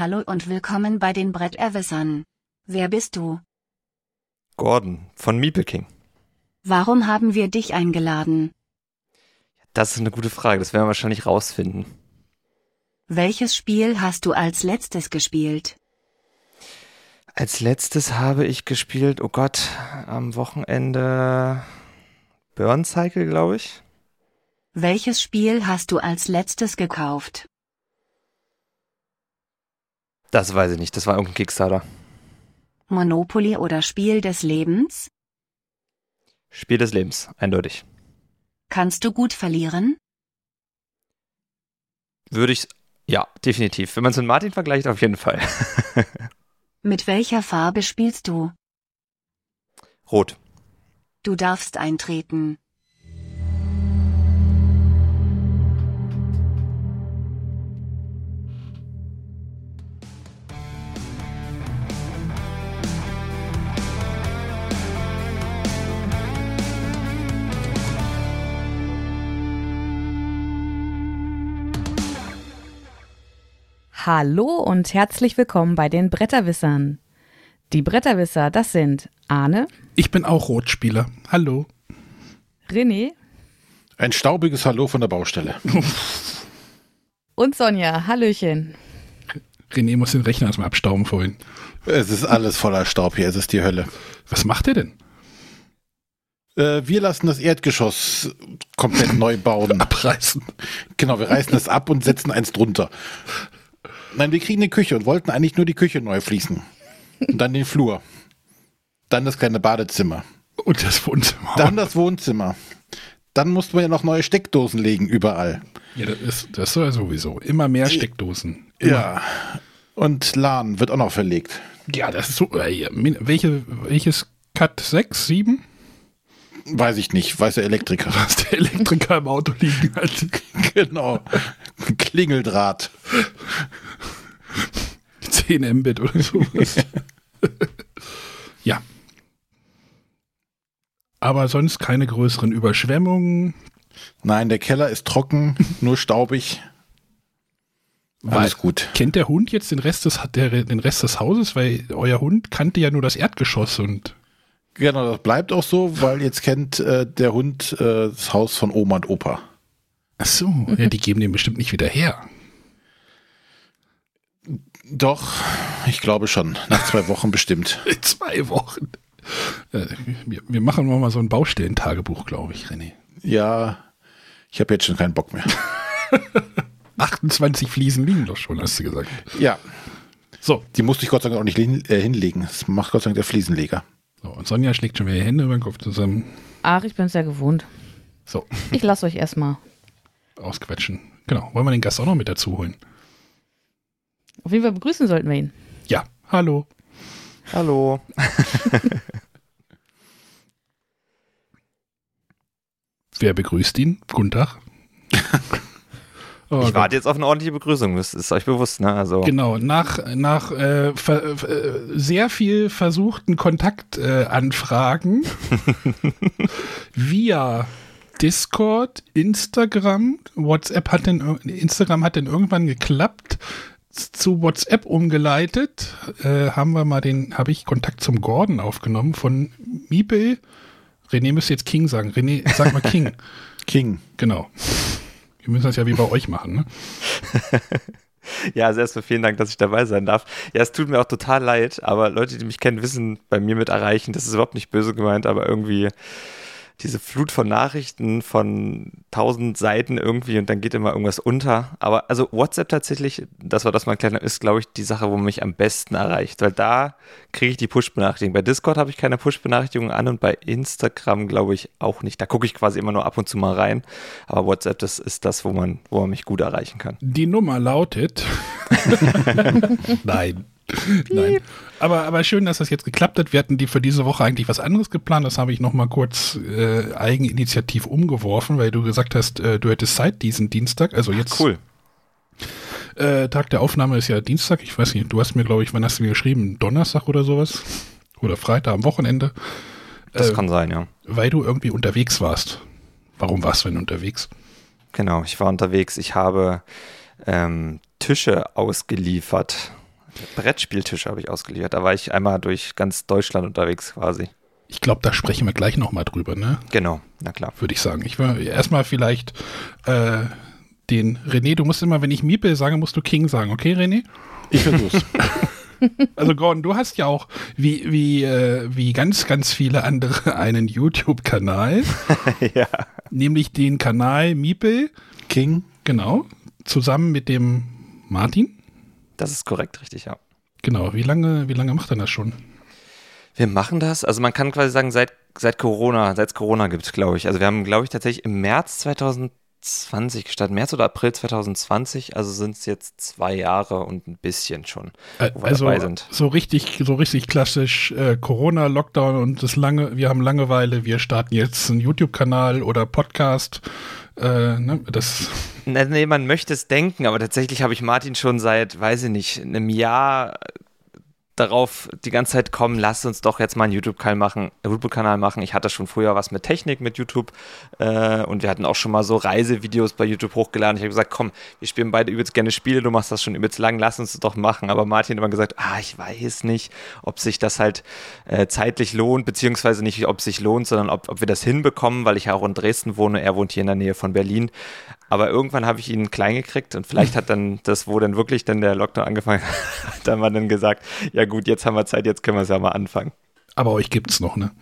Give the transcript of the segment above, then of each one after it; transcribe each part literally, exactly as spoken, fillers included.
Hallo und willkommen bei den Bretterwissern. Wer bist du? Gordon von Meeple King. Warum haben wir dich eingeladen? Das ist eine gute Frage, das werden wir wahrscheinlich rausfinden. Welches Spiel hast du als letztes gespielt? Als letztes habe ich gespielt, oh Gott, am Wochenende Burn Cycle, glaube ich. Welches Spiel hast du als letztes gekauft? Das weiß ich nicht, das war irgendein Kickstarter. Monopoly oder Spiel des Lebens? Spiel des Lebens, eindeutig. Kannst du gut verlieren? Würde ich, ja, definitiv. Wenn man es mit Martin vergleicht, auf jeden Fall. Mit welcher Farbe spielst du? Rot. Du darfst eintreten. Hallo und herzlich willkommen bei den Bretterwissern. Die Bretterwisser, das sind Arne. Ich bin auch Rotspieler. Hallo. René. Ein staubiges Hallo von der Baustelle. Und Sonja. Hallöchen. René muss den Rechner erstmal abstauben vorhin. Es ist alles voller Staub hier, es ist die Hölle. Was macht ihr denn? Äh, wir lassen das Erdgeschoss komplett neu bauen. Abreißen. Genau, wir reißen es ab und setzen eins drunter. Nein, wir kriegen eine Küche und wollten eigentlich nur die Küche neu fließen. Und dann den Flur. Dann das kleine Badezimmer. Und das Wohnzimmer. Dann das Wohnzimmer. Dann mussten wir ja noch neue Steckdosen legen, überall. Ja, das ist, das ist ja sowieso. Immer mehr Steckdosen. Immer. Ja. Und LAN wird auch noch verlegt. Ja, das ist so. Äh, welche, welches Cat sechs, sieben? Weiß ich nicht, weiß der Elektriker. Was der Elektriker im Auto liegen hat. Genau. Klingeldraht. zehn Mbit oder sowas. Ja. Aber sonst keine größeren Überschwemmungen. Nein, der Keller ist trocken, nur staubig. Alles weil, gut. Kennt der Hund jetzt den Rest des, der, den Rest des Hauses? Weil euer Hund kannte ja nur das Erdgeschoss und Genau, das bleibt auch so, weil jetzt kennt äh, der Hund äh, das Haus von Oma und Opa. Ach so, ja, die geben den bestimmt nicht wieder her. Doch, ich glaube schon. Nach zwei Wochen bestimmt. Zwei Wochen. Äh, wir, wir machen mal so ein Baustellentagebuch, glaube ich, René. Ja, ich habe jetzt schon keinen Bock mehr. achtundzwanzig Fliesen liegen doch schon, hast du gesagt. Ja. So. Die musste ich Gott sei Dank auch nicht hin, äh, hinlegen. Das macht Gott sei Dank der Fliesenleger. So, und Sonja schlägt schon wieder die Hände über den Kopf zusammen. Ach, ich bin es ja gewohnt. So. Ich lasse euch erstmal ausquetschen. Genau. Wollen wir den Gast auch noch mit dazu holen? Auf jeden Fall begrüßen sollten wir ihn. Ja. Hallo. Hallo. Wer begrüßt ihn? Guten Tag. Oh, ich warte jetzt auf eine ordentliche Begrüßung, das ist euch bewusst, ne? Also genau, nach, nach äh, ver, äh, sehr viel versuchten Kontaktanfragen äh, via Discord, Instagram, WhatsApp hat denn, Instagram hat dann irgendwann geklappt, zu WhatsApp umgeleitet, äh, haben wir mal den, habe ich Kontakt zum Gordon aufgenommen von Meeple. René müsste jetzt King sagen. René, sag mal King. King. Genau. Wir müssen das ja wie bei euch machen, ne? Ja, also erstmal vielen Dank, dass ich dabei sein darf. Ja, es tut mir auch total leid, aber Leute, die mich kennen, wissen bei mir mit erreichen, das ist überhaupt nicht böse gemeint, aber irgendwie diese Flut von Nachrichten von tausend Seiten irgendwie und dann geht immer irgendwas unter. Aber also WhatsApp tatsächlich, das war das mal kleiner, ist, glaube ich, die Sache, wo man mich am besten erreicht, weil da kriege ich die Push-Benachrichtigung. Bei Discord habe ich keine Push-Benachrichtigungen an und bei Instagram glaube ich auch nicht. Da gucke ich quasi immer nur ab und zu mal rein. Aber WhatsApp, das ist das, wo man, wo man mich gut erreichen kann. Die Nummer lautet Nein. Nein. Aber, aber schön, dass das jetzt geklappt hat. Wir hatten die für diese Woche eigentlich was anderes geplant. Das habe ich noch mal kurz äh, eigeninitiativ umgeworfen, weil du gesagt hast, äh, du hättest Zeit diesen Dienstag. Also jetzt. Ach, cool. Äh, Tag der Aufnahme ist ja Dienstag. Ich weiß nicht, du hast mir, glaube ich, wann hast du mir geschrieben? Donnerstag oder sowas? Oder Freitag am Wochenende? Das äh, kann sein, ja. Weil du irgendwie unterwegs warst. Warum warst du denn unterwegs? Genau, ich war unterwegs. Ich habe ähm, Tische ausgeliefert Brettspieltisch habe ich ausgeliefert. Da war ich einmal durch ganz Deutschland unterwegs quasi. Ich glaube, da sprechen wir gleich nochmal drüber, ne? Genau, na klar. Würde ich sagen. Ich will erstmal vielleicht äh, den René, du musst immer, wenn ich Miepel sage, musst du King sagen, okay, René? Ich versuch's. Also Gordon, du hast ja auch, wie, wie, äh, wie ganz, ganz viele andere, einen YouTube-Kanal. Ja. Nämlich den Kanal Miepel. King. Genau. Zusammen mit dem Martin. Das ist korrekt, richtig, ja. Genau. Wie lange, wie lange macht er das schon? Wir machen das, also man kann quasi sagen, seit, seit Corona, seit es Corona gibt, glaube ich. Also wir haben, glaube ich, tatsächlich im März zweitausendzwanzig gestartet, März oder April zweitausendzwanzig, also sind es jetzt zwei Jahre und ein bisschen schon, wo wir also dabei sind. So richtig, so richtig klassisch äh, Corona, Lockdown und das lange, wir haben Langeweile, wir starten jetzt einen YouTube-Kanal oder Podcast. Äh, ne, das Nee, nee, man möchte es denken, aber tatsächlich habe ich Martin schon seit, weiß ich nicht, einem Jahr darauf die ganze Zeit kommen, lass uns doch jetzt mal einen YouTube-Kanal machen, YouTube-Kanal machen. Ich hatte schon früher was mit Technik, mit YouTube äh, und wir hatten auch schon mal so Reisevideos bei YouTube hochgeladen. Ich habe gesagt, komm, wir spielen beide übelst gerne Spiele, du machst das schon übelst lang, lass uns das doch machen. Aber Martin hat immer gesagt, ah, ich weiß nicht, ob sich das halt äh, zeitlich lohnt, beziehungsweise nicht, ob es sich lohnt, sondern ob, ob wir das hinbekommen, weil ich ja auch in Dresden wohne, er wohnt hier in der Nähe von Berlin. Aber irgendwann habe ich ihn klein gekriegt und vielleicht hat dann das, wo dann wirklich dann der Lockdown angefangen hat, dann haben wir dann gesagt, ja gut, jetzt haben wir Zeit, jetzt können wir es ja mal anfangen. Aber euch gibt's noch, ne?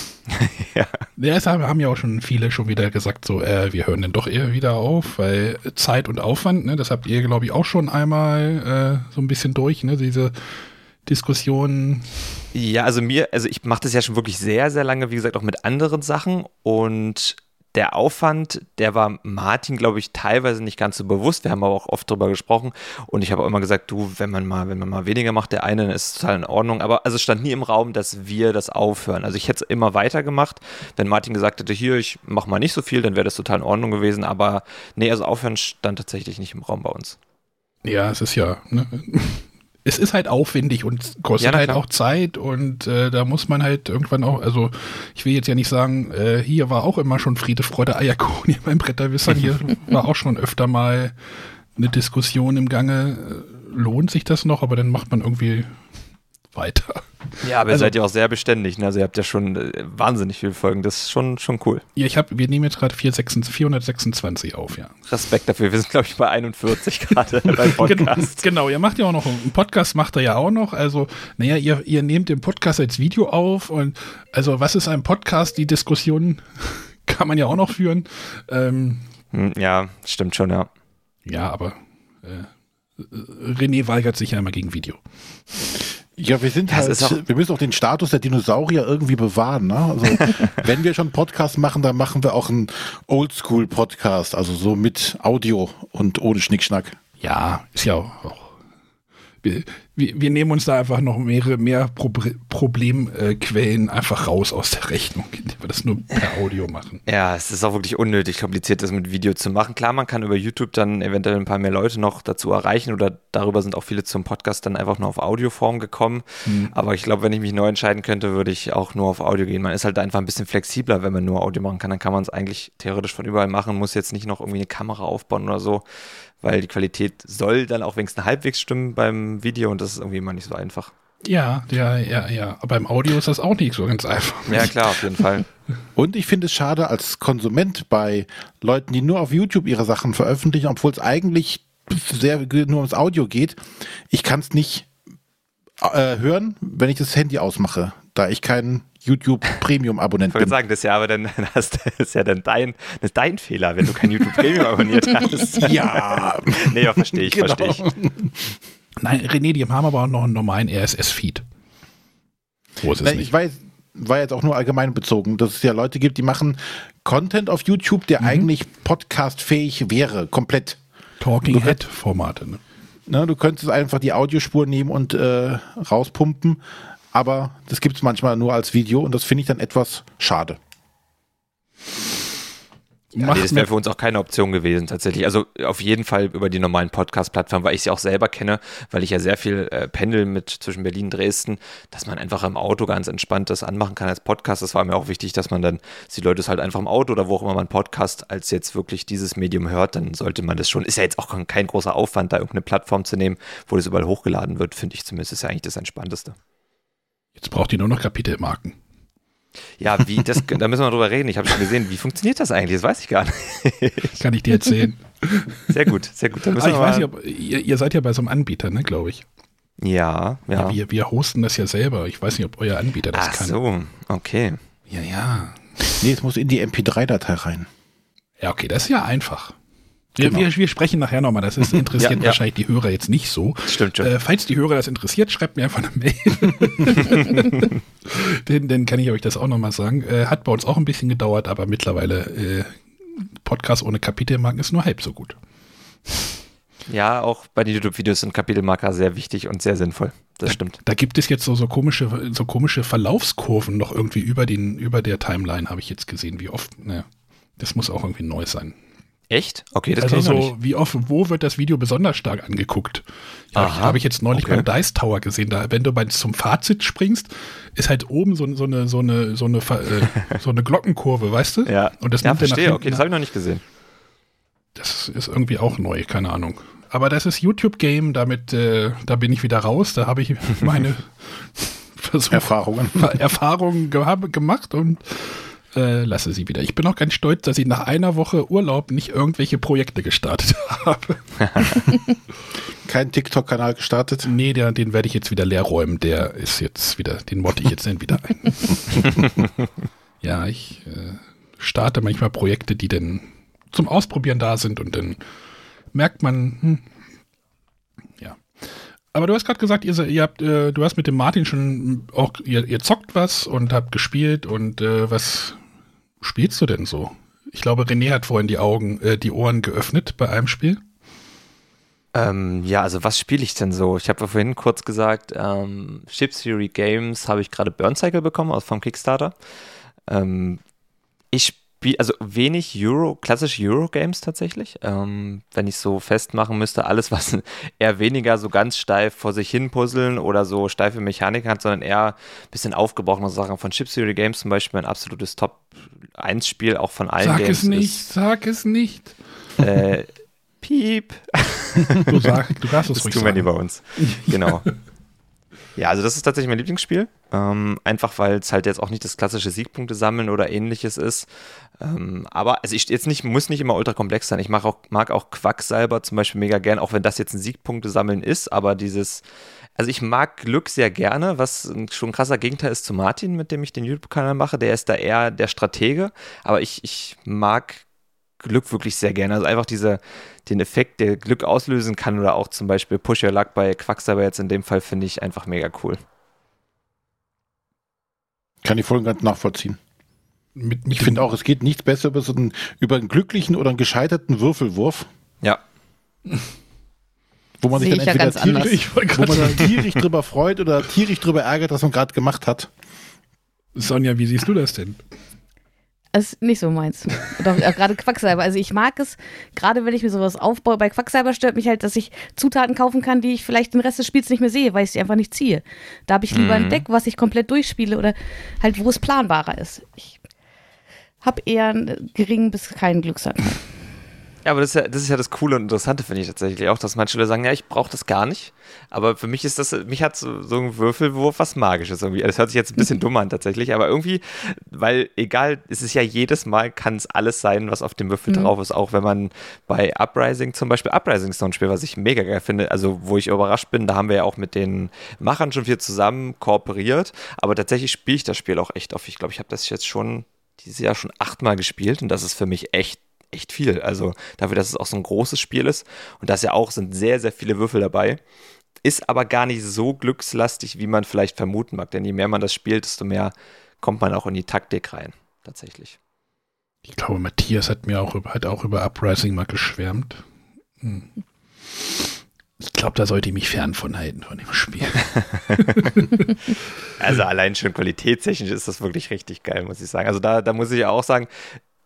Ja. Ja, es haben, haben ja auch schon viele schon wieder gesagt, so, äh, wir hören dann doch eher wieder auf, weil Zeit und Aufwand, ne, das habt ihr, glaube ich, auch schon einmal äh, so ein bisschen durch, ne, diese Diskussionen. Ja, also mir, also ich mache das ja schon wirklich sehr, sehr lange, wie gesagt, auch mit anderen Sachen und der Aufwand, der war Martin, glaube ich, teilweise nicht ganz so bewusst. Wir haben aber auch oft drüber gesprochen und ich habe auch immer gesagt, du, wenn man mal, wenn man mal weniger macht, der eine ist total in Ordnung. Aber also es stand nie im Raum, dass wir das aufhören. Also ich hätte es immer weitergemacht. Wenn Martin gesagt hätte, hier, ich mache mal nicht so viel, dann wäre das total in Ordnung gewesen. Aber nee, also aufhören stand tatsächlich nicht im Raum bei uns. Ja, es ist ja, ne? Es ist halt aufwendig und kostet Ja, halt auch Zeit und äh, da muss man halt irgendwann auch, also ich will jetzt ja nicht sagen, äh, hier war auch immer schon Friede, Freude, Eierkuchen hier beim Bretterwissern, hier war auch schon öfter mal eine Diskussion im Gange, lohnt sich das noch, aber dann macht man irgendwie weiter. Ja, aber also, ihr seid ja auch sehr beständig, ne? Also ihr habt ja schon äh, wahnsinnig viele Folgen, das ist schon, schon cool. Ja, ich habe, wir nehmen jetzt gerade vierhundertsechsundzwanzig auf, ja. Respekt dafür, wir sind glaube ich bei einundvierzig gerade beim Podcast. Genau, ihr macht ja auch noch, einen Podcast macht er ja auch noch, also, naja, ihr, ihr nehmt den Podcast als Video auf und, also, was ist ein Podcast? Die Diskussion kann man ja auch noch führen. Ähm, Hm, ja, stimmt schon, ja. ja, aber äh, René weigert sich ja immer gegen Video. Ja, wir sind Das halt, ist auch- wir müssen auch den Status der Dinosaurier irgendwie bewahren, ne? Also, wenn wir schon Podcast machen, dann machen wir auch einen Oldschool-Podcast, also so mit Audio und ohne Schnickschnack. Ja, ist ja auch. auch wir, wir, wir nehmen uns da einfach noch mehrere, mehr Pro Problemquellen äh, einfach raus aus der Rechnung, indem wir das nur per Audio machen. Ja, es ist auch wirklich unnötig kompliziert, das mit Video zu machen. Klar, man kann über YouTube dann eventuell ein paar mehr Leute noch dazu erreichen oder darüber sind auch viele zum Podcast dann einfach nur auf Audioform gekommen. Mhm. Aber ich glaube, wenn ich mich neu entscheiden könnte, würde ich auch nur auf Audio gehen. Man ist halt einfach ein bisschen flexibler, wenn man nur Audio machen kann. Dann kann man es eigentlich theoretisch von überall machen, muss jetzt nicht noch irgendwie eine Kamera aufbauen oder so, weil die Qualität soll dann auch wenigstens halbwegs stimmen beim Video und das ist irgendwie immer nicht so einfach. Ja, ja, ja, ja. Aber beim Audio ist das auch nicht so ganz einfach. Ja, klar, auf jeden Fall. Und ich finde es schade als Konsument bei Leuten, die nur auf YouTube ihre Sachen veröffentlichen, obwohl es eigentlich sehr nur ums Audio geht. Ich kann es nicht äh, hören, wenn ich das Handy ausmache, da ich kein YouTube-Premium-Abonnent Ich wollte bin. sagen, das ist ja aber dann, das ist ja dann dein, das ist dein Fehler, wenn du kein YouTube Premium abonniert hast. Ja. Nee, ja, verstehe ich, Genau. verstehe ich. Nein, René, die haben aber auch noch einen normalen R S S-Feed. Wo ist es Nein, nicht? ich weiß, war jetzt auch nur allgemein bezogen, dass es ja Leute gibt, die machen Content auf YouTube, der mhm. eigentlich podcastfähig wäre, komplett. Talking Head-Formate, ne? Ne, du könntest einfach die Audiospur nehmen und äh, rauspumpen, aber das gibt es manchmal nur als Video und das finde ich dann etwas schade. Ja, nee, das wäre für uns auch keine Option gewesen tatsächlich. Also auf jeden Fall über die normalen Podcast-Plattformen, weil ich sie auch selber kenne, weil ich ja sehr viel äh, pendel mit zwischen Berlin und Dresden, dass man einfach im Auto ganz entspannt das anmachen kann als Podcast. Das war mir auch wichtig, dass man dann, dass die Leute es halt einfach im Auto oder wo auch immer man Podcast als jetzt wirklich dieses Medium hört, dann sollte man das schon, ist ja jetzt auch kein großer Aufwand, da irgendeine Plattform zu nehmen, wo das überall hochgeladen wird, finde ich zumindest, ist ja eigentlich das Entspannteste. Jetzt braucht ihr nur noch Kapitelmarken. Ja, wie, das, da müssen wir drüber reden. Ich habe schon gesehen, wie funktioniert das eigentlich? Das weiß ich gar nicht. Kann ich dir erzählen. Sehr gut, sehr gut. Da müssen Ah, ich wir weiß mal- nicht, ob, ihr, ihr seid ja bei so einem Anbieter, ne, glaube ich. Ja, ja. Ja, wir, wir hosten das ja selber. Ich weiß nicht, ob euer Anbieter das Ach kann. so, okay. Ja, ja. Nee, es muss in die M P drei Datei rein. Ja, okay, das ist ja einfach. Wir, Genau. wir, wir sprechen nachher nochmal, das ist, interessiert Ja, ja. wahrscheinlich die Hörer jetzt nicht so. Stimmt schon. Äh, falls die Hörer das interessiert, schreibt mir einfach eine Mail. den, den kann ich euch das auch nochmal sagen. Äh, hat bei uns auch ein bisschen gedauert, aber mittlerweile äh, Podcast ohne Kapitelmarken ist nur halb so gut. Ja, auch bei den YouTube-Videos sind Kapitelmarker sehr wichtig und sehr sinnvoll. Das stimmt. Da gibt es jetzt so, so komische, so komische Verlaufskurven noch irgendwie über den, über der Timeline, habe ich jetzt gesehen, wie oft. Ne, das muss auch irgendwie neu sein. Echt? Okay, das Also kann ich noch so, nicht. wie oft, wo wird das Video besonders stark angeguckt? Ja, Aha, habe ich jetzt neulich okay. beim Dice Tower gesehen. Da, wenn du bei, zum Fazit springst, ist halt oben so, so eine, so eine, so eine, Ver- äh, so eine Glockenkurve, weißt du? Ja, Und das ja nimmt er nach verstehe. hinten Okay, das ab. habe ich noch nicht gesehen. Das ist irgendwie auch neu, keine Ahnung. Aber das ist YouTube-Game, damit, äh, da bin ich wieder raus. Da habe ich meine Versuch, Erfahrungen. Erfahrungen ge- gemacht und äh, lasse sie wieder. Ich bin auch ganz stolz, dass ich nach einer Woche Urlaub nicht irgendwelche Projekte gestartet habe. Kein TikTok-Kanal gestartet. Nee, der, den werde ich jetzt wieder leer räumen. Der ist jetzt wieder, den motte ich jetzt dann wieder ein. Ja, ich äh, starte manchmal Projekte, die dann zum Ausprobieren da sind und dann merkt man, hm, ja. Aber du hast gerade gesagt, ihr, se- ihr habt, äh, du hast mit dem Martin schon auch, ihr, ihr zockt was und habt gespielt und äh, was spielst du denn so? Ich glaube, René hat vorhin die Augen, äh, die Ohren geöffnet bei einem Spiel. Ähm, ja, also was spiele ich denn so? Ich habe ja vorhin kurz gesagt, ähm, Chip Theory Games habe ich gerade Burn Cycle bekommen aus vom Kickstarter. Ähm, ich spiele, also wenig Euro, klassische Euro-Games tatsächlich. Ähm, wenn ich so festmachen müsste, alles, was eher weniger so ganz steif vor sich hin puzzeln oder so steife Mechaniken hat, sondern eher ein bisschen aufgebrochene Sachen. Von Chip Theory Games zum Beispiel ein absolutes Top eins Spiel, auch von allen Sag Games. es nicht, ist, sag es nicht. äh, Piep. Du, sag, du darfst es Das ruhig tun wir nie sagen. bei uns. Genau. Ja, also das ist tatsächlich mein Lieblingsspiel. Ähm, einfach weil es halt jetzt auch nicht das klassische Siegpunkte sammeln oder ähnliches ist. Ähm, aber also ich jetzt nicht, muss nicht immer ultra komplex sein. Ich mag auch, mag auch Quacksalber zum Beispiel mega gern, auch wenn das jetzt ein Siegpunkte sammeln ist, aber dieses, also ich mag Glück sehr gerne, was ein, schon ein krasser Gegenteil ist zu Martin, mit dem ich den YouTube-Kanal mache. Der ist da eher der Stratege, aber ich, ich mag Glück wirklich sehr gerne. Also einfach diese, den Effekt, der Glück auslösen kann oder auch zum Beispiel Push Your Luck bei Quacksalber jetzt in dem Fall finde ich einfach mega cool. Kann ich voll und ganz nachvollziehen. Mit, mit Ich finde auch, es geht nichts besser über so einen, über einen glücklichen oder einen gescheiterten Würfelwurf, Ja, wo man sich Sehe dann ich ja entweder ganz anders. tierisch, Ich wollte wo gerade man sagen, sich tierisch drüber freut oder tierisch drüber ärgert, was man gerade gemacht hat. Sonja, wie siehst du das denn? Das ist nicht so meins. Doch, äh, gerade Quacksalber. Also ich mag es, gerade wenn ich mir sowas aufbaue. Bei Quacksalber stört mich halt, dass ich Zutaten kaufen kann, die ich vielleicht den Rest des Spiels nicht mehr sehe, weil ich sie einfach nicht ziehe. Da habe ich lieber ein Deck, was ich komplett durchspiele oder halt, wo es planbarer ist. Ich habe eher einen geringen bis keinen Glücksanteil. ja, aber das ist ja, das ist ja das Coole und Interessante, finde ich tatsächlich auch, dass manche Leute sagen, ja, ich brauche das gar nicht, aber für mich ist das, mich hat so, so ein Würfelwurf was Magisches irgendwie. Das hört sich jetzt ein bisschen dumm an tatsächlich, aber irgendwie, weil egal, es ist ja jedes Mal, kann es alles sein, was auf dem Würfel Mhm. drauf ist, auch wenn man bei Uprising zum Beispiel, Uprising ist noch ein Spiel, was ich mega geil finde, also wo ich überrascht bin, da haben wir ja auch mit den Machern schon viel zusammen kooperiert, aber tatsächlich spiele ich das Spiel auch echt oft. Ich glaube, ich habe das jetzt schon dieses Jahr schon achtmal gespielt und das ist für mich echt echt viel. Also dafür, dass es auch so ein großes Spiel ist und dass ja auch sind sehr, sehr viele Würfel dabei, ist aber gar nicht so glückslastig, wie man vielleicht vermuten mag. Denn je mehr man das spielt, desto mehr kommt man auch in die Taktik rein. Tatsächlich. Ich glaube, Matthias hat mir auch über, hat auch über Uprising mal geschwärmt. Hm. Ich glaube, da sollte ich mich fern von halten, von dem Spiel. Also allein schon qualitätstechnisch ist das wirklich richtig geil, muss ich sagen. Also da, da muss ich ja auch sagen,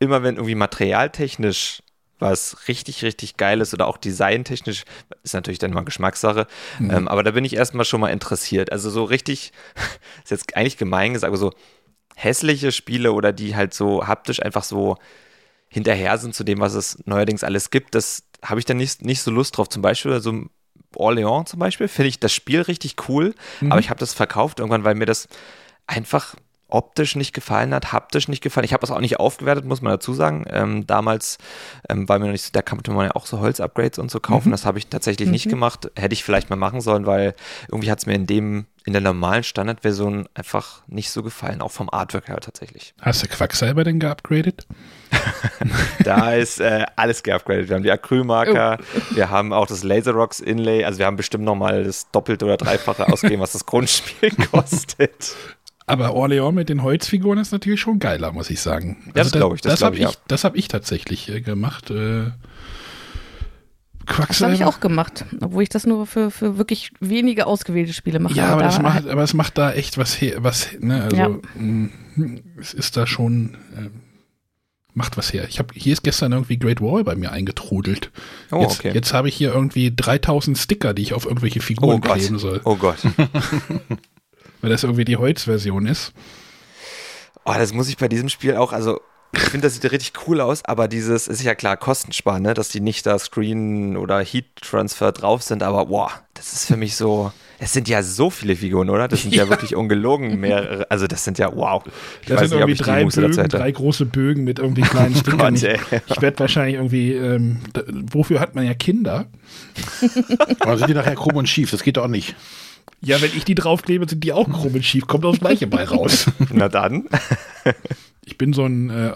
immer wenn irgendwie materialtechnisch was richtig, richtig Geiles oder auch designtechnisch, ist natürlich dann mal Geschmackssache, mhm. ähm, aber da bin ich erstmal schon mal interessiert. Also so richtig, ist jetzt eigentlich gemein gesagt, aber so hässliche Spiele oder die halt so haptisch einfach so hinterher sind zu dem, was es neuerdings alles gibt, das habe ich dann nicht, nicht so Lust drauf. Zum Beispiel so Orléans zum Beispiel, finde ich das Spiel richtig cool, mhm. aber ich habe das verkauft irgendwann, weil mir das einfach optisch nicht gefallen hat, haptisch nicht gefallen. Ich habe das auch nicht aufgewertet, muss man dazu sagen. Ähm, damals ähm, war mir noch nicht so, da konnte man ja auch so Holz-Upgrades und so kaufen. Mhm. Das habe ich tatsächlich mhm. nicht gemacht. Hätte ich vielleicht mal machen sollen, weil irgendwie hat es mir in dem, in der normalen Standardversion einfach nicht so gefallen, auch vom Artwork her tatsächlich. Hast du Quacksalber denn geupgradet? Da ist äh, alles geupgradet. Wir haben die Acrylmarker, oh. wir haben auch das Laserrocks Inlay, also wir haben bestimmt nochmal das Doppelte oder Dreifache ausgegeben, was das Grundspiel kostet. Aber Orléans mit den Holzfiguren ist natürlich schon geiler, muss ich sagen. Ja, also das glaube ich. Das, das glaub habe ich, ich, ja. hab ich tatsächlich äh, gemacht. Äh, Das habe ich auch gemacht, obwohl ich das nur für, für wirklich wenige ausgewählte Spiele mache. Ja, aber, aber, das da, macht, aber es macht da echt was her. Was, ne, also, ja. mh, es ist da schon, äh, macht was her. Ich hab, hier ist gestern irgendwie Great Wall bei mir eingetrudelt. Oh, jetzt okay. jetzt habe ich hier irgendwie dreitausend Sticker, die ich auf irgendwelche Figuren oh kleben soll. Oh Gott. Weil das irgendwie die Holzversion ist. Oh, das muss ich bei diesem Spiel auch, also ich finde, das sieht richtig cool aus, aber dieses, ist ja klar, Kostensparen, ne? Dass die nicht da Screen oder Heat Transfer drauf sind, aber boah, das ist für mich so, es sind ja so viele Figuren, oder? Das sind ja, ja wirklich ungelogen mehrere, also das sind ja, wow. Ich das sind nicht, irgendwie drei Bögen, drei große Bögen mit irgendwie kleinen Stickern. Ich, ich werde wahrscheinlich irgendwie, ähm, da, wofür hat man ja Kinder? Aber sind die nachher krumm und schief, das geht doch auch nicht. Ja, wenn ich die draufklebe, sind die auch krumm und schief, kommt das gleiche bei raus. Na dann. Ich bin so ein äh,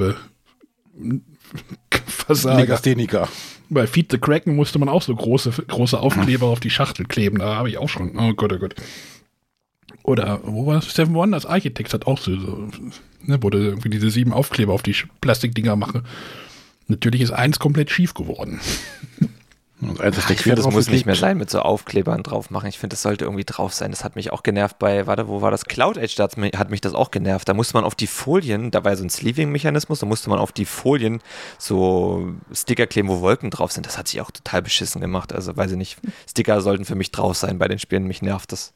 Aufklebe-Versager. Legastheniker. Bei Feed the Kraken musste man auch so große, große Aufkleber auf die Schachtel kleben. Da habe ich auch schon. Oh Gott, oh Gott. Oder, wo war das? Seven Wonders Architects hat auch so, so ne, wo du irgendwie diese sieben Aufkleber auf die Plastikdinger mache. Natürlich ist eins komplett schief geworden. Und eins ist ich finde, das muss nicht mehr sein mit so Aufklebern drauf machen. Ich finde, das sollte irgendwie drauf sein. Das hat mich auch genervt bei, warte, wo war das? Cloud Age, da hat mich das auch genervt. Da musste man auf die Folien, da war ja so ein Sleeving-Mechanismus, da musste man auf die Folien so Sticker kleben, wo Wolken drauf sind. Das hat sich auch total beschissen gemacht. Also weiß ich nicht, Sticker sollten für mich drauf sein bei den Spielen. Mich nervt das.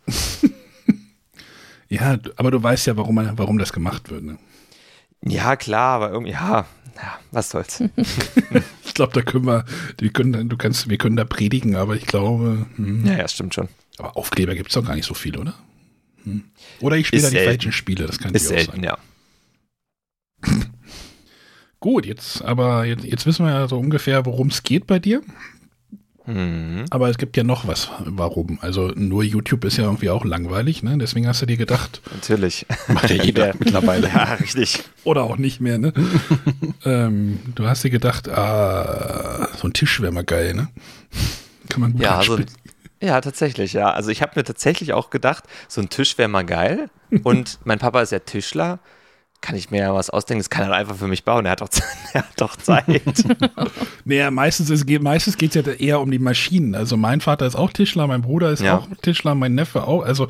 Ja, aber du weißt ja, warum, man, warum das gemacht wird, ne? Ja, klar, aber irgendwie, ja, ja was soll's. Ich glaube, da können wir, wir können, du kannst, wir können da predigen, aber ich glaube. Hm. Ja, ja, stimmt schon. Aber Aufkleber gibt es doch gar nicht so viel, oder? Hm. Oder ich spiele da die selten. falschen Spiele, das kann ist natürlich selten, auch sein. Ja. Gut, jetzt, aber jetzt, jetzt wissen wir ja so ungefähr, worum es geht bei dir. Mhm. Aber es gibt ja noch was, warum. Also nur YouTube ist ja irgendwie auch langweilig, ne? Deswegen hast du dir gedacht. Natürlich. Macht ja jeder mittlerweile. Ja, richtig. Oder auch nicht mehr, ne? ähm, du hast dir gedacht, ah, so ein Tisch wäre mal geil, ne? Kann man gut ja, also, ja, tatsächlich, ja. Also ich habe mir tatsächlich auch gedacht, so ein Tisch wäre mal geil. Und mein Papa ist ja Tischler. Kann ich mir ja was ausdenken, das kann er einfach für mich bauen, er hat doch, er hat doch Zeit. Naja, meistens, ist, meistens geht es ja eher um die Maschinen. Also mein Vater ist auch Tischler, mein Bruder ist ja. auch Tischler, mein Neffe auch. Also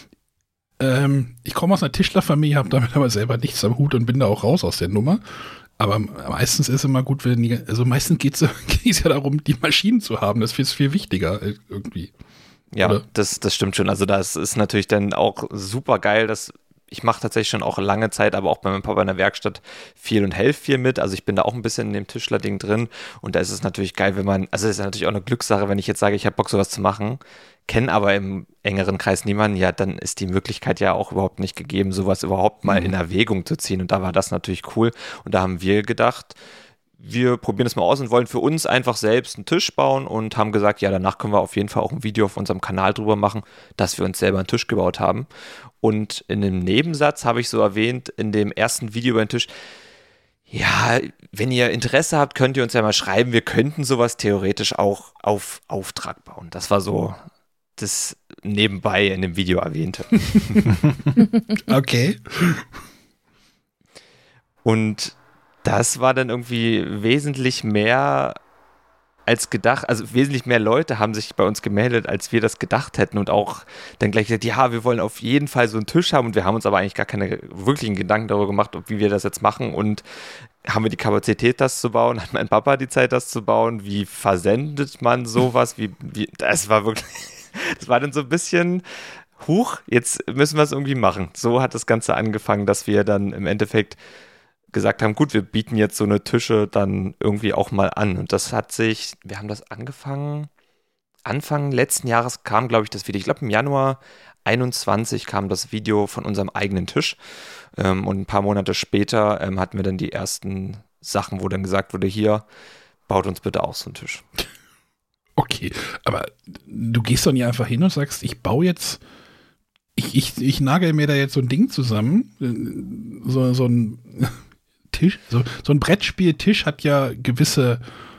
ähm, ich komme aus einer Tischlerfamilie, habe damit aber selber nichts am Hut und bin da auch raus aus der Nummer. Aber meistens ist es immer gut, wenn die, also meistens geht es ja darum, die Maschinen zu haben. Das ist viel wichtiger irgendwie. Ja, das, das stimmt schon. Also das ist natürlich dann auch super geil, dass ich mache tatsächlich schon auch lange Zeit, aber auch bei meinem Papa in der Werkstatt viel und helfe viel mit. Also ich bin da auch ein bisschen in dem Tischler-Ding drin und da ist es natürlich geil, wenn man, also es ist natürlich auch eine Glückssache, wenn ich jetzt sage, ich habe Bock sowas zu machen, kenne aber im engeren Kreis niemanden, ja, dann ist die Möglichkeit ja auch überhaupt nicht gegeben, sowas überhaupt mal in Erwägung zu ziehen und da war das natürlich cool und da haben wir gedacht, wir probieren es mal aus und wollen für uns einfach selbst einen Tisch bauen und haben gesagt, ja, danach können wir auf jeden Fall auch ein Video auf unserem Kanal drüber machen, dass wir uns selber einen Tisch gebaut haben. Und in dem Nebensatz habe ich so erwähnt, in dem ersten Video über den Tisch, ja, wenn ihr Interesse habt, könnt ihr uns ja mal schreiben, wir könnten sowas theoretisch auch auf Auftrag bauen. Das war so das nebenbei in dem Video erwähnte. Okay. Und das war dann irgendwie wesentlich mehr als gedacht, also wesentlich mehr Leute haben sich bei uns gemeldet, als wir das gedacht hätten und auch dann gleich gesagt, ja, wir wollen auf jeden Fall so einen Tisch haben und wir haben uns aber eigentlich gar keine wirklichen Gedanken darüber gemacht, wie wir das jetzt machen und haben wir die Kapazität, das zu bauen? Hat mein Papa die Zeit, das zu bauen? Wie versendet man sowas? Wie, wie, das war wirklich, das war dann so ein bisschen, huch, jetzt müssen wir es irgendwie machen. So hat das Ganze angefangen, dass wir dann im Endeffekt gesagt haben, gut, wir bieten jetzt so eine Tische dann irgendwie auch mal an. Und das hat sich, wir haben das angefangen, Anfang letzten Jahres kam, glaube ich, das Video. Ich glaube, im Januar einundzwanzig kam das Video von unserem eigenen Tisch. Ähm, und ein paar Monate später ähm, hatten wir dann die ersten Sachen, wo dann gesagt wurde, hier, baut uns bitte auch so einen Tisch. Okay, aber du gehst doch nicht einfach hin und sagst, ich baue jetzt, ich, ich, ich nagel mir da jetzt so ein Ding zusammen, so, so ein Tisch, so, so ein Brettspieltisch hat ja gewisse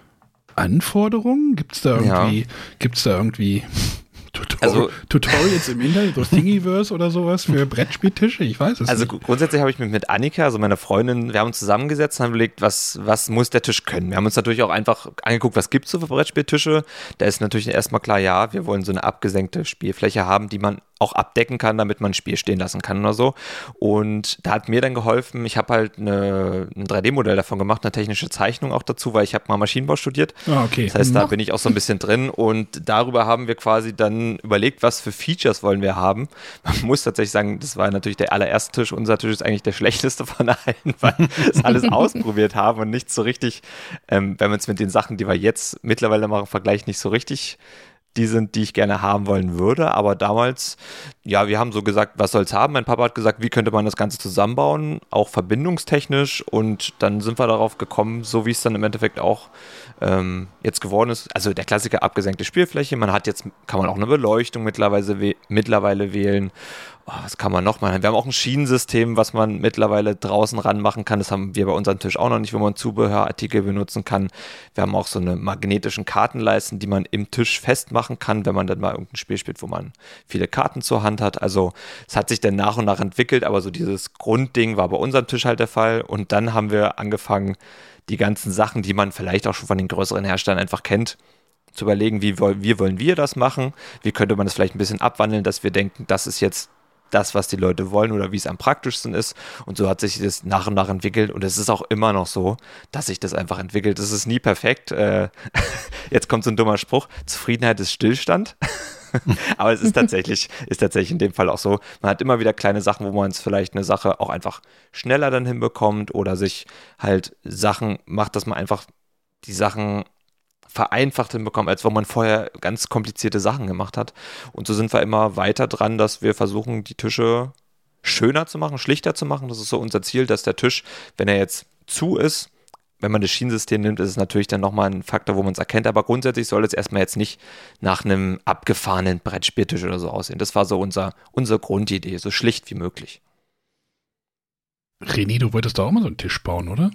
Anforderungen. Gibt es da irgendwie, ja. gibt's da irgendwie Tutor- also, Tutorials im Internet, so Thingiverse oder sowas für Brettspieltische? Ich weiß es also nicht. Also grundsätzlich habe ich mich mit Annika, also meiner Freundin, wir haben uns zusammengesetzt und haben überlegt, was, was muss der Tisch können. Wir haben uns natürlich auch einfach angeguckt, was gibt es so für Brettspieltische. Da ist natürlich erstmal klar, ja, wir wollen so eine abgesenkte Spielfläche haben, die man auch abdecken kann, damit man ein Spiel stehen lassen kann oder so. Und da hat mir dann geholfen, ich habe halt eine, ein drei D-Modell davon gemacht, eine technische Zeichnung auch dazu, weil ich habe mal Maschinenbau studiert. Ah, okay. Das heißt, da Noch. bin ich auch so ein bisschen drin und darüber haben wir quasi dann überlegt, was für Features wollen wir haben. Man muss tatsächlich sagen, das war natürlich der allererste Tisch. Unser Tisch ist eigentlich der schlechteste von allen, weil wir es alles ausprobiert haben und nicht so richtig, ähm, wenn man es mit den Sachen, die wir jetzt mittlerweile machen, vergleicht, nicht so richtig die sind, die ich gerne haben wollen würde, aber damals, ja, wir haben so gesagt, was soll's haben? Mein Papa hat gesagt, wie könnte man das Ganze zusammenbauen, auch verbindungstechnisch, und dann sind wir darauf gekommen, so wie es dann im Endeffekt auch ähm, jetzt geworden ist, also der Klassiker abgesenkte Spielfläche, man hat jetzt, kann man auch eine Beleuchtung mittlerweile, we- mittlerweile wählen. Oh, was kann man noch machen? Wir haben auch ein Schienensystem, was man mittlerweile draußen ranmachen kann. Das haben wir bei unserem Tisch auch noch nicht, wo man Zubehörartikel benutzen kann. Wir haben auch so eine magnetischen Kartenleisten, die man im Tisch festmachen kann, wenn man dann mal irgendein Spiel spielt, wo man viele Karten zur Hand hat. Also es hat sich dann nach und nach entwickelt, aber so dieses Grundding war bei unserem Tisch halt der Fall. Und dann haben wir angefangen, die ganzen Sachen, die man vielleicht auch schon von den größeren Herstellern einfach kennt, zu überlegen, wie, wie wollen wir das machen? Wie könnte man das vielleicht ein bisschen abwandeln, dass wir denken, das ist jetzt das, was die Leute wollen oder wie es am praktischsten ist. Und so hat sich das nach und nach entwickelt. Und es ist auch immer noch so, dass sich das einfach entwickelt. Es ist nie perfekt. Äh, jetzt kommt so ein dummer Spruch. Zufriedenheit ist Stillstand. Aber es ist tatsächlich, ist tatsächlich in dem Fall auch so. Man hat immer wieder kleine Sachen, wo man es vielleicht eine Sache auch einfach schneller dann hinbekommt oder sich halt Sachen macht, dass man einfach die Sachen vereinfacht hinbekommen, als wo man vorher ganz komplizierte Sachen gemacht hat. Und so sind wir immer weiter dran, dass wir versuchen, die Tische schöner zu machen, schlichter zu machen. Das ist so unser Ziel, dass der Tisch, wenn er jetzt zu ist, wenn man das Schienensystem nimmt, ist es natürlich dann nochmal ein Faktor, wo man es erkennt. Aber grundsätzlich soll es erstmal jetzt nicht nach einem abgefahrenen Brettspieltisch oder so aussehen. Das war so unser, unsere Grundidee, so schlicht wie möglich. René, du wolltest doch auch mal so einen Tisch bauen, oder?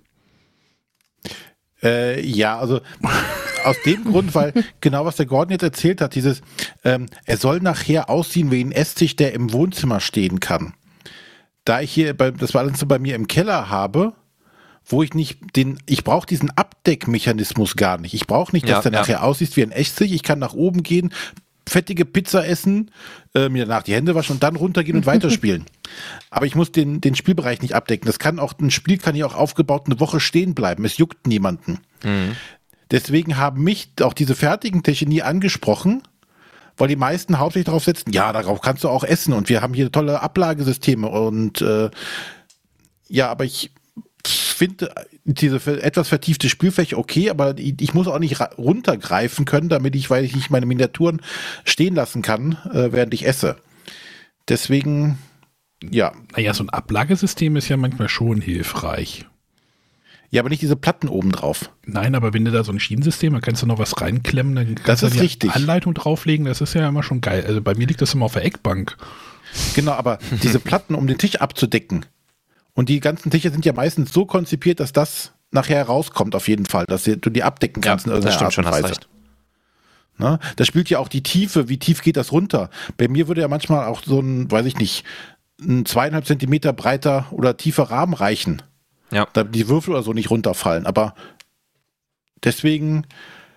Äh, ja, also aus dem Grund, weil genau was der Gordon jetzt erzählt hat, dieses, ähm, er soll nachher aussehen wie ein Esstisch, der im Wohnzimmer stehen kann. Da ich hier, bei, das war alles so bei mir im Keller habe, wo ich nicht den, ich brauche diesen Abdeckmechanismus gar nicht. Ich brauche nicht, dass ja, der ja. nachher aussieht wie ein Esstisch. Ich kann nach oben gehen, fettige Pizza essen, äh, mir danach die Hände waschen und dann runtergehen und weiterspielen. Aber ich muss den, den Spielbereich nicht abdecken. Das kann auch, ein Spiel kann ja auch aufgebaut eine Woche stehen bleiben. Es juckt niemanden. Mhm. Deswegen haben mich auch diese fertigen Tische nie angesprochen, weil die meisten hauptsächlich darauf setzen, ja, darauf kannst du auch essen und wir haben hier tolle Ablagesysteme und äh, ja, aber ich finde diese etwas vertiefte Spielfläche okay, aber ich muss auch nicht runtergreifen können, damit ich, weil ich nicht meine Miniaturen stehen lassen kann, äh, während ich esse. Deswegen, ja. Naja, so ein Ablagesystem ist ja manchmal schon hilfreich. Ja, aber nicht diese Platten oben drauf. Nein, aber wenn du da so ein Schienensystem, da kannst du noch was reinklemmen, dann kannst Das ist du die richtig. Anleitung drauflegen, das ist ja immer schon geil. Also bei mir liegt das immer auf der Eckbank. Genau, aber diese Platten, um den Tisch abzudecken, und die ganzen Tische sind ja meistens so konzipiert, dass das nachher rauskommt auf jeden Fall, dass du die abdecken kannst. Ja, in das irgendeiner stimmt Art und schon, Weise. hast recht. Ne? Da spielt ja auch die Tiefe, wie tief geht das runter? Bei mir würde ja manchmal auch so ein, weiß ich nicht, ein zweieinhalb Zentimeter breiter oder tiefer Rahmen reichen. Ja. Da die Würfel oder so nicht runterfallen. Aber deswegen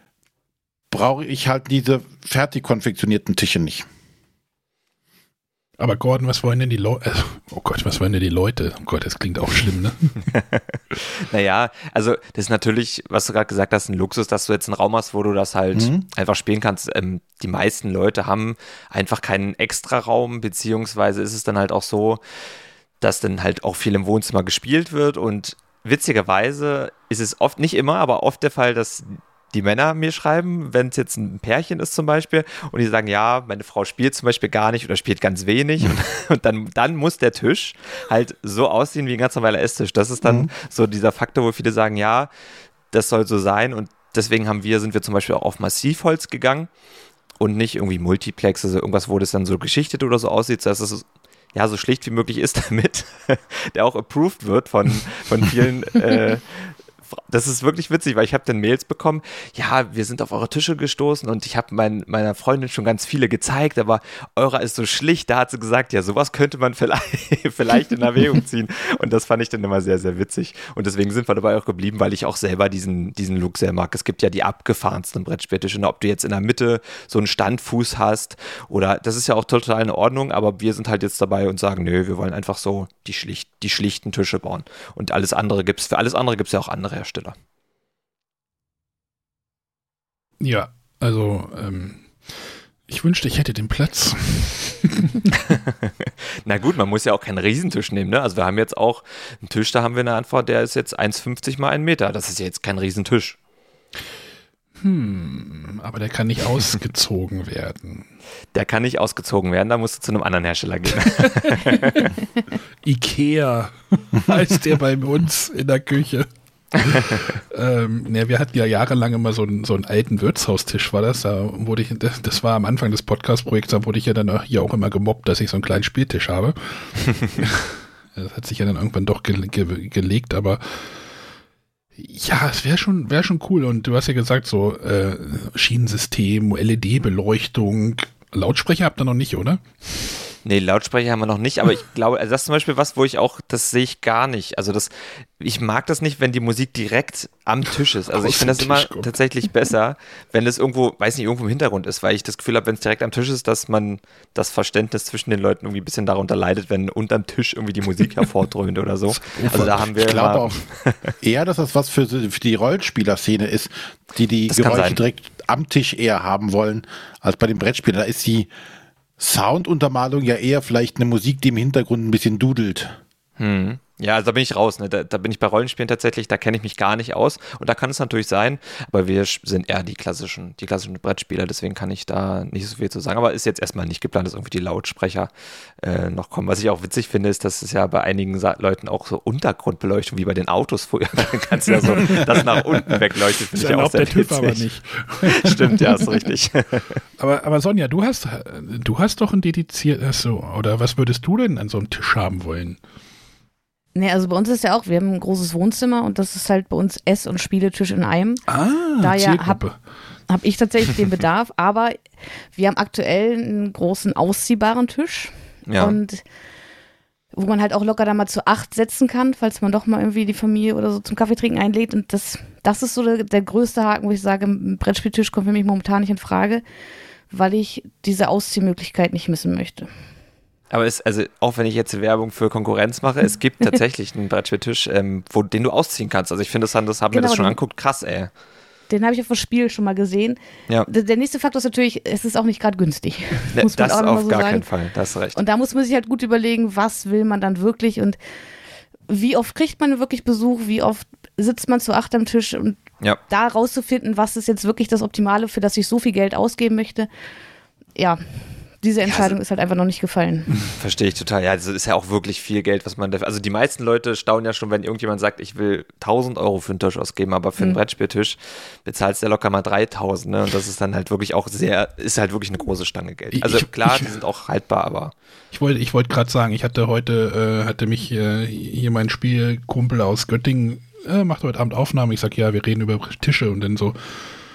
brauche ich halt diese fertig konfektionierten Tische nicht. Aber Gordon, was wollen denn die Leute? Oh Gott, was wollen denn die Leute? Oh Gott, das klingt auch schlimm, ne? Naja, also das ist natürlich, was du gerade gesagt hast, ein Luxus, dass du jetzt einen Raum hast, wo du das halt mhm. einfach spielen kannst. Ähm, die meisten Leute haben einfach keinen Extra-Raum, beziehungsweise ist es dann halt auch so, dass dann halt auch viel im Wohnzimmer gespielt wird und witzigerweise ist es oft, nicht immer, aber oft der Fall, dass die Männer mir schreiben, wenn es jetzt ein Pärchen ist zum Beispiel und die sagen, ja, meine Frau spielt zum Beispiel gar nicht oder spielt ganz wenig und, und dann, dann muss der Tisch halt so aussehen wie ein ganz normaler Esstisch. Das ist dann mhm. so dieser Faktor, wo viele sagen, ja, das soll so sein und deswegen haben wir, sind wir zum Beispiel auch auf Massivholz gegangen und nicht irgendwie Multiplex, also irgendwas, wo das dann so geschichtet oder so aussieht, dass es ja so schlicht wie möglich ist, damit der auch approved wird von, von vielen äh, das ist wirklich witzig, weil ich habe dann Mails bekommen, ja, wir sind auf eure Tische gestoßen und ich habe mein, meiner Freundin schon ganz viele gezeigt, aber eurer ist so schlicht, da hat sie gesagt, ja, sowas könnte man vielleicht, vielleicht in Erwägung ziehen und das fand ich dann immer sehr, sehr witzig und deswegen sind wir dabei auch geblieben, weil ich auch selber diesen, diesen Look sehr mag. Es gibt ja die abgefahrensten Brettspieltische, ob du jetzt in der Mitte so einen Standfuß hast oder, das ist ja auch total in Ordnung, aber wir sind halt jetzt dabei und sagen, nö, wir wollen einfach so die, schlicht, die schlichten Tische bauen und alles andere gibt's, für alles andere gibt es ja auch andere Hersteller. Ja, also ähm, ich wünschte, ich hätte den Platz. Na gut, man muss ja auch keinen Riesentisch nehmen, ne? Also wir haben jetzt auch einen Tisch, da haben wir eine Antwort, der ist jetzt eins Komma fünfzig mal ein Meter. Das ist ja jetzt kein Riesentisch. Hm, aber der kann nicht ausgezogen werden. Der kann nicht ausgezogen werden, da musst du zu einem anderen Hersteller gehen. Ikea heißt der bei uns in der Küche. ähm, ne, wir hatten ja jahrelang immer so einen, so einen alten Wirtshaustisch, war das. Da wurde ich, das, das war am Anfang des Podcast-Projekts, da wurde ich ja dann hier auch immer gemobbt, dass ich so einen kleinen Spieltisch habe. Das hat sich ja dann irgendwann doch ge- ge- gelegt, aber ja, es wäre schon, wär schon cool. Und du hast ja gesagt, so äh, Schienensystem, L E D-Beleuchtung, Lautsprecher habt ihr noch nicht, oder? Nee, Lautsprecher haben wir noch nicht, aber ich glaube, also das ist zum Beispiel was, wo ich auch, das sehe ich gar nicht. Also das, ich mag das nicht, wenn die Musik direkt am Tisch ist. Also ich finde das immer kommt. tatsächlich besser, wenn es irgendwo, weiß nicht, irgendwo im Hintergrund ist, weil ich das Gefühl habe, wenn es direkt am Tisch ist, dass man das Verständnis zwischen den Leuten irgendwie ein bisschen darunter leidet, wenn unterm Tisch irgendwie die Musik hervordröhnt oder so. Also da haben wir ich glaube auch eher, dass das was für, für die Rollenspielerszene ist, die die Geräusche direkt am Tisch eher haben wollen, als bei den Brettspielern. Da ist die Sounduntermalung ja eher vielleicht eine Musik, die im Hintergrund ein bisschen dudelt. Hm. Ja, also da bin ich raus. Ne? Da, da bin ich bei Rollenspielen tatsächlich, da kenne ich mich gar nicht aus. Und da kann es natürlich sein, aber wir sind eher die klassischen, die klassischen Brettspieler, deswegen kann ich da nicht so viel zu sagen. Aber ist jetzt erstmal nicht geplant, dass irgendwie die Lautsprecher äh, noch kommen. Was ich auch witzig finde, ist, dass es ja bei einigen Sa- Leuten auch so Untergrundbeleuchtung wie bei den Autos früher. Dann kannst du ja so das nach unten wegleuchtet, finde ich auch sehr der TÜV witzig. Aber nicht. Stimmt, ja, ist richtig. aber, aber Sonja, du hast, du hast doch ein dediziertes, so, oder was würdest du denn an so einem Tisch haben wollen? Nee, also bei uns ist ja auch, wir haben ein großes Wohnzimmer und das ist halt bei uns Ess- und Spieletisch in einem. Ah, daher habe hab ich tatsächlich den Bedarf, aber wir haben aktuell einen großen ausziehbaren Tisch ja. und wo man halt auch locker da mal zu acht setzen kann, falls man doch mal irgendwie die Familie oder so zum Kaffeetrinken einlädt und das, das ist so der, der größte Haken, wo ich sage, ein Brettspieltisch kommt für mich momentan nicht in Frage, weil ich diese Ausziehmöglichkeit nicht missen möchte. Aber es, also auch wenn ich jetzt Werbung für Konkurrenz mache, es gibt tatsächlich einen Brettspieltisch, ähm, wo, den du ausziehen kannst. Also ich finde, das, das haben wir genau, das schon den, angeguckt, krass, ey. Den habe ich auf dem Spiel schon mal gesehen. Ja. Der, der nächste Faktor ist natürlich, es ist auch nicht gerade günstig. Ne, muss man das auch noch auf mal so gar sagen. keinen Fall, da hast du recht. Und da muss man sich halt gut überlegen, was will man dann wirklich und wie oft kriegt man wirklich Besuch, wie oft sitzt man zu acht am Tisch und ja. da rauszufinden, was ist jetzt wirklich das Optimale, für das ich so viel Geld ausgeben möchte. Ja, diese Entscheidung ja, also, ist halt einfach noch nicht gefallen. Verstehe ich total. Ja, das ist ja auch wirklich viel Geld, was man da. Also die meisten Leute staunen ja schon, wenn irgendjemand sagt, ich will tausend Euro für einen Tisch ausgeben, aber für einen mhm. Brettspieltisch bezahlst du ja locker mal dreitausend. Ne? Und das ist dann halt wirklich auch sehr, ist halt wirklich eine große Stange Geld. Also ich, klar, ich, die sind auch haltbar, aber. Ich wollte ich wollte gerade sagen, ich hatte heute, äh, hatte mich äh, hier mein Spielkumpel aus Göttingen, äh, macht heute Abend Aufnahme. Ich sag, ja, wir reden über Tische und dann so.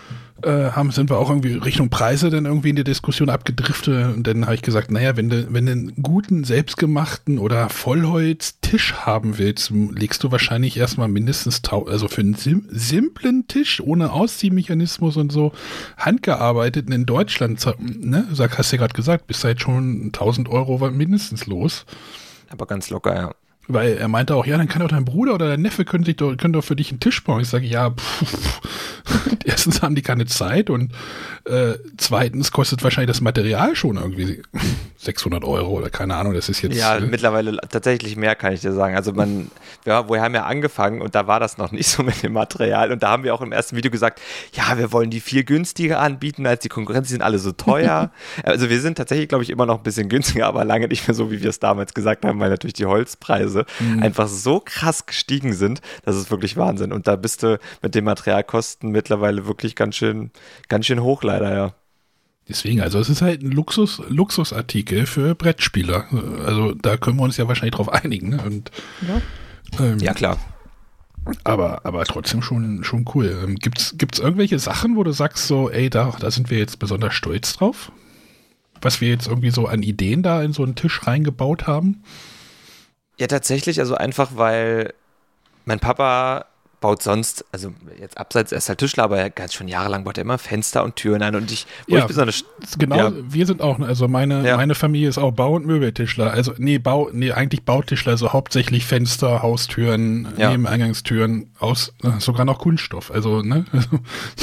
äh, haben, sind wir auch irgendwie Richtung Preise dann irgendwie in die Diskussion abgedriftet und dann habe ich gesagt, naja, wenn du, wenn du einen guten, selbstgemachten oder Vollholz-Tisch haben willst, legst du wahrscheinlich erstmal mindestens, tau- also für einen sim- simplen Tisch ohne Ausziehmechanismus und so, handgearbeiteten in Deutschland, ne, sag, hast du ja gerade gesagt, bist halt schon tausend Euro mindestens los. Aber ganz locker, ja. Weil er meinte auch, ja, dann kann doch dein Bruder oder dein Neffe können, sich doch, können doch für dich einen Tisch bauen. Ich sage, ja, pff, erstens haben die keine Zeit und äh, zweitens kostet wahrscheinlich das Material schon irgendwie sechshundert Euro oder keine Ahnung, das ist jetzt... Ja, äh, mittlerweile tatsächlich mehr, kann ich dir sagen. Also man, ja, wir haben ja angefangen und da war das noch nicht so mit dem Material und da haben wir auch im ersten Video gesagt, ja, wir wollen die viel günstiger anbieten als die Konkurrenz, die sind alle so teuer. Also wir sind tatsächlich, glaube ich, immer noch ein bisschen günstiger, aber lange nicht mehr so, wie wir es damals gesagt haben, weil natürlich die Holzpreise mhm. einfach so krass gestiegen sind, das ist wirklich Wahnsinn. Und da bist du mit den Materialkosten mittlerweile wirklich ganz schön, ganz schön hoch leider, ja. Deswegen, also es ist halt ein Luxus, Luxusartikel für Brettspieler. Also da können wir uns ja wahrscheinlich drauf einigen. Ne? Und, ja. Ähm, ja, klar. Aber, aber trotzdem schon, schon cool. Ähm, gibt's, gibt's irgendwelche Sachen, wo du sagst so, ey, da, da sind wir jetzt besonders stolz drauf? Was wir jetzt irgendwie so an Ideen da in so einen Tisch reingebaut haben? Ja, tatsächlich, also einfach, weil mein Papa baut sonst, also jetzt abseits, er ist halt Tischler, aber er ganz schon jahrelang baut er immer Fenster und Türen ein und ich, wo ja, ich besonders... Genau, ja. wir sind auch, also meine, ja. meine Familie ist auch Bau- und Möbeltischler, also nee, Bau, nee, eigentlich Bautischler, also hauptsächlich Fenster, Haustüren, ja. Nebeneingangstüren, aus, sogar noch Kunststoff, also, ne, also...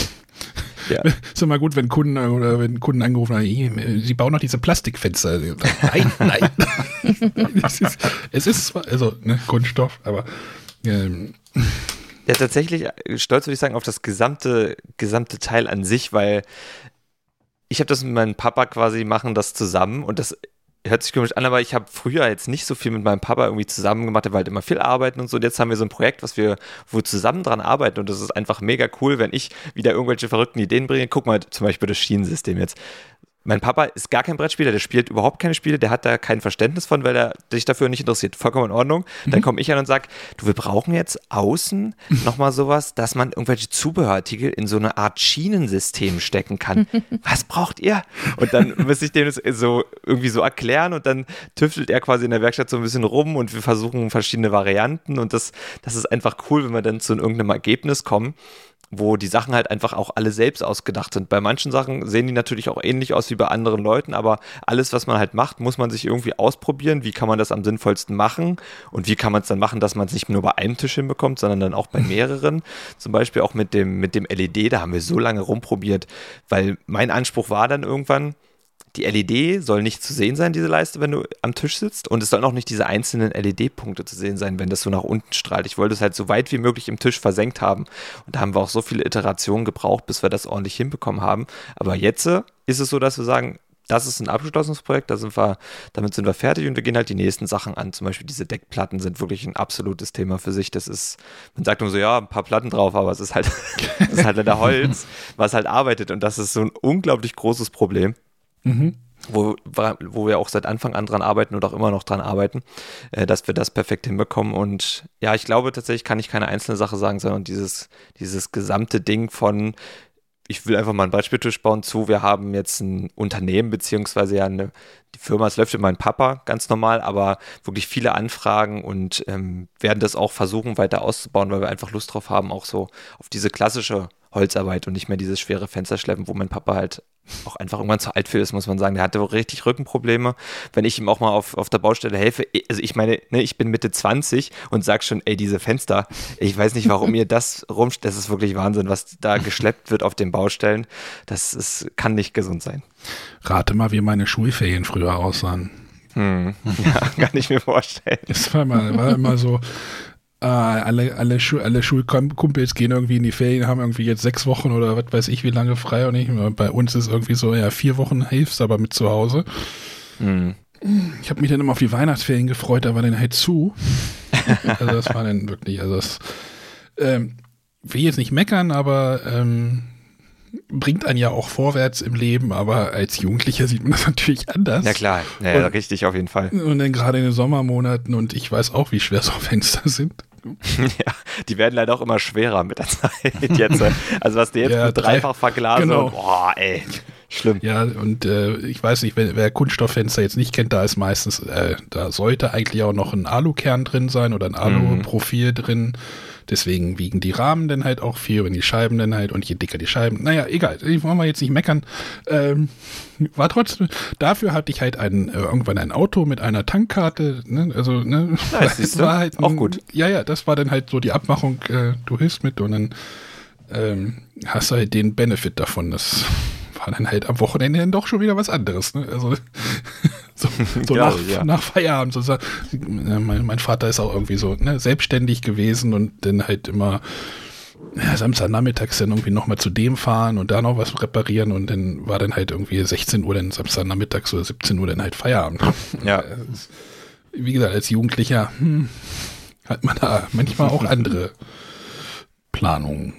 Ja. Ist immer gut, wenn Kunden oder wenn Kunden angerufen haben, sie bauen noch diese Plastikfenster. Nein, nein. es, ist, es ist zwar, also ne, Kunststoff, aber ähm. Ja, tatsächlich stolz würde ich sagen auf das gesamte, gesamte Teil an sich, weil ich habe das mit meinem Papa quasi, machen das zusammen und das hört sich komisch an, aber ich habe früher jetzt nicht so viel mit meinem Papa irgendwie zusammen gemacht, der war halt immer viel arbeiten und so und jetzt haben wir so ein Projekt, was wir, wo wir zusammen dran arbeiten und das ist einfach mega cool, wenn ich wieder irgendwelche verrückten Ideen bringe. Guck mal, zum Beispiel das Schienensystem jetzt. Mein Papa ist gar kein Brettspieler, der spielt überhaupt keine Spiele, der hat da kein Verständnis von, weil er sich dafür nicht interessiert. Vollkommen in Ordnung. Mhm. Dann komme ich an und sage, du, wir brauchen jetzt außen nochmal sowas, dass man irgendwelche Zubehörartikel in so eine Art Schienensystem stecken kann. Was braucht ihr? Und dann muss ich dem das so irgendwie so erklären und dann tüftelt er quasi in der Werkstatt so ein bisschen rum und wir versuchen verschiedene Varianten und das, das ist einfach cool, wenn wir dann zu irgendeinem Ergebnis kommen, wo die Sachen halt einfach auch alle selbst ausgedacht sind. Bei manchen Sachen sehen die natürlich auch ähnlich aus wie bei anderen Leuten, aber alles, was man halt macht, muss man sich irgendwie ausprobieren. Wie kann man das am sinnvollsten machen und wie kann man es dann machen, dass man es nicht nur bei einem Tisch hinbekommt, sondern dann auch bei mehreren. Zum Beispiel auch mit dem, mit dem L E D, da haben wir so lange rumprobiert, weil mein Anspruch war dann irgendwann, die L E D soll nicht zu sehen sein, diese Leiste, wenn du am Tisch sitzt. Und es sollen auch nicht diese einzelnen L E D-Punkte zu sehen sein, wenn das so nach unten strahlt. Ich wollte es halt so weit wie möglich im Tisch versenkt haben. Und da haben wir auch so viele Iterationen gebraucht, bis wir das ordentlich hinbekommen haben. Aber jetzt ist es so, dass wir sagen, das ist ein abgeschlossenes Projekt, da sind wir, damit sind wir fertig und wir gehen halt die nächsten Sachen an. Zum Beispiel diese Deckplatten sind wirklich ein absolutes Thema für sich. Das ist, man sagt nur so, ja, ein paar Platten drauf, aber es ist halt, es ist halt leider Holz, was halt arbeitet. Und das ist so ein unglaublich großes Problem. Mhm. Wo, wo wir auch seit Anfang an dran arbeiten und auch immer noch dran arbeiten, äh, dass wir das perfekt hinbekommen. Und ja, ich glaube tatsächlich kann ich keine einzelne Sache sagen, sondern dieses, dieses gesamte Ding von, ich will einfach mal einen Brettspieltisch bauen zu, wir haben jetzt ein Unternehmen, beziehungsweise ja eine, die Firma, es läuft für meinen Papa ganz normal, aber wirklich viele Anfragen und ähm, werden das auch versuchen weiter auszubauen, weil wir einfach Lust drauf haben, auch so auf diese klassische Holzarbeit und nicht mehr dieses schwere Fensterschleppen, wo mein Papa halt auch einfach irgendwann zu alt für ist, muss man sagen. Der hatte richtig Rückenprobleme. Wenn ich ihm auch mal auf, auf der Baustelle helfe, also ich meine, ne, ich bin Mitte zwanzig und sag schon, ey, diese Fenster, ich weiß nicht, warum ihr das rumsteht, das ist wirklich Wahnsinn, was da geschleppt wird auf den Baustellen. Das ist, kann nicht gesund sein. Rate mal, wie meine Schulferien früher aussahen. Hm. Ja, kann ich mir vorstellen. Das war immer, war immer so, Uh, alle, alle, Schu- alle Schulkumpels gehen irgendwie in die Ferien, haben irgendwie jetzt sechs Wochen oder was weiß ich wie lange frei und nicht. Bei uns ist irgendwie so, ja, vier Wochen hilfst aber mit zu Hause. Mhm. Ich habe mich dann immer auf die Weihnachtsferien gefreut, da war dann halt zu. Also das war dann wirklich, also das ähm, will jetzt nicht meckern, aber ähm, bringt einen ja auch vorwärts im Leben, aber als Jugendlicher sieht man das natürlich anders. Ja klar, ja, ja, richtig, auf jeden Fall. Und dann gerade in den Sommermonaten und ich weiß auch, wie schwer so Fenster sind. Ja, die werden leider auch immer schwerer mit der Zeit jetzt. Also was du jetzt Ja, mit drei- Dreifachverglasung, genau. boah, ey, schlimm. Ja, und äh, ich weiß nicht, wer, wer Kunststofffenster jetzt nicht kennt, da ist meistens, äh, da sollte eigentlich auch noch ein Alukern drin sein oder ein Aluprofil drin. Deswegen wiegen die Rahmen dann halt auch viel, wenn die Scheiben dann halt, und je dicker die Scheiben, naja, egal, ich wollen wir jetzt nicht meckern. Ähm, war trotzdem, dafür hatte ich halt ein, äh, irgendwann ein Auto mit einer Tankkarte, ne, also, ne, Nice, siehst du? war halt ein, Auch gut. Ja, ja, das war dann halt so die Abmachung, äh, du hilfst mit und dann ähm, hast du halt den Benefit davon, das war dann halt am Wochenende dann doch schon wieder was anderes, ne, also so, so Ja, nach, ja. nach Feierabend, so, sa- ja, mein, mein Vater ist auch irgendwie so, ne, selbstständig gewesen und dann halt immer ja, Samstagnachmittags dann irgendwie nochmal zu dem fahren und da noch was reparieren und dann war dann halt irgendwie sechzehn Uhr dann Samstagnachmittags oder siebzehn Uhr dann halt Feierabend. Ja. Wie gesagt, als Jugendlicher hm, hat man da manchmal auch andere Planungen.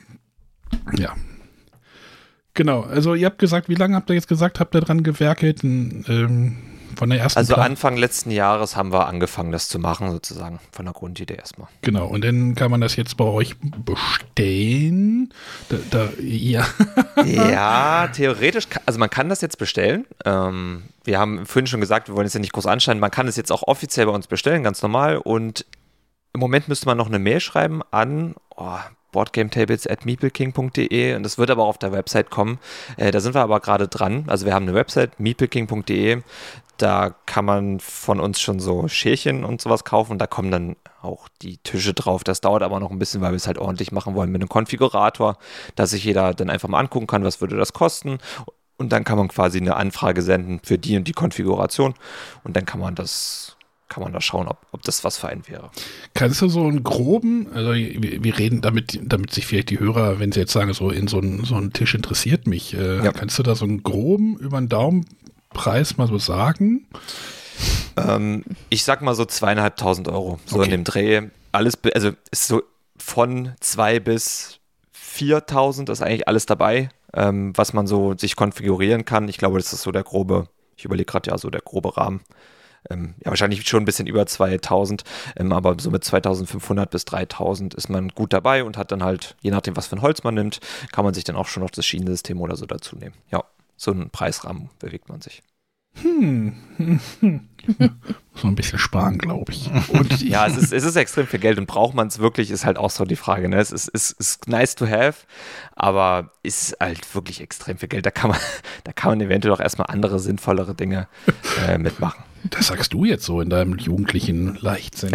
Ja. Genau, also ihr habt gesagt, wie lange habt ihr jetzt gesagt, habt ihr dran gewerkelt? Ähm, von der ersten Also Plan- Anfang letzten Jahres haben wir angefangen, das zu machen, sozusagen, von der Grundidee erstmal. Genau, und dann kann man das jetzt bei euch bestellen. Da, da, ja. Ja, theoretisch, ka- also man kann das jetzt bestellen. Ähm, wir haben vorhin schon gesagt, wir wollen es ja nicht groß anschneiden. Man kann es jetzt auch offiziell bei uns bestellen, ganz normal. Und im Moment müsste man noch eine Mail schreiben an oh, boardgametables at meepleking punkt de und das wird aber auch auf der Website kommen. Äh, da sind wir aber gerade dran. Also wir haben eine Website, meepleking punkt de. Da kann man von uns schon so Schälchen und sowas kaufen. Da kommen dann auch die Tische drauf. Das dauert aber noch ein bisschen, weil wir es halt ordentlich machen wollen mit einem Konfigurator, dass sich jeder dann einfach mal angucken kann, was würde das kosten. Und dann kann man quasi eine Anfrage senden für die und die Konfiguration. Und dann kann man das, kann man da schauen, ob, ob das was für einen wäre. Kannst du so einen groben, also wir, wir reden damit, damit sich vielleicht die Hörer, wenn sie jetzt sagen, so in so einen, so einen Tisch interessiert mich, äh, Ja. kannst du da so einen groben über den Daumen Preis mal so sagen? Ähm, ich sag mal so zweieinhalbtausend Euro, so Okay. in dem Dreh. Alles, be- also ist so von zwei bis viertausend ist eigentlich alles dabei, ähm, was man so sich konfigurieren kann. Ich glaube, das ist so der grobe, ich überlege gerade ja so der grobe Rahmen. Ähm, ja, wahrscheinlich schon ein bisschen über zweitausend, ähm, aber so mit zweitausendfünfhundert bis dreitausend ist man gut dabei und hat dann halt, je nachdem, was für ein Holz man nimmt, kann man sich dann auch schon noch das Schienensystem oder so dazu nehmen. Ja, so einen Preisrahmen bewegt man sich. Hm. hm, hm. Muss man ein bisschen sparen, glaube ich. Und Ja, es ist, es ist extrem viel Geld und braucht man es wirklich, ist halt auch so die Frage. Ne? Es ist, ist, ist nice to have, aber ist halt wirklich extrem viel Geld. Da kann man, da kann man eventuell auch erstmal andere, sinnvollere Dinge äh, mitmachen. das sagst du jetzt so in deinem jugendlichen Leichtsinn.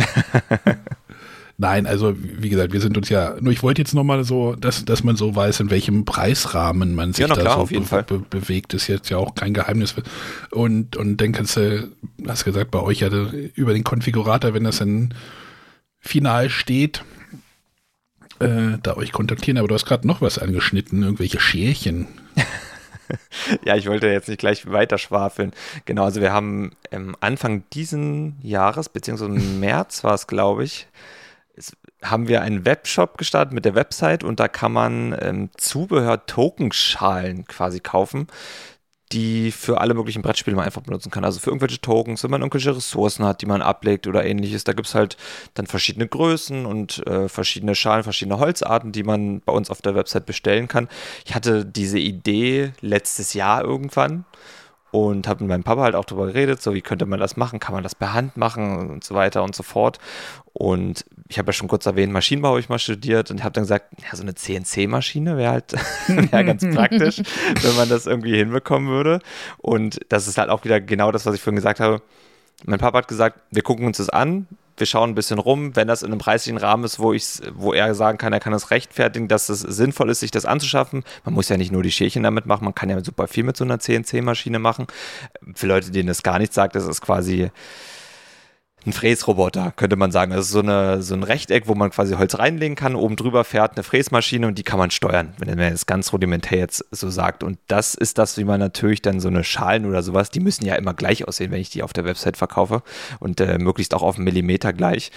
Nein, also wie gesagt, wir sind uns ja, nur ich wollte jetzt nochmal so, dass, dass man so weiß, in welchem Preisrahmen man sich Ja, na da klar, so auf jeden be Fall. be bewegt, ist jetzt ja auch kein Geheimnis. Und, und dann kannst du, hast gesagt, bei euch ja über den Konfigurator, wenn das dann final steht, äh, da euch kontaktieren, aber du hast gerade noch was angeschnitten, irgendwelche Schälchen. Ja, ich wollte jetzt nicht gleich weiter schwafeln. Genau, also wir haben ähm, Anfang diesen Jahres, beziehungsweise im März war es, glaube ich, es, haben wir einen Webshop gestartet mit der Website und da kann man ähm, Zubehör-Tokenschalen quasi kaufen, die für alle möglichen Brettspiele man einfach benutzen kann. Also für irgendwelche Tokens, wenn man irgendwelche Ressourcen hat, die man ablegt oder ähnliches. Da gibt es halt dann verschiedene Größen und äh, verschiedene Schalen, verschiedene Holzarten, die man bei uns auf der Website bestellen kann. Ich hatte diese Idee letztes Jahr irgendwann und habe mit meinem Papa halt auch darüber geredet, so wie könnte man das machen, kann man das per Hand machen und so weiter und so fort. Und ich habe ja schon kurz erwähnt, Maschinenbau habe ich mal studiert und habe dann gesagt, ja, so eine C N C-Maschine wäre halt wär ganz praktisch, wenn man das irgendwie hinbekommen würde. Und das ist halt auch wieder genau das, was ich vorhin gesagt habe. Mein Papa hat gesagt, wir gucken uns das an, wir schauen ein bisschen rum, wenn das in einem preislichen Rahmen ist, wo, ich's, wo er sagen kann, er kann das rechtfertigen, dass es sinnvoll ist, sich das anzuschaffen. Man muss ja nicht nur die Schälchen damit machen, man kann ja super viel mit so einer C N C-Maschine machen. Für Leute, denen das gar nichts sagt, das ist quasi ein Fräsroboter, könnte man sagen. Das ist so, eine, so ein Rechteck, wo man quasi Holz reinlegen kann. Oben drüber fährt eine Fräsmaschine und die kann man steuern, wenn man das ganz rudimentär jetzt so sagt. Und das ist das, wie man natürlich dann so eine Schalen oder sowas, die müssen ja immer gleich aussehen, wenn ich die auf der Website verkaufe und äh, möglichst auch auf einen Millimeter gleich.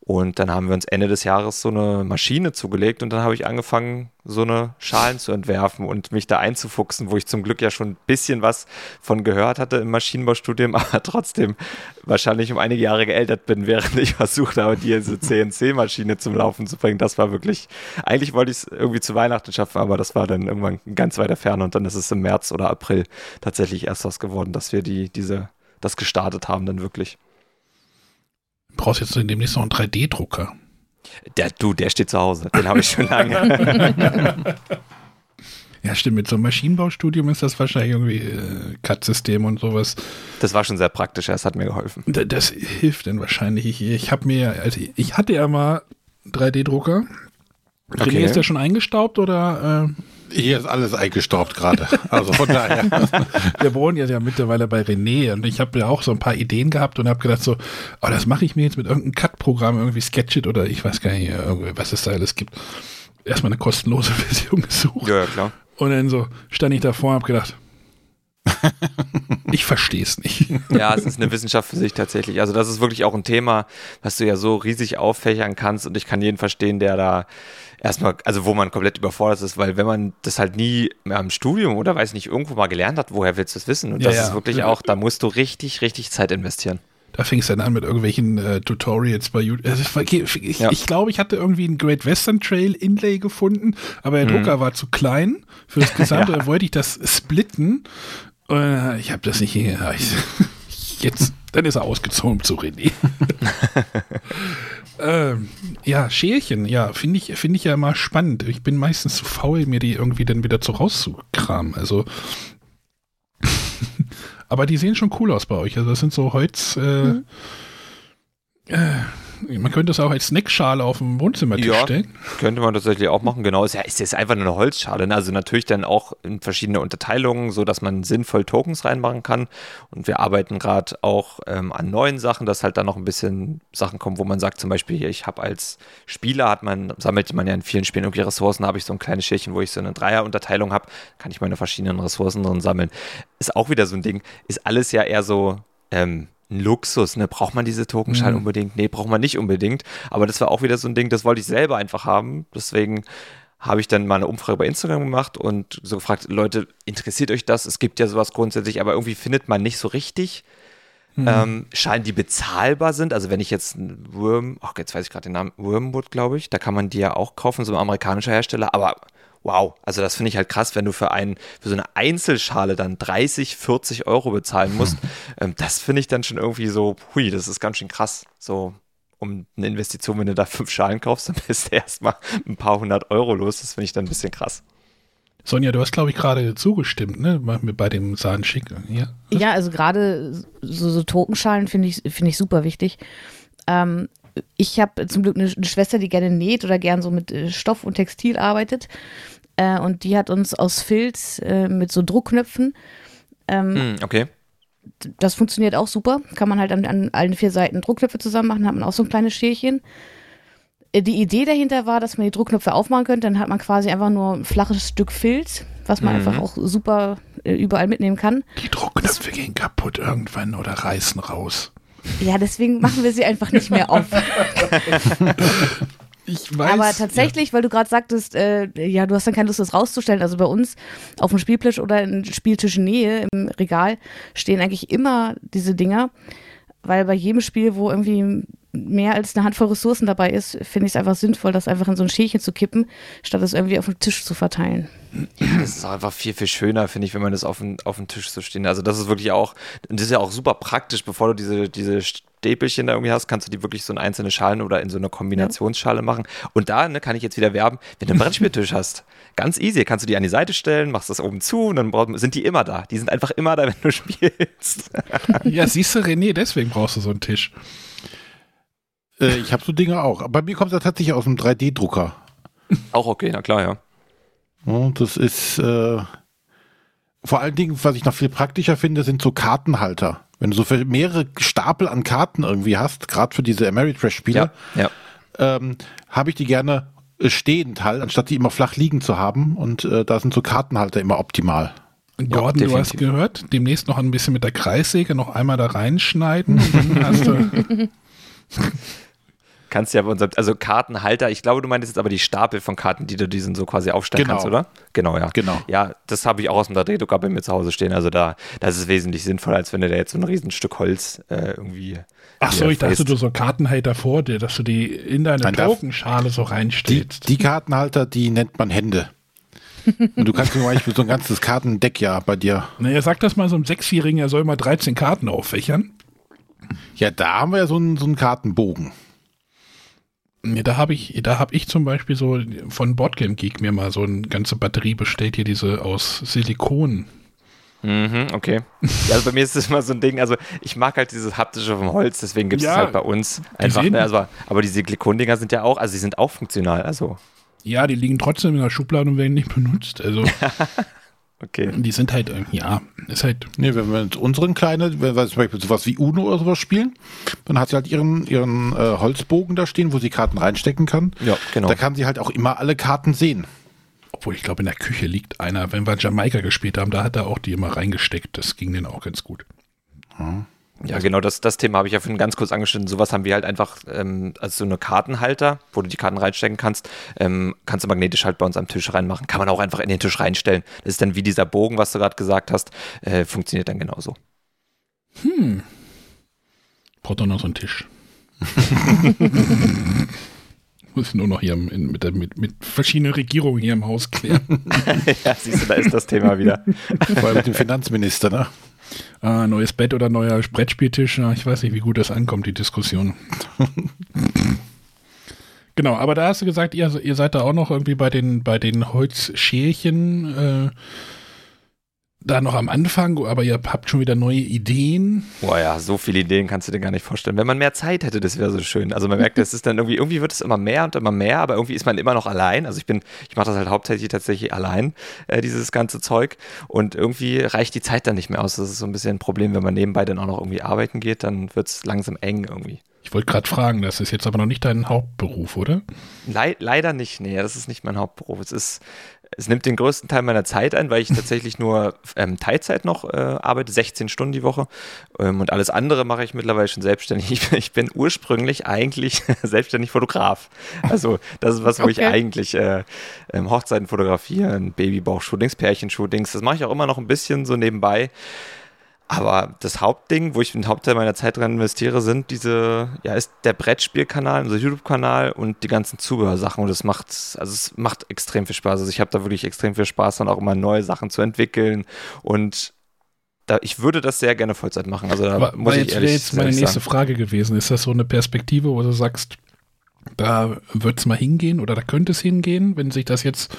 Und dann haben wir uns Ende des Jahres so eine Maschine zugelegt und dann habe ich angefangen, so eine Schalen zu entwerfen und mich da einzufuchsen, wo ich zum Glück ja schon ein bisschen was von gehört hatte im Maschinenbaustudium, aber trotzdem wahrscheinlich um einige Jahre geältert bin, während ich versucht habe, diese C N C-Maschine zum Laufen zu bringen. Das war wirklich, eigentlich wollte ich es irgendwie zu Weihnachten schaffen, aber das war dann irgendwann ganz weiter Ferne und dann ist es im März oder April tatsächlich erst was geworden, dass wir die, diese, das gestartet haben dann wirklich. Du brauchst jetzt demnächst noch einen drei D Drucker. Der, du, der steht zu Hause. Den habe ich schon lange. Ja, stimmt. Mit so einem Maschinenbaustudium ist das wahrscheinlich irgendwie äh, C A D-System und sowas. Das war schon sehr praktisch. Das hat mir geholfen. Da, das hilft dann wahrscheinlich. Ich, ich habe mir, also ich hatte ja mal drei D Drucker. René, Okay. ist der schon eingestaubt oder? Äh, Hier ist alles eingestaubt gerade. Also von daher. wir wohnen ja, ja mittlerweile bei René und ich habe ja auch so ein paar Ideen gehabt und habe gedacht so, oh, das mache ich mir jetzt mit irgendeinem C A D-Programm, irgendwie Sketchit oder ich weiß gar nicht, was es da alles gibt. Erstmal eine kostenlose Version gesucht. Ja, ja, klar. Und dann so stand ich davor und habe gedacht, ich verstehe es nicht. Ja, es ist eine Wissenschaft für sich tatsächlich. Also das ist wirklich auch ein Thema, was du ja so riesig auffächern kannst und ich kann jeden verstehen, der da erstmal, also wo man komplett überfordert ist, weil wenn man das halt nie mehr im Studium oder weiß nicht, irgendwo mal gelernt hat, woher willst du es wissen? Und Ja, das ja. ist wirklich auch, da musst du richtig, richtig Zeit investieren. Da fing es dann an mit irgendwelchen äh, Tutorials bei YouTube. Also, ich ich, Ja. ich glaube, ich hatte irgendwie einen Great Western Trail Inlay gefunden, aber der Mhm. Drucker war zu klein für das Gesamte. Ja. Da wollte ich das splitten. Äh, ich habe das nicht hingekriegt. Jetzt, dann ist er ausgezogen zu René. ähm, ja, Schälchen, ja, finde ich, finde ich ja immer spannend. Ich bin meistens zu faul, mir die irgendwie dann wieder so rauszukramen. Also aber die sehen schon cool aus bei euch. Also das sind so Holz. Äh, Mhm. äh, man könnte es auch als Snackschale auf dem Wohnzimmertisch Ja. stellen. Könnte man tatsächlich auch machen, genau. Ist ja, ist jetzt einfach nur eine Holzschale, ne? Also natürlich dann auch in verschiedene Unterteilungen, so dass man sinnvoll Tokens reinmachen kann. Und wir arbeiten gerade auch ähm, an neuen Sachen, dass halt dann noch ein bisschen Sachen kommen, wo man sagt, zum Beispiel hier, ich habe als Spieler, hat man, sammelt man ja in vielen Spielen irgendwie Ressourcen, habe ich so ein kleines Schälchen, wo ich so eine Dreier-Unterteilung habe, kann ich meine verschiedenen Ressourcen drin sammeln. Ist auch wieder so ein Ding, ist alles ja eher so, ähm, ein Luxus, ne? Braucht man diese Tokenschalen Mhm. unbedingt? Nee, braucht man nicht unbedingt. Aber das war auch wieder so ein Ding, das wollte ich selber einfach haben. Deswegen habe ich dann mal eine Umfrage bei Instagram gemacht und so gefragt, Leute, interessiert euch das? Es gibt ja sowas grundsätzlich, aber irgendwie findet man nicht so richtig Mhm. ähm, Schalen, die bezahlbar sind. Also wenn ich jetzt ein Worm, ach, jetzt weiß ich gerade den Namen, Wormwood, glaube ich, da kann man die ja auch kaufen, so ein amerikanischer Hersteller, aber wow, also das finde ich halt krass, wenn du für, einen, für so eine Einzelschale dann dreißig, vierzig Euro bezahlen musst. ähm, das finde ich dann schon irgendwie so, hui, das ist ganz schön krass. So um eine Investition, wenn du da fünf Schalen kaufst, dann bist du erstmal ein paar hundert Euro los. Das finde ich dann ein bisschen krass. Sonja, du hast, glaube ich, gerade zugestimmt, ne? Bei dem Sahnschick. Ja, Ja, also gerade so, so Tokenschalen finde ich, finde ich super wichtig. Ähm, ich habe zum Glück eine, eine Schwester, die gerne näht oder gern so mit äh, Stoff und Textil arbeitet. Äh, und die hat uns aus Filz äh, mit so Druckknöpfen. Ähm, Hm, okay. Das funktioniert auch super. Kann man halt an, an allen vier Seiten Druckknöpfe zusammen machen, hat man auch so ein kleines Schälchen. Äh, Die Idee dahinter war, dass man die Druckknöpfe aufmachen könnte, dann hat man quasi einfach nur ein flaches Stück Filz, was man Mhm. einfach auch super äh, überall mitnehmen kann. die Druckknöpfe gehen kaputt irgendwann oder reißen raus. Ja, deswegen machen wir sie einfach nicht mehr auf. Ich weiß. Aber tatsächlich, weil du gerade sagtest, äh, ja, du hast dann keine Lust, das rauszustellen. Also bei uns auf dem Spieltisch oder in Spieltischnähe im Regal stehen eigentlich immer diese Dinger, weil bei jedem Spiel, wo irgendwie mehr als eine Handvoll Ressourcen dabei ist, finde ich es einfach sinnvoll, das einfach in so ein Schälchen zu kippen, statt es irgendwie auf dem Tisch zu verteilen. Das ist auch einfach viel, viel schöner, finde ich, wenn man das auf dem, auf dem Tisch so stehen. Also das ist wirklich auch, und das ist ja auch super praktisch, bevor du diese, diese Stäbelchen da irgendwie hast, kannst du die wirklich so in einzelne Schalen oder in so eine Kombinationsschale machen. Und da ne, kann ich jetzt wieder werben, wenn du einen Brettspieltisch hast, ganz easy, kannst du die an die Seite stellen, machst das oben zu und dann brauch, sind die immer da. Die sind einfach immer da, wenn du spielst. Ja, siehst du, René, deswegen brauchst du so einen Tisch. Äh, ich habe so Dinge auch. Bei mir kommt das tatsächlich aus einem drei D Drucker. Auch okay, na klar, ja. Ja, das ist äh, vor allen Dingen, was ich noch viel praktischer finde, sind so Kartenhalter. Wenn du so für mehrere Stapel an Karten irgendwie hast, gerade für diese Ameritrash-Spiele, Ja, ja. ähm, habe ich die gerne stehend halt, anstatt die immer flach liegen zu haben. Und äh, da sind so Kartenhalter immer optimal. Gordon, du hast definitiv. gehört, demnächst noch ein bisschen mit der Kreissäge noch einmal da reinschneiden und dann hast du. Kannst ja bei unserem, also Kartenhalter, ich glaube, du meintest jetzt aber die Stapel von Karten, die du diesen so quasi aufstellen Genau. kannst, oder? Genau, ja. Genau. Ja, das habe ich auch aus dem Drehdrucker bei mir zu Hause stehen. Also da, das ist wesentlich sinnvoller, als wenn du da jetzt so ein Riesenstück Holz äh, irgendwie. Ach so, ich dachte, fräst. du so Kartenhalter vor dir, dass du die in deine Nein, darf- Tokenschale so Die, reinstellst. die Kartenhalter, die nennt man Hände. Und du kannst zum Beispiel so ein ganzes Kartendeck ja bei dir. Naja, sag das mal so einem Sechsjährigen, er soll mal dreizehn Karten auffächern. Ja, da haben wir ja so einen, so einen Kartenbogen. Ja, da habe ich, da habe ich zum Beispiel so von Boardgame Geek mir mal so eine ganze Batterie bestellt, hier diese aus Silikon. Mhm, okay. Ja, also bei mir ist das immer so ein Ding, also ich mag halt dieses haptische vom Holz, deswegen gibt es Ja, halt bei uns einfach, sehen- ne, also, aber diese Silikondinger sind ja auch, also die sind auch funktional, also Ja, die liegen trotzdem in der Schublade und werden nicht benutzt. Also okay. die sind halt, äh, ja, ist halt. Nee, wenn wir mit unseren kleinen, wenn wir zum Beispiel sowas wie Uno oder sowas spielen, dann hat sie halt ihren, ihren äh, Holzbogen da stehen, wo sie Karten reinstecken kann. Ja, genau. Da kann sie halt auch immer alle Karten sehen. Obwohl, ich glaube, in der Küche liegt einer, wenn wir Jamaika gespielt haben, da hat er auch die immer reingesteckt. Das ging denen auch ganz gut. Ja, genau, das, das Thema habe ich ja vorhin ganz kurz angeschnitten. Sowas haben wir halt einfach, ähm, also so eine Kartenhalter, wo du die Karten reinstecken kannst, ähm, kannst du magnetisch halt bei uns am Tisch reinmachen. Kann man auch einfach in den Tisch reinstellen. Das ist dann wie dieser Bogen, was du gerade gesagt hast, äh, funktioniert dann genauso. Braucht doch noch so einen Tisch. Muss nur noch hier in, mit, der- mit, mit verschiedenen Regierungen hier im Haus klären. Ja, siehst du, da ist das Thema wieder. Vor allem mit dem Finanzminister, ne? Ah, neues Bett oder neuer Brettspieltisch. Na, ich weiß nicht, wie gut das ankommt, die Diskussion. Genau, aber da hast du gesagt, ihr, ihr seid da auch noch irgendwie bei den, bei den Holzschälchen äh, da noch am Anfang, aber ihr habt schon wieder neue Ideen. Boah ja, so viele Ideen kannst du dir gar nicht vorstellen. Wenn man mehr Zeit hätte, das wäre so schön. Also man merkt, es ist dann irgendwie, irgendwie wird es immer mehr und immer mehr, aber irgendwie ist man immer noch allein. Also ich bin, ich mache das halt hauptsächlich tatsächlich allein, äh, dieses ganze Zeug. Und irgendwie reicht die Zeit dann nicht mehr aus. Das ist so ein bisschen ein Problem, wenn man nebenbei dann auch noch irgendwie arbeiten geht, dann wird es langsam eng irgendwie. Ich wollte gerade fragen, das ist jetzt aber noch nicht dein Hauptberuf, oder? Le leider nicht, nee, das ist nicht mein Hauptberuf. Es ist, es nimmt den größten Teil meiner Zeit ein, weil ich tatsächlich nur ähm, Teilzeit noch äh, arbeite, sechzehn Stunden die Woche. Ähm, und alles andere mache ich mittlerweile schon selbstständig. Ich, ich bin ursprünglich eigentlich selbstständig Fotograf. Also das ist was, wo Okay. ich eigentlich äh, ähm, Hochzeiten fotografieren, Babybauch-Shootings, Pärchenshootings, das mache ich auch immer noch ein bisschen so nebenbei. Aber das Hauptding, wo ich den Hauptteil meiner Zeit dran investiere, sind diese, ja, ist der Brettspielkanal, unser YouTube-Kanal und die ganzen Zubehörsachen. Und das macht, also es macht extrem viel Spaß. Also ich habe da wirklich extrem viel Spaß, dann auch immer neue Sachen zu entwickeln. Und da, ich würde das sehr gerne Vollzeit machen. Also da Aber muss war ich jetzt, ehrlich, wäre jetzt meine ehrlich nächste sagen. Frage gewesen. Ist das so eine Perspektive, wo du sagst, da wird es mal hingehen oder da könnte es hingehen, wenn sich das jetzt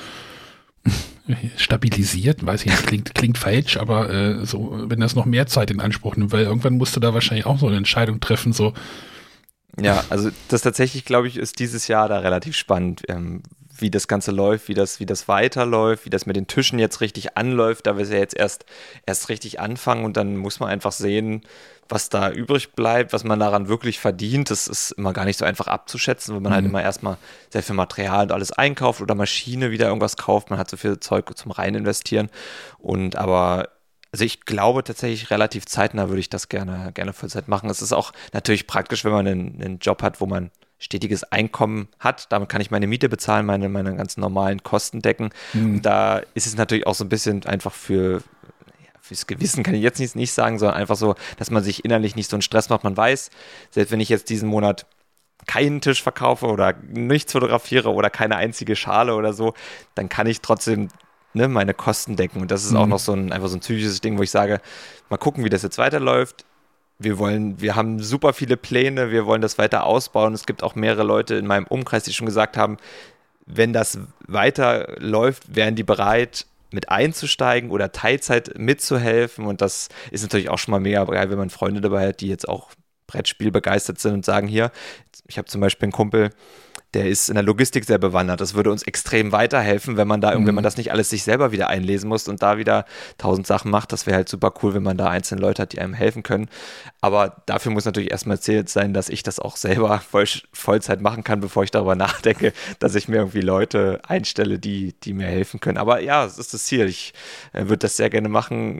stabilisiert, weiß ich nicht, klingt, klingt falsch, aber äh, so, wenn das noch mehr Zeit in Anspruch nimmt, weil irgendwann musst du da wahrscheinlich auch so eine Entscheidung treffen, so, Ja, also das tatsächlich, glaube ich, ist dieses Jahr da relativ spannend, ähm, wie das Ganze läuft, wie das, wie das weiterläuft, wie das mit den Tischen jetzt richtig anläuft, da wir es ja jetzt erst, erst richtig anfangen und dann muss man einfach sehen, was da übrig bleibt, was man daran wirklich verdient. Das ist immer gar nicht so einfach abzuschätzen, weil man Mhm. halt immer erstmal sehr viel Material und alles einkauft oder Maschine wieder irgendwas kauft. Man hat so viel Zeug zum rein investieren und aber also ich glaube tatsächlich relativ zeitnah würde ich das gerne, gerne Vollzeit machen. Es ist auch natürlich praktisch, wenn man einen, einen Job hat, wo man stetiges Einkommen hat. Damit kann ich meine Miete bezahlen, meine, meine ganzen normalen Kosten decken. Mhm. Und da ist es natürlich auch so ein bisschen einfach für, ja, fürs Gewissen kann ich jetzt nicht, nicht sagen, sondern einfach so, dass man sich innerlich nicht so einen Stress macht. Man weiß, selbst wenn ich jetzt diesen Monat keinen Tisch verkaufe oder nichts fotografiere oder keine einzige Schale oder so, dann kann ich trotzdem ne, meine Kosten decken. Und das ist auch Mhm. noch so ein einfach so ein psychisches Ding, wo ich sage, mal gucken, wie das jetzt weiterläuft. Wir wollen, wir haben super viele Pläne, wir wollen das weiter ausbauen. Es gibt auch mehrere Leute in meinem Umkreis, die schon gesagt haben, wenn das weiterläuft, wären die bereit, mit einzusteigen oder Teilzeit mitzuhelfen. Und das ist natürlich auch schon mal mega geil, wenn man Freunde dabei hat, die jetzt auch Brettspiel begeistert sind und sagen, hier, ich habe zum Beispiel einen Kumpel, der ist in der Logistik sehr bewandert. Das würde uns extrem weiterhelfen, wenn man da irgendwie, wenn man das nicht alles sich selber wieder einlesen muss und da wieder tausend Sachen macht. Das wäre halt super cool, wenn man da einzelne Leute hat, die einem helfen können. Aber dafür muss natürlich erstmal erzählt sein, dass ich das auch selber voll, Vollzeit machen kann, bevor ich darüber nachdenke, dass ich mir irgendwie Leute einstelle, die, die mir helfen können. Aber ja, es ist das Ziel. Ich äh, würde das sehr gerne machen.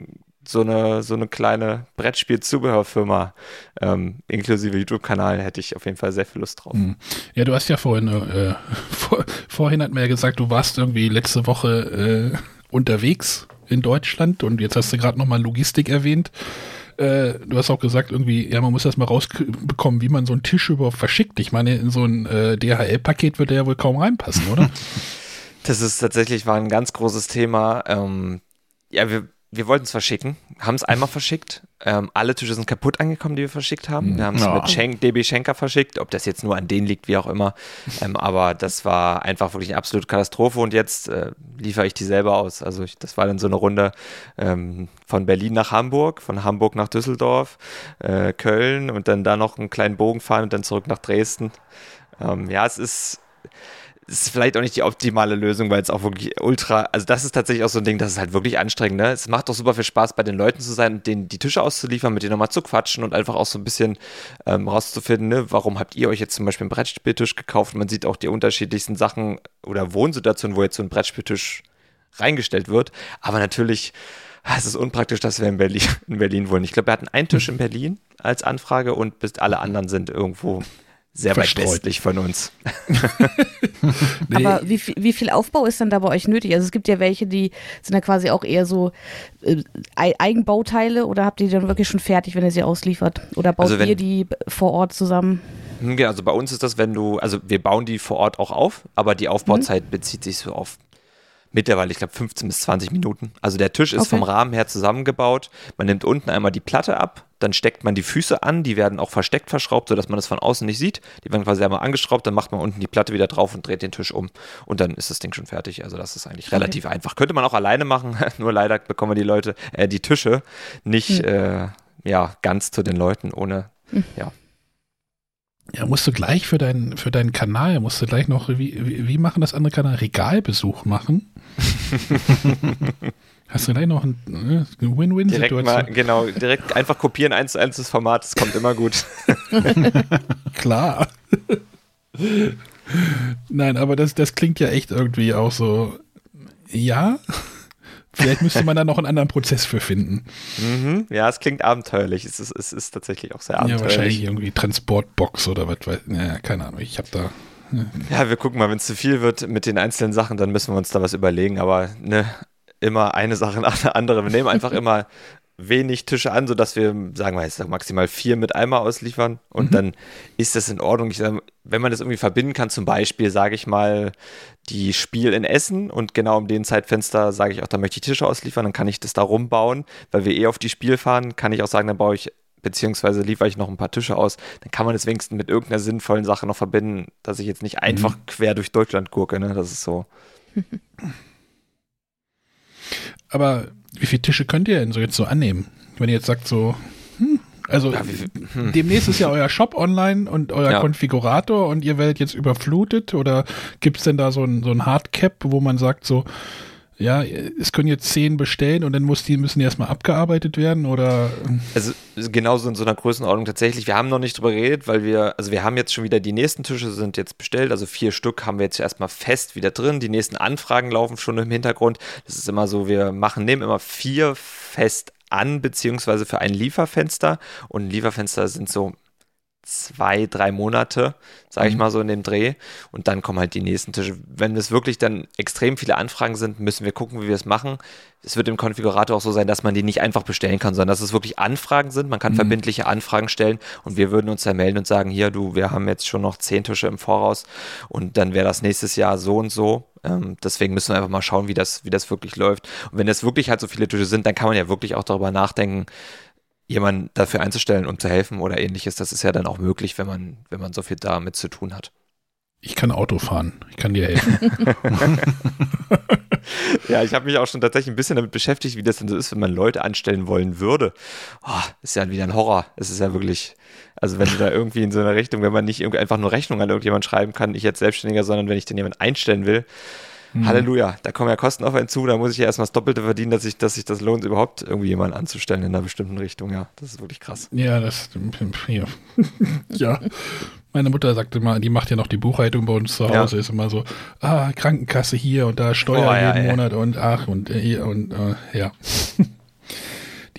so eine, so eine kleine Brettspiel-Zubehörfirma ähm, inklusive YouTube-Kanal hätte ich auf jeden Fall sehr viel Lust drauf. Ja, du hast ja vorhin, äh, vor, vorhin hat mir ja gesagt, du warst irgendwie letzte Woche äh, unterwegs in Deutschland und jetzt hast du gerade nochmal Logistik erwähnt. Äh, du hast auch gesagt, irgendwie, ja, man muss erst mal rausbekommen, wie man so einen Tisch überhaupt verschickt. Ich meine, in so ein äh, D H L-Paket wird der ja wohl kaum reinpassen, oder? Das ist tatsächlich, war ein ganz großes Thema. Ähm, ja, wir Wir wollten es verschicken, haben es einmal verschickt. Ähm, alle Tische sind kaputt angekommen, die wir verschickt haben. Wir haben es Ja. mit Schenk, D B Schenker verschickt, ob das jetzt nur an denen liegt, wie auch immer. Ähm, aber das war einfach wirklich eine absolute Katastrophe und jetzt äh, liefere ich die selber aus. Also ich, das war dann so eine Runde ähm, von Berlin nach Hamburg, von Hamburg nach Düsseldorf, äh, Köln und dann da noch einen kleinen Bogen fahren und dann zurück nach Dresden. Ähm, ja, es ist... Das ist vielleicht auch nicht die optimale Lösung, weil es auch wirklich ultra, also das ist tatsächlich auch so ein Ding, das ist halt wirklich anstrengend, ne? Es macht doch super viel Spaß, bei den Leuten zu sein und denen die Tische auszuliefern, mit denen nochmal zu quatschen und einfach auch so ein bisschen ähm, rauszufinden, ne? Warum habt ihr euch jetzt zum Beispiel einen Brettspieltisch gekauft? Man sieht auch die unterschiedlichsten Sachen oder Wohnsituationen, wo jetzt so ein Brettspieltisch reingestellt wird, aber natürlich, es ist unpraktisch, dass wir in Berlin, in Berlin wohnen. Ich glaube, wir hatten einen Tisch in Berlin als Anfrage und bis alle anderen sind irgendwo sehr Verstreut. weit westlich von uns. Nee. Aber wie, viel- wie viel Aufbau ist denn da bei euch nötig? Also es gibt ja welche, die sind ja quasi auch eher so äh, Ei- Eigenbauteile oder habt ihr die dann wirklich schon fertig, wenn ihr sie ausliefert? Oder baut Also wenn- ihr die vor Ort zusammen? Hm, genau, also bei uns ist das, wenn du, also wir bauen die vor Ort auch auf, aber die Aufbauzeit bezieht sich so auf mittlerweile, ich glaube, fünfzehn bis zwanzig Minuten. Also der Tisch ist Okay. vom Rahmen her zusammengebaut. Man nimmt unten einmal die Platte ab, dann steckt man die Füße an, die werden auch versteckt verschraubt, sodass man das von außen nicht sieht. Die werden quasi einmal angeschraubt, dann macht man unten die Platte wieder drauf und dreht den Tisch um. Und dann ist das Ding schon fertig. Also das ist eigentlich relativ einfach. Könnte man auch alleine machen, nur leider bekommen wir die Leute, äh, die Tische nicht Hm. äh, ja, ganz zu den Leuten ohne, ja. Ja, musst du gleich für, dein, für deinen Kanal, musst du gleich noch, wie, wie, wie machen das andere Kanal, Regalbesuch machen? Hast du gleich noch ein, äh, eine Direkt mal, Win-Win-Situation? genau, direkt einfach kopieren, eins zu eins das Format, das kommt immer gut. Klar. Nein, aber das, das klingt ja echt irgendwie auch so, ja, vielleicht müsste man da noch einen anderen Prozess für finden. Mhm. Ja, es klingt abenteuerlich. Es ist, es ist tatsächlich auch sehr Ja, abenteuerlich. wahrscheinlich irgendwie Transportbox oder was weiß ich. Ja, keine Ahnung, ich habe da, Ja, wir gucken mal, wenn es zu viel wird mit den einzelnen Sachen, dann müssen wir uns da was überlegen. Aber ne, immer eine Sache nach der anderen. Wir nehmen einfach immer wenig Tische an, sodass wir, sagen wir jetzt maximal vier mit einmal ausliefern und Mhm. dann ist das in Ordnung. Ich sag, wenn man das irgendwie verbinden kann, zum Beispiel, sage ich mal, die Spiel in Essen und genau um den Zeitfenster sage ich auch, da möchte ich Tische ausliefern, dann kann ich das da rumbauen, weil wir eh auf die Spiel fahren, kann ich auch sagen, dann baue ich beziehungsweise liefere ich noch ein paar Tische aus, dann kann man das wenigstens mit irgendeiner sinnvollen Sache noch verbinden, dass ich jetzt nicht einfach quer durch Deutschland gurke, ne? Das ist so. aber wie viele Tische könnt ihr denn so jetzt so annehmen? Wenn ihr jetzt sagt so, hm, also Ja, wie viel- hm. demnächst ist ja euer Shop online und euer Ja. Konfigurator und ihr werdet jetzt überflutet oder gibt es denn da so ein, so ein Hardcap, wo man sagt so, ja, es können jetzt zehn bestellen und dann muss die, müssen die erstmal abgearbeitet werden oder Also genauso in so einer Größenordnung tatsächlich. Wir haben noch nicht drüber geredet, weil wir, also wir haben jetzt schon wieder, die nächsten Tische sind jetzt bestellt, also vier Stück haben wir jetzt erstmal fest wieder drin. Die nächsten Anfragen laufen schon im Hintergrund. Das ist immer so, wir machen, nehmen immer vier fest an, beziehungsweise für ein Lieferfenster. Und Lieferfenster sind so zwei, drei Monate, sage ich Mhm. mal so in dem Dreh. Und dann kommen halt die nächsten Tische. Wenn es wirklich dann extrem viele Anfragen sind, müssen wir gucken, wie wir es machen. Es wird im Konfigurator auch so sein, dass man die nicht einfach bestellen kann, sondern dass es wirklich Anfragen sind. Man kann Mhm. verbindliche Anfragen stellen und wir würden uns da melden und sagen, hier, du, wir haben jetzt schon noch zehn Tische im Voraus und dann wäre das nächstes Jahr so und so. Ähm, deswegen müssen wir einfach mal schauen, wie das, wie das wirklich läuft. Und wenn das wirklich halt so viele Tische sind, dann kann man ja wirklich auch darüber nachdenken, jemanden dafür einzustellen und zu helfen oder ähnliches. Das ist ja dann auch möglich, wenn man, wenn man so viel damit zu tun hat. ich kann Auto fahren, ich kann dir helfen. Ja, ich habe mich auch schon tatsächlich ein bisschen damit beschäftigt, wie das denn so ist, wenn man Leute anstellen wollen würde. Oh, ist ja wieder ein Horror. Es ist ja wirklich, also wenn du da irgendwie in so einer Richtung, wenn man nicht irgendwie einfach nur Rechnung an irgendjemand schreiben kann, ich als Selbstständiger, sondern wenn ich dann jemanden einstellen will, Halleluja, da kommen ja Kosten auf einen zu, da muss ich ja erstmal das Doppelte verdienen, dass sich dass sich das lohnt, überhaupt irgendwie jemanden anzustellen in einer bestimmten Richtung. Ja, das ist wirklich krass. Ja, das, ja. ja. Meine Mutter sagte mal, die macht ja noch die Buchhaltung bei uns zu Hause, Ja. ist immer so, ah, Krankenkasse hier und da, Steuer Oh, ja, jeden ja. Monat und ach und äh, hier und äh, ja.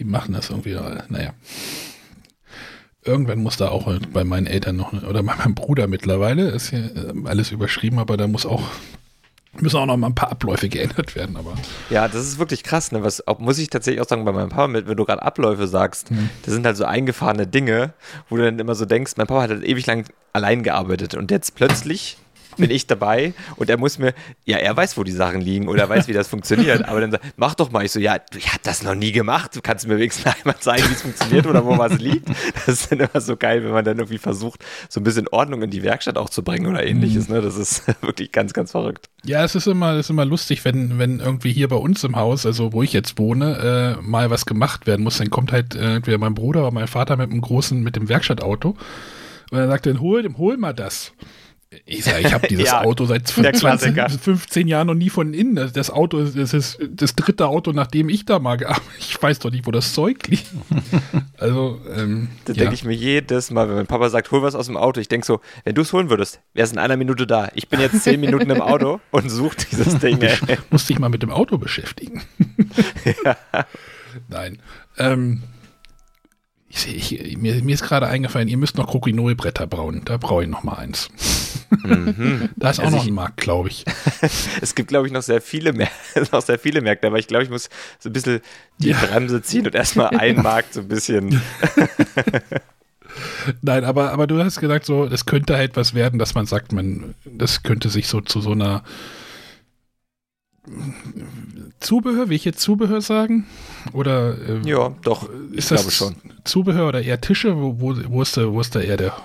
die machen das irgendwie, naja. Irgendwann muss da auch bei meinen Eltern noch, oder bei meinem Bruder mittlerweile, ist hier alles überschrieben, aber da muss auch, müssen auch noch mal ein paar Abläufe geändert werden. Aber ja, das ist wirklich krass, ne? Was auch, muss ich tatsächlich auch sagen, bei meinem Papa, mit, wenn du gerade Abläufe sagst, mhm. das sind halt so eingefahrene Dinge, wo du dann immer so denkst, mein Papa hat halt ewig lang allein gearbeitet und jetzt plötzlich bin ich dabei und er muss mir, ja, er weiß, wo die Sachen liegen oder er weiß, wie das funktioniert, aber dann sagt, mach doch mal. Ich so, ja, ich habe das noch nie gemacht, du kannst mir wenigstens einmal zeigen, wie es funktioniert oder wo was liegt. Das ist dann immer so geil, wenn man dann irgendwie versucht, so ein bisschen Ordnung in die Werkstatt auch zu bringen oder ähnliches, ne? Das ist wirklich ganz, ganz verrückt. Ja, es ist immer, es ist immer lustig, wenn, wenn irgendwie hier bei uns im Haus, also wo ich jetzt wohne, äh, mal was gemacht werden muss, dann kommt halt äh, entweder mein Bruder oder mein Vater mit dem großen, mit dem Werkstattauto und er sagt dann, hol, hol mal das. Ich sage, ich habe dieses ja, Auto seit fünfzehn, fünfzehn Jahren noch nie von innen. Das Auto ist, das ist das dritte Auto, nachdem ich da mal gearbeitet habe. Ich weiß doch nicht, wo das Zeug liegt. Also, ähm, da ja. denke ich mir jedes Mal, wenn mein Papa sagt, hol was aus dem Auto, ich denke so, wenn du es holen würdest, wäre es in einer Minute da. Ich bin jetzt zehn Minuten im Auto und suche dieses Ding. Musst dich mal mit dem Auto beschäftigen. Ja. Nein. Ähm, Ich, ich, mir, mir ist gerade eingefallen, ihr müsst noch Krokinolbretter brauen. Da brauche ich noch mal eins. Mhm. Da ist auch also noch ein Markt, glaube ich. Es gibt, glaube ich, noch sehr viele Mär- noch sehr viele Märkte, aber ich glaube, ich muss so ein bisschen die ja. Bremse ziehen und erstmal einen Markt so ein bisschen. Nein, aber, aber du hast gesagt, so, das könnte halt was werden, dass man sagt, man, das könnte sich so zu so einer Zubehör, will ich jetzt Zubehör sagen? Oder äh, ja, doch, ich ist das glaube schon. Zubehör oder eher Tische? Wo, wo, wo, ist da, wo ist da eher der?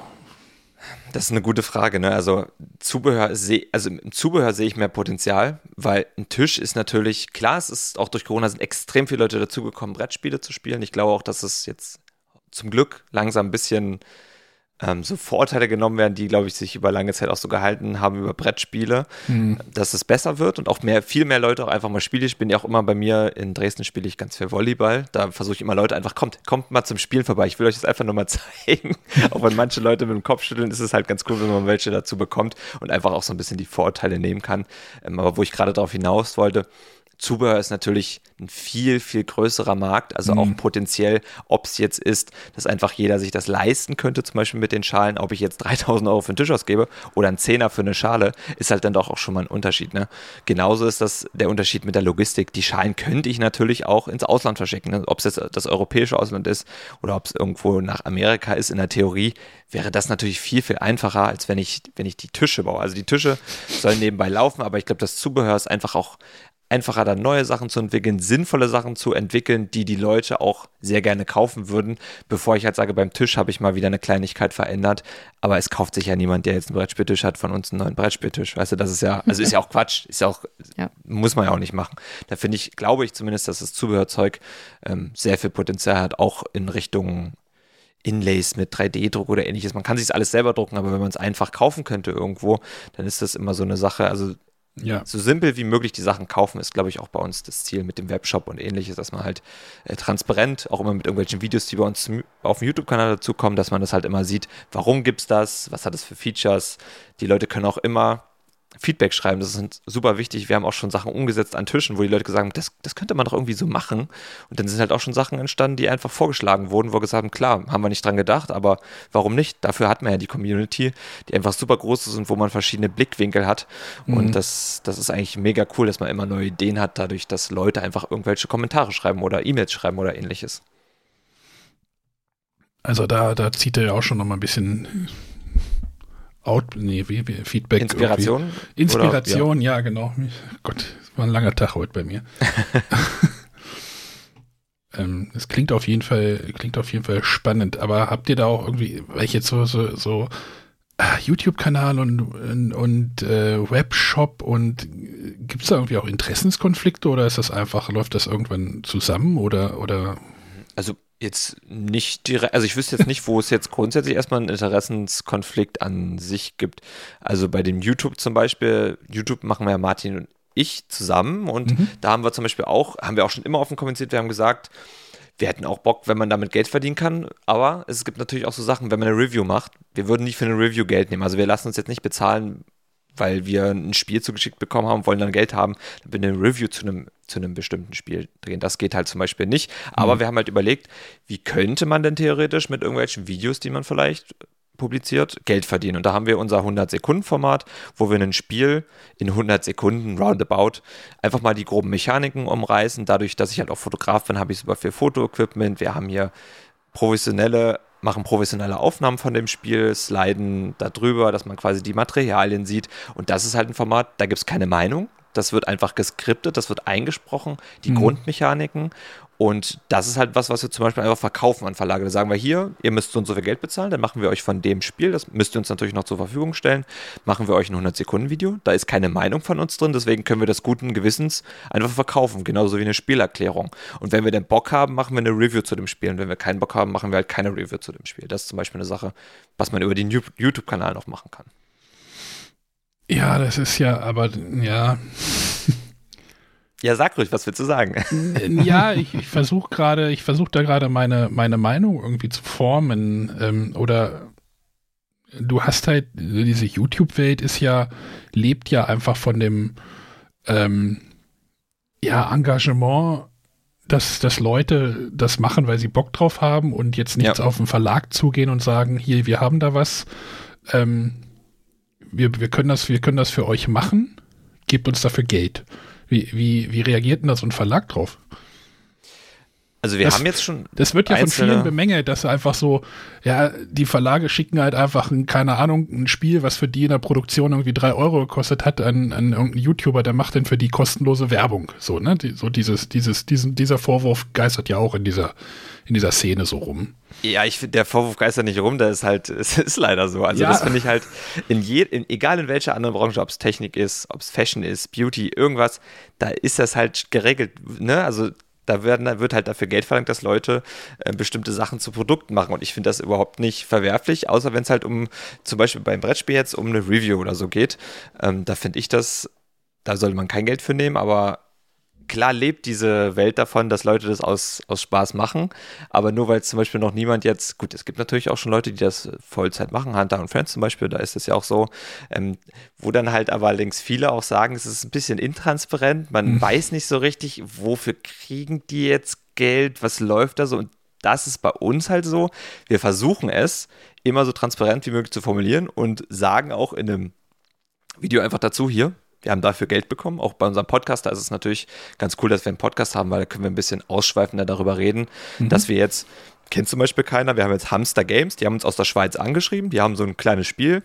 Das ist eine gute Frage, ne? Also Zubehör seh, also im Zubehör sehe ich mehr Potenzial, weil ein Tisch ist natürlich, klar, es ist auch durch Corona sind extrem viele Leute dazugekommen, Brettspiele zu spielen. Ich glaube auch, dass es jetzt zum Glück langsam ein bisschen ähm, so Vorurteile genommen werden, die, glaube ich, sich über lange Zeit auch so gehalten haben über Brettspiele, mhm. dass es besser wird und auch mehr, viel mehr Leute auch einfach mal spielen. Ich bin ja auch immer bei mir, in Dresden spiele ich ganz viel Volleyball, da versuche ich immer Leute einfach, kommt, kommt mal zum Spielen vorbei, ich will euch das einfach nur mal zeigen. Auch wenn manche Leute mit dem Kopf schütteln, ist es halt ganz cool, wenn man welche dazu bekommt und einfach auch so ein bisschen die Vorurteile nehmen kann. Ähm, aber wo ich gerade darauf hinaus wollte, Zubehör ist natürlich ein viel, viel größerer Markt, also mhm. auch potenziell, ob es jetzt ist, dass einfach jeder sich das leisten könnte, zum Beispiel mit den Schalen, ob ich jetzt dreitausend Euro für einen Tisch ausgebe oder einen Zehner für eine Schale, ist halt dann doch auch schon mal ein Unterschied. Ne? Genauso ist das der Unterschied mit der Logistik. Die Schalen könnte ich natürlich auch ins Ausland verschicken, ne? Ob es jetzt das europäische Ausland ist oder ob es irgendwo nach Amerika ist, in der Theorie, wäre das natürlich viel, viel einfacher, als wenn ich, wenn ich die Tische baue. Also die Tische sollen nebenbei laufen, aber ich glaube, das Zubehör ist einfach auch einfacher, dann neue Sachen zu entwickeln, sinnvolle Sachen zu entwickeln, die die Leute auch sehr gerne kaufen würden, bevor ich halt sage, beim Tisch habe ich mal wieder eine Kleinigkeit verändert, aber es kauft sich ja niemand, der jetzt einen Brettspieltisch hat, von uns einen neuen Brettspieltisch, weißt du, das ist ja, also ist ja auch Quatsch, ist ja auch, ja. muss man ja auch nicht machen. Da finde ich, glaube ich zumindest, dass das Zubehörzeug ähm, sehr viel Potenzial hat, auch in Richtung Inlays mit drei D Druck oder ähnliches. Man kann sich das alles selber drucken, aber wenn man es einfach kaufen könnte irgendwo, dann ist das immer so eine Sache, also ja. so simpel wie möglich die Sachen kaufen, ist, glaube ich, auch bei uns das Ziel mit dem Webshop und ähnliches, dass man halt äh, transparent, auch immer mit irgendwelchen Videos, die bei uns auf dem YouTube-Kanal dazukommen, dass man das halt immer sieht, warum gibt's das, was hat es für Features. Die Leute können auch immer Feedback schreiben, das ist super wichtig. Wir haben auch schon Sachen umgesetzt an Tischen, wo die Leute gesagt haben, das, das könnte man doch irgendwie so machen. Und dann sind halt auch schon Sachen entstanden, die einfach vorgeschlagen wurden, wo wir gesagt haben, klar, haben wir nicht dran gedacht, aber warum nicht? Dafür hat man ja die Community, die einfach super groß ist und wo man verschiedene Blickwinkel hat. Mhm. Und das, das ist eigentlich mega cool, dass man immer neue Ideen hat, dadurch, dass Leute einfach irgendwelche Kommentare schreiben oder E-Mails schreiben oder ähnliches. Also da, da zieht er ja auch schon noch mal ein bisschen Out, nee, wie, wie, Feedback. Inspiration? Irgendwie. Inspiration, oder, ja. ja, genau. Gott, das war ein langer Tag heute bei mir. ähm, das klingt auf jeden Fall, klingt auf jeden Fall spannend. Aber habt ihr da auch irgendwie, weil ich jetzt so, so, so ah, YouTube-Kanal und, und, und äh, Webshop und gibt es da irgendwie auch Interessenskonflikte oder ist das einfach, läuft das irgendwann zusammen oder, oder? Also jetzt nicht direkt, also ich wüsste jetzt nicht, wo es jetzt grundsätzlich erstmal einen Interessenskonflikt an sich gibt. Also bei dem YouTube zum Beispiel, YouTube machen wir ja Martin und ich zusammen und mhm. da haben wir zum Beispiel auch, haben wir auch schon immer offen kommuniziert, wir haben gesagt, wir hätten auch Bock, wenn man damit Geld verdienen kann, aber es gibt natürlich auch so Sachen, wenn man eine Review macht, wir würden nicht für eine Review Geld nehmen, also wir lassen uns jetzt nicht bezahlen, weil wir ein Spiel zugeschickt bekommen haben, wollen dann Geld haben, dann bitte eine Review zu einem, zu einem bestimmten Spiel drehen. Das geht halt zum Beispiel nicht. Aber mhm. wir haben halt überlegt, wie könnte man denn theoretisch mit irgendwelchen Videos, die man vielleicht publiziert, Geld verdienen. Und da haben wir unser hundert-Sekunden-Format, wo wir ein Spiel in hundert Sekunden roundabout einfach mal die groben Mechaniken umreißen. Dadurch, dass ich halt auch Fotograf bin, habe ich super viel Fotoequipment. Wir haben hier professionelle machen professionelle Aufnahmen von dem Spiel, sliden da drüber, dass man quasi die Materialien sieht. Und das ist halt ein Format, da gibt es keine Meinung. Das wird einfach geskriptet, das wird eingesprochen, die mhm. Grundmechaniken. Und das ist halt was, was wir zum Beispiel einfach verkaufen an Verlage. Da sagen wir hier, ihr müsst so und so viel Geld bezahlen, dann machen wir euch von dem Spiel, das müsst ihr uns natürlich noch zur Verfügung stellen, machen wir euch ein hundert-Sekunden-Video. Da ist keine Meinung von uns drin, deswegen können wir das guten Gewissens einfach verkaufen, genauso wie eine Spielerklärung. Und wenn wir den Bock haben, machen wir eine Review zu dem Spiel. Und wenn wir keinen Bock haben, machen wir halt keine Review zu dem Spiel. Das ist zum Beispiel eine Sache, was man über den YouTube-Kanal noch machen kann. Ja, das ist ja, aber, ja... Ja, sag ruhig, was willst du sagen? Ja, ich, ich versuche gerade, ich versuche da gerade meine, meine Meinung irgendwie zu formen. Ähm, oder du hast halt, diese YouTube-Welt ist ja, lebt ja einfach von dem ähm, ja, Engagement, dass, dass Leute das machen, weil sie Bock drauf haben und jetzt nicht ja. auf den Verlag zugehen und sagen, hier, wir haben da was, ähm, wir, wir können das, wir können das für euch machen, gebt uns dafür Geld. Wie, wie, wie reagiert denn da so ein Verlag drauf? Also wir das, haben jetzt schon Das wird ja einzelne... von vielen bemängelt, dass einfach so, ja, die Verlage schicken halt einfach, ein, keine Ahnung, ein Spiel, was für die in der Produktion irgendwie drei Euro gekostet hat, an, an irgendeinen YouTuber, der macht dann für die kostenlose Werbung. So, ne? Die, so dieses, dieses, diesen, dieser Vorwurf geistert ja auch in dieser, in dieser Szene so rum. Ja, ich finde, der Vorwurf geistert nicht rum, der ist halt, es ist leider so. Also ja. das finde ich halt, in je, in, egal in welcher anderen Branche, ob es Technik ist, ob es Fashion ist, Beauty, irgendwas, da ist das halt geregelt, ne? Also da, werden, da wird halt dafür Geld verlangt, dass Leute äh, bestimmte Sachen zu Produkten machen. Und ich finde das überhaupt nicht verwerflich, außer wenn es halt um, zum Beispiel beim Brettspiel jetzt, um eine Review oder so geht. Ähm, da finde ich das, da sollte man kein Geld für nehmen, aber klar lebt diese Welt davon, dass Leute das aus, aus Spaß machen, aber nur weil es zum Beispiel noch niemand jetzt, gut, es gibt natürlich auch schon Leute, die das Vollzeit machen, Hunter und Friends zum Beispiel, da ist es ja auch so, ähm, wo dann halt aber allerdings viele auch sagen, es ist ein bisschen intransparent, man mhm. weiß nicht so richtig, wofür kriegen die jetzt Geld, was läuft da so, und das ist bei uns halt so, wir versuchen es immer so transparent wie möglich zu formulieren und sagen auch in einem Video einfach dazu, hier, wir haben dafür Geld bekommen, auch bei unserem Podcast, da ist es natürlich ganz cool, dass wir einen Podcast haben, weil da können wir ein bisschen ausschweifender darüber reden, mhm. dass wir jetzt, kennt zum Beispiel keiner, wir haben jetzt Hamster Games, die haben uns aus der Schweiz angeschrieben, die haben so ein kleines Spiel,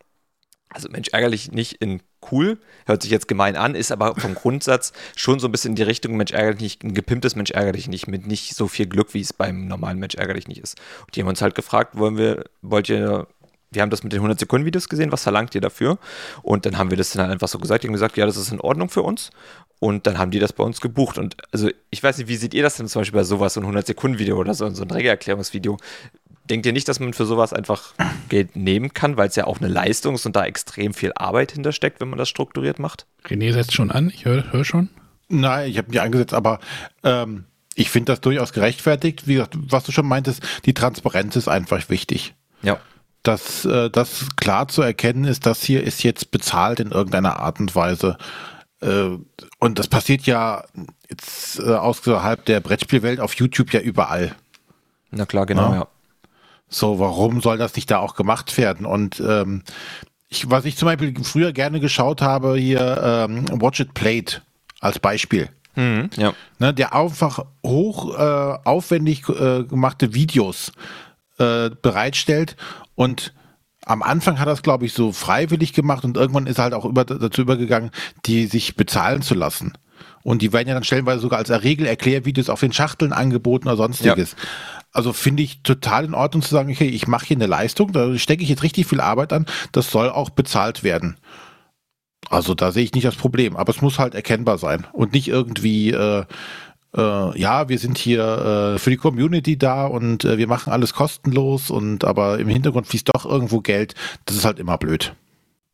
also Mensch ärgerlich nicht in cool, hört sich jetzt gemein an, ist aber vom Grundsatz schon so ein bisschen in die Richtung Mensch ärgerlich nicht, ein gepimptes Mensch ärgerlich nicht, mit nicht so viel Glück, wie es beim normalen Mensch ärgerlich nicht ist. Und die haben uns halt gefragt, wollen wir, wollt ihr wir haben das mit den hundert-Sekunden-Videos gesehen, was verlangt ihr dafür? Und dann haben wir das dann halt einfach so gesagt, die haben gesagt, ja, das ist in Ordnung für uns. Und dann haben die das bei uns gebucht. Und also ich weiß nicht, wie seht ihr das denn zum Beispiel bei sowas, so ein hundert-Sekunden-Video oder so, so ein Regelerklärungsvideo? Denkt ihr nicht, dass man für sowas einfach Geld nehmen kann, weil es ja auch eine Leistung ist und da extrem viel Arbeit hintersteckt, wenn man das strukturiert macht? René setzt schon an, ich höre hör schon. Nein, ich habe mich angesetzt, aber ähm, ich finde das durchaus gerechtfertigt. Wie gesagt, was du schon meintest, die Transparenz ist einfach wichtig. Ja. Dass äh, das klar zu erkennen ist, das hier ist jetzt bezahlt in irgendeiner Art und Weise. Äh, und das passiert ja jetzt äh, außerhalb der Brettspielwelt auf YouTube ja überall. Na klar, genau, ja. ja. So, warum soll das nicht da auch gemacht werden? Und ähm, ich, was ich zum Beispiel früher gerne geschaut habe, hier ähm, Watch It Played als Beispiel. Mhm, ja. Ne, der einfach hoch äh, aufwendig äh, gemachte Videos äh, bereitstellt. Und am Anfang hat er es, glaube ich, so freiwillig gemacht und irgendwann ist er halt auch über, dazu übergegangen, die sich bezahlen zu lassen. Und die werden ja dann stellenweise sogar als Regelerklärvideos auf den Schachteln angeboten oder sonstiges. Ja. Also finde ich total in Ordnung zu sagen, okay, ich mache hier eine Leistung, da stecke ich jetzt richtig viel Arbeit an, das soll auch bezahlt werden. Also da sehe ich nicht das Problem, aber es muss halt erkennbar sein und nicht irgendwie äh, äh, ja, wir sind hier äh, für die Community da und äh, wir machen alles kostenlos und aber im Hintergrund fließt doch irgendwo Geld. Das ist halt immer blöd. Ja,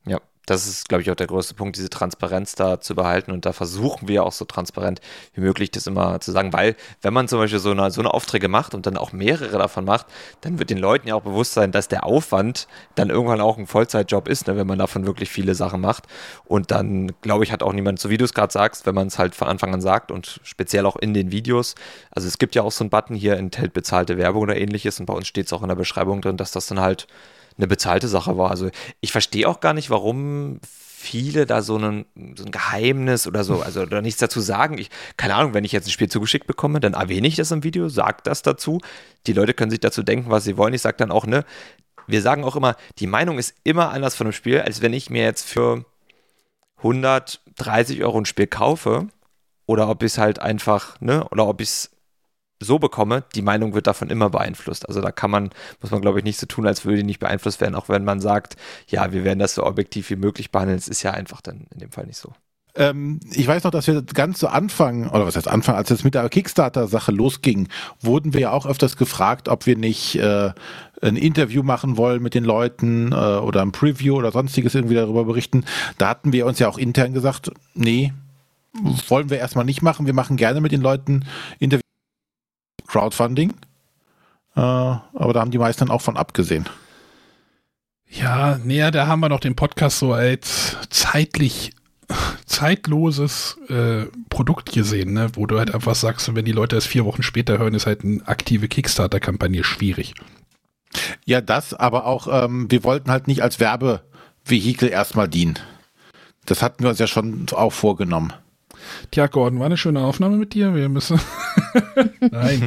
Das ist, glaube ich, auch der größte Punkt, diese Transparenz da zu behalten. Und da versuchen wir auch so transparent wie möglich das immer zu sagen. Weil, wenn man zum Beispiel so eine, so eine Aufträge macht und dann auch mehrere davon macht, dann wird den Leuten ja auch bewusst sein, dass der Aufwand dann irgendwann auch ein Vollzeitjob ist, ne, wenn man davon wirklich viele Sachen macht. Und dann, glaube ich, hat auch niemand, so wie du es gerade sagst, wenn man es halt von Anfang an sagt und speziell auch in den Videos. Also es gibt ja auch so einen Button hier, enthält bezahlte Werbung oder ähnliches. Und bei uns steht es auch in der Beschreibung drin, dass das dann halt eine bezahlte Sache war. Also ich verstehe auch gar nicht, warum viele da so ein, so ein Geheimnis oder so, also oder nichts dazu sagen. Ich, keine Ahnung, wenn ich jetzt ein Spiel zugeschickt bekomme, dann erwähne ich das im Video, sage das dazu. Die Leute können sich dazu denken, was sie wollen. Ich sage dann auch, ne, wir sagen auch immer, die Meinung ist immer anders von einem Spiel, als wenn ich mir jetzt für hundertdreißig Euro ein Spiel kaufe oder ob ich es halt einfach, ne, oder ob ich es so bekomme, die Meinung wird davon immer beeinflusst. Also da kann man, muss man glaube ich nicht so tun, als würde die nicht beeinflusst werden, auch wenn man sagt, ja, wir werden das so objektiv wie möglich behandeln. Es ist ja einfach dann in dem Fall nicht so. Ähm, ich weiß noch, dass wir ganz zu Anfang, oder was heißt Anfang, als es mit der Kickstarter-Sache losging, wurden wir ja auch öfters gefragt, ob wir nicht äh, ein Interview machen wollen mit den Leuten äh, oder ein Preview oder sonstiges irgendwie darüber berichten. Da hatten wir uns ja auch intern gesagt, nee, wollen wir erstmal nicht machen. Wir machen gerne mit den Leuten Interviews. Crowdfunding, äh, aber da haben die meisten dann auch von abgesehen. Ja, näher, da haben wir noch den Podcast so als zeitlich zeitloses äh, Produkt gesehen, ne? Wo du halt einfach sagst, wenn die Leute es vier Wochen später hören, ist halt eine aktive Kickstarter-Kampagne schwierig. Ja, das, aber auch, ähm, wir wollten halt nicht als Werbevehikel erstmal dienen. Das hatten wir uns ja schon auch vorgenommen. Tja, Gordon, war eine schöne Aufnahme mit dir. Wir müssen. Nein.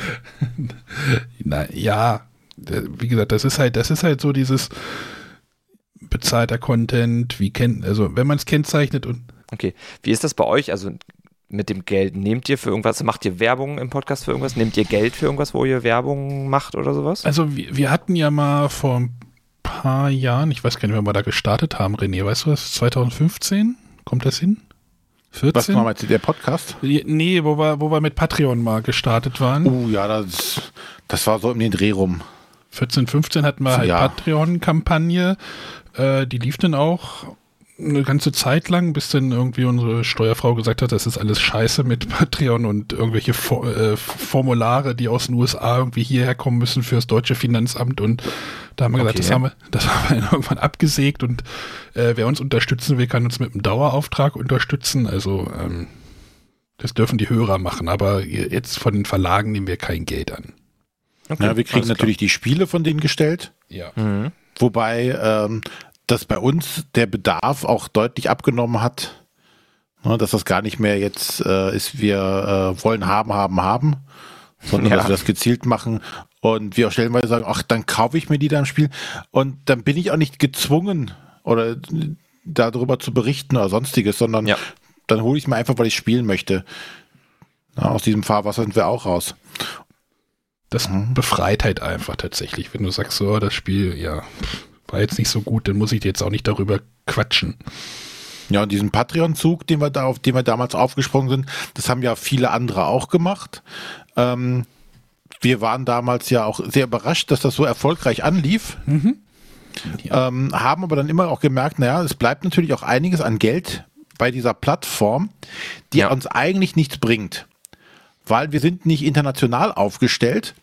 Na, ja, wie gesagt, das ist halt, das ist halt so dieses bezahlter Content, wie kennt, also wenn man es kennzeichnet und. Okay, wie ist das bei euch? Also mit dem Geld, nehmt ihr für irgendwas, macht ihr Werbung im Podcast für irgendwas? Nehmt ihr Geld für irgendwas, wo ihr Werbung macht oder sowas? Also wir, wir hatten ja mal vor ein paar Jahren, ich weiß gar nicht, wann wir da gestartet haben, René, weißt du was, zwanzig fünfzehn? Kommt das hin? vierzehn? Was war jetzt der Podcast? Nee, wo wir, wo wir mit Patreon mal gestartet waren. Oh ja, das, das war so um den Dreh rum. vierzehn, fünfzehn hatten wir halt ja. Patreon-Kampagne. Äh, die lief dann auch eine ganze Zeit lang, bis dann irgendwie unsere Steuerfrau gesagt hat, das ist alles scheiße mit Patreon und irgendwelche For- äh, Formulare, die aus den U S A irgendwie hierher kommen müssen für das deutsche Finanzamt, und da haben wir gesagt, Okay. das haben wir, das haben wir dann irgendwann abgesägt, und äh, wer uns unterstützen will, kann uns mit einem Dauerauftrag unterstützen, also ähm, das dürfen die Hörer machen, aber jetzt von den Verlagen nehmen wir kein Geld an. Okay, Ja, wir kriegen natürlich die Spiele von denen gestellt, Ja. Mhm. wobei ähm, dass bei uns der Bedarf auch deutlich abgenommen hat, ne, dass das gar nicht mehr jetzt äh, ist, wir äh, wollen haben, haben, haben, sondern Ja. dass wir das gezielt machen und wir auch stellenweise sagen, ach, dann kaufe ich mir die da im Spiel, und dann bin ich auch nicht gezwungen oder darüber zu berichten oder sonstiges, sondern Ja. dann hole ich es mir einfach, weil ich spielen möchte. Na, aus diesem Fahrwasser sind wir auch raus. Das befreit halt einfach tatsächlich, wenn du sagst, so, das Spiel, ja, war jetzt nicht so gut, dann muss ich jetzt auch nicht darüber quatschen. Ja, und diesen Patreon-Zug, den wir da auf den wir damals aufgesprungen sind, das haben ja viele andere auch gemacht. Ähm, wir waren damals ja auch sehr überrascht, dass das so erfolgreich anlief. Mhm. Ja. Ähm, haben aber dann immer auch gemerkt, naja, es bleibt natürlich auch einiges an Geld bei dieser Plattform, die Ja. uns eigentlich nichts bringt. Weil wir sind nicht international aufgestellt,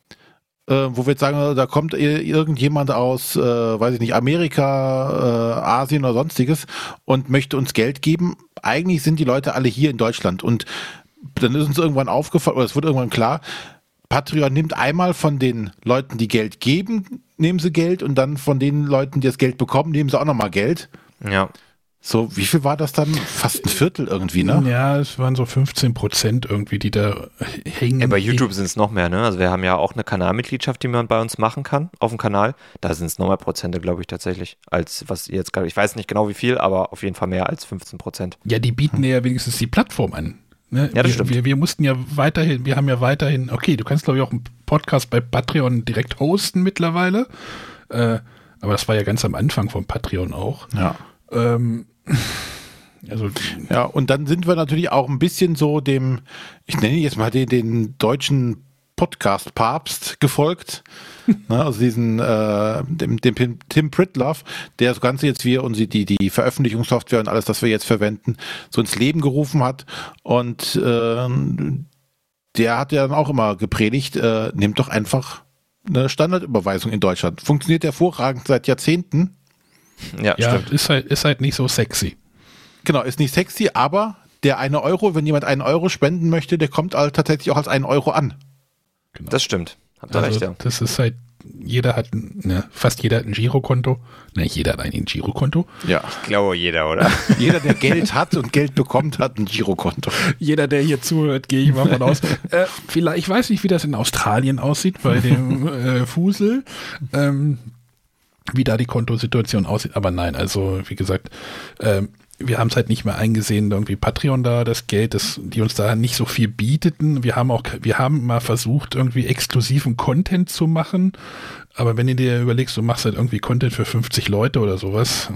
äh, wo wir jetzt sagen, da kommt irgendjemand aus, äh, weiß ich nicht, Amerika, äh, Asien oder sonstiges und möchte uns Geld geben. Eigentlich sind die Leute alle hier in Deutschland, und dann ist uns irgendwann aufgefallen, oder es wird irgendwann klar, Patreon nimmt einmal von den Leuten, die Geld geben, nehmen sie Geld, und dann von den Leuten, die das Geld bekommen, nehmen sie auch nochmal Geld. Ja. So, wie viel war das dann? Fast ein Viertel irgendwie, ne? Ja, es waren so fünfzehn Prozent irgendwie, die da hängen. Ja, bei YouTube sind es noch mehr, ne? Also wir haben ja auch eine Kanalmitgliedschaft, die man bei uns machen kann auf dem Kanal. Da sind es noch mehr Prozente, glaube ich, tatsächlich, als was ihr jetzt gerade, ich weiß nicht genau wie viel, aber auf jeden Fall mehr als fünfzehn Prozent. Ja, die bieten ja wenigstens die Plattform an. Ne? Ja, das wir, stimmt. Wir, wir mussten ja weiterhin, wir haben ja weiterhin, okay, du kannst glaube ich auch einen Podcast bei Patreon direkt hosten mittlerweile, äh, aber das war ja ganz am Anfang von Patreon auch. Ja. Ähm, also Ja, und dann sind wir natürlich auch ein bisschen so dem, ich nenne jetzt mal den, den deutschen Podcast-Papst gefolgt. Ne, also diesen äh, dem, dem Tim Pritlove, der das Ganze jetzt wir und die, die Veröffentlichungssoftware und alles, das wir jetzt verwenden, so ins Leben gerufen hat. Und äh, der hat ja dann auch immer gepredigt, äh, nehmt doch einfach eine Standardüberweisung in Deutschland. Funktioniert hervorragend seit Jahrzehnten. Ja, Ja, stimmt. ist halt, ist halt nicht so sexy. Genau, ist nicht sexy, aber der eine Euro, wenn jemand einen Euro spenden möchte, der kommt halt tatsächlich auch als einen Euro an. Genau. Das stimmt. Habt ihr Also, recht, ja. das ist halt, jeder hat, ein, ne, fast jeder hat ein Girokonto. Ne, jeder hat ein Girokonto. Ja. Ich glaube jeder, oder? Jeder, der Geld hat und Geld bekommt, hat ein Girokonto. Jeder, der hier zuhört, gehe ich mal von aus. äh, vielleicht, ich weiß nicht, wie das in Australien aussieht bei dem äh, Fusel, ähm, wie da die Kontosituation aussieht. Aber nein, also wie gesagt, ähm, wir haben es halt nicht mehr eingesehen, irgendwie Patreon da, das Geld, das, die uns da nicht so viel bieteten. Wir haben auch, wir haben mal versucht, irgendwie exklusiven Content zu machen. Aber wenn du dir überlegst, du machst halt irgendwie Content für fünfzig Leute oder sowas.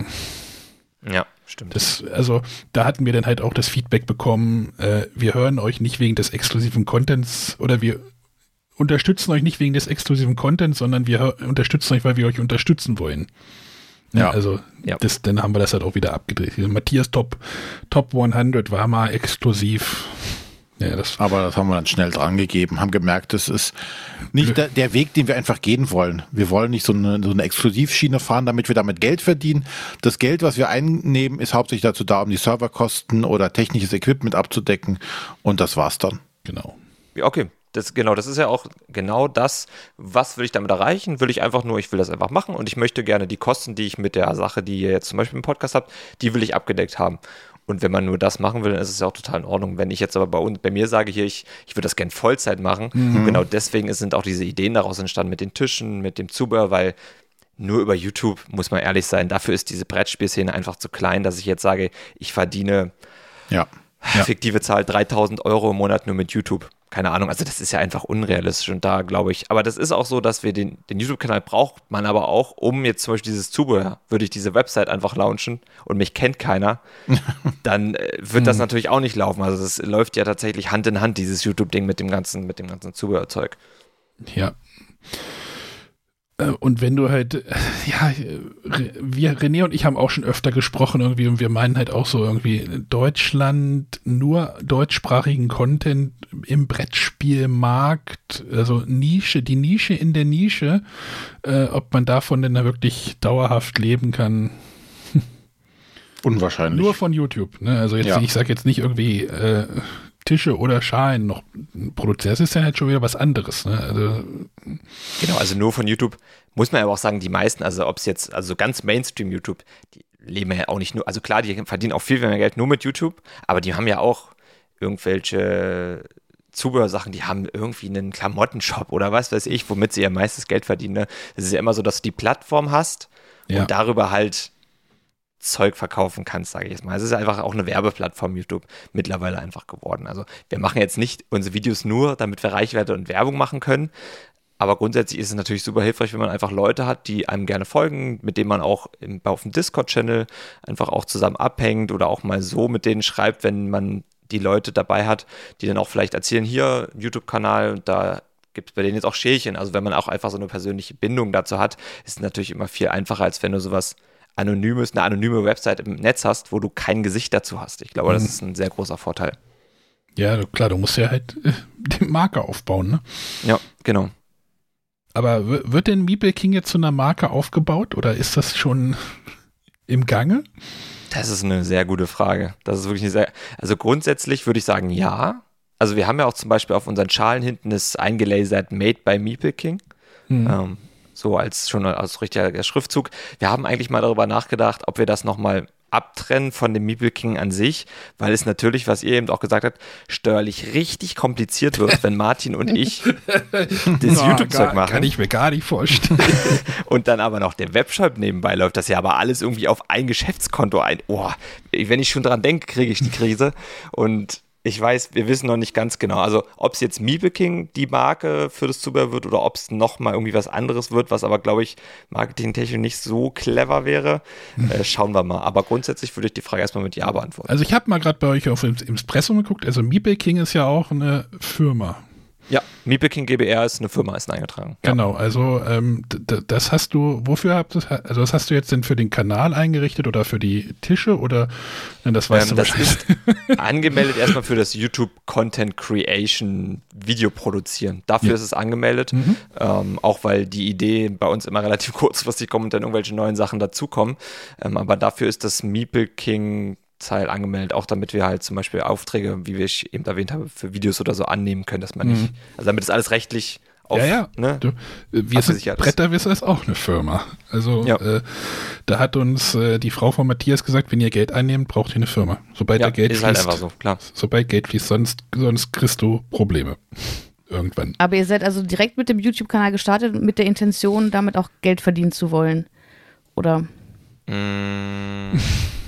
Ja, stimmt. Das, also da hatten wir dann halt auch das Feedback bekommen, äh, wir hören euch nicht wegen des exklusiven Contents oder wir unterstützen euch nicht wegen des exklusiven Contents, sondern wir hör, unterstützen euch, weil wir euch unterstützen wollen. Ja, Ja. also Ja. Das, dann haben wir das halt auch wieder abgedreht. Matthias Top, Top hundert war mal exklusiv. Ja, das Aber das haben wir dann schnell dran gegeben, haben gemerkt, das ist nicht der, der Weg, den wir einfach gehen wollen. Wir wollen nicht so eine, so eine Exklusivschiene fahren, damit wir damit Geld verdienen. Das Geld, was wir einnehmen, ist hauptsächlich dazu da, um die Serverkosten oder technisches Equipment abzudecken. Und das war's dann. genau. Ja, okay. Das, genau, das ist ja auch genau das, was will ich damit erreichen? Will ich einfach nur, ich will das einfach machen und ich möchte gerne die Kosten, die ich mit der Sache, die ihr jetzt zum Beispiel im Podcast habt, die will ich abgedeckt haben. Und wenn man nur das machen will, dann ist es ja auch total in Ordnung. Wenn ich jetzt aber bei uns, bei mir sage hier, ich, ich würde das gerne Vollzeit machen, Mhm. genau deswegen sind auch diese Ideen daraus entstanden mit den Tischen, mit dem Zubehör, weil nur über YouTube, muss man ehrlich sein, dafür ist diese Brettspielszene einfach zu klein, dass ich jetzt sage, ich verdiene Ja. Ja. fiktive Zahl dreitausend Euro im Monat nur mit YouTube. Keine Ahnung, also das ist ja einfach unrealistisch und da glaube ich, aber das ist auch so, dass wir den, den YouTube-Kanal braucht man aber auch, um jetzt zum Beispiel dieses Zubehör, würde ich diese Website einfach launchen und mich kennt keiner, dann äh, wird das natürlich auch nicht laufen. Also das läuft ja tatsächlich Hand in Hand, dieses YouTube-Ding mit dem ganzen, mit dem ganzen Zubehörzeug. Ja. Äh, Und wenn du halt, äh, ja, Re- wir, René und ich haben auch schon öfter gesprochen irgendwie und wir meinen halt auch so irgendwie Deutschland, nur deutschsprachigen Content im Brettspielmarkt, also Nische, die Nische in der Nische, äh, ob man davon denn da wirklich dauerhaft leben kann, Unwahrscheinlich. nur von YouTube. Ne? Also jetzt, Ja. ich sage jetzt nicht irgendwie äh, Tische oder Schalen noch produzieren, das ist ja halt schon wieder was anderes. Ne? Also Genau, also nur von YouTube muss man aber auch sagen, die meisten, also ob es jetzt, also ganz Mainstream-YouTube, die leben ja auch nicht nur, also klar, die verdienen auch viel mehr Geld nur mit YouTube, aber die haben ja auch irgendwelche Zubehörsachen, die haben irgendwie einen Klamottenshop oder was weiß ich, womit sie ihr meistes Geld verdienen. Ne? Das ist ja immer so, dass du die Plattform hast Ja. und darüber halt Zeug verkaufen kannst, sage ich jetzt mal. Es ist einfach auch eine Werbeplattform YouTube mittlerweile einfach geworden. Also wir machen jetzt nicht unsere Videos nur, damit wir Reichweite und Werbung machen können, aber grundsätzlich ist es natürlich super hilfreich, wenn man einfach Leute hat, die einem gerne folgen, mit denen man auch im, auf dem Discord-Channel einfach auch zusammen abhängt oder auch mal so mit denen schreibt, wenn man die Leute dabei hat, die dann auch vielleicht erzählen, hier, YouTube-Kanal, und da gibt es bei denen jetzt auch Schälchen. Also wenn man auch einfach so eine persönliche Bindung dazu hat, ist es natürlich immer viel einfacher, als wenn du sowas Anonymes, eine anonyme Website im Netz hast, wo du kein Gesicht dazu hast. Ich glaube, das ist ein sehr großer Vorteil. ja, klar, du musst ja halt äh, die Marke aufbauen, ne? Ja, genau. Aber w- wird denn Meeple King jetzt zu einer Marke aufgebaut oder ist das schon im Gange? Das ist eine sehr gute Frage. Das ist wirklich eine sehr, also grundsätzlich würde ich sagen, ja. Also wir haben ja auch zum Beispiel auf unseren Schalen hinten ist eingelasert Made by Meeple King. Hm. Ähm, so als schon als richtiger Schriftzug. Wir haben eigentlich mal darüber nachgedacht, ob wir das nochmal abtrennen von dem Meeple King an sich, weil es natürlich, was ihr eben auch gesagt habt, steuerlich richtig kompliziert wird, wenn Martin und ich das Na, YouTube-Zeug gar- machen. Kann ich mir gar nicht vorstellen. Und dann aber noch der Webshop nebenbei läuft, das ja aber alles irgendwie auf ein Geschäftskonto ein. Oh, wenn ich schon dran denke, kriege ich die Krise. Und ich weiß, wir wissen noch nicht ganz genau, also ob es jetzt Meeple King die Marke für das Zubehör wird oder ob es nochmal irgendwie was anderes wird, was aber, glaube ich, marketingtechnisch nicht so clever wäre. Äh, schauen wir mal. Aber grundsätzlich würde ich die Frage erstmal mit Ja beantworten. Also ich habe mal gerade bei euch auf Imspresso geguckt, also Meeple King ist ja auch eine Firma. Ja, MeepleKing GbR ist eine Firma, ist eingetragen. Ja. Genau, also ähm, d- das hast du, wofür habt ihr, also das hast du jetzt denn für den Kanal eingerichtet oder für die Tische oder, nein, das weißt ähm, du das wahrscheinlich. ist angemeldet erstmal für das YouTube Content Creation Video produzieren. Dafür Ja. ist es angemeldet, Mhm. ähm, auch weil die Idee bei uns immer relativ kurzfristig kommt und dann irgendwelche neuen Sachen dazukommen. Ähm, aber dafür ist das MeepleKing Teil angemeldet, auch damit wir halt zum Beispiel Aufträge, wie ich eben erwähnt habe, für Videos oder so annehmen können, dass man Mhm. nicht, also damit ist alles rechtlich auf, Ja, ja. ne? Du, wir sind, abgesichert ist. Bretterwisser ist auch eine Firma. Also Ja. äh, da hat uns äh, die Frau von Matthias gesagt, wenn ihr Geld einnehmt, braucht ihr eine Firma. Sobald Ja, da Geld ist fließt, halt einfach so, klar. sobald Geld fließt, sonst, sonst kriegst du Probleme. Irgendwann. Aber ihr seid also direkt mit dem YouTube-Kanal gestartet und mit der Intention, damit auch Geld verdienen zu wollen. Oder? Mm,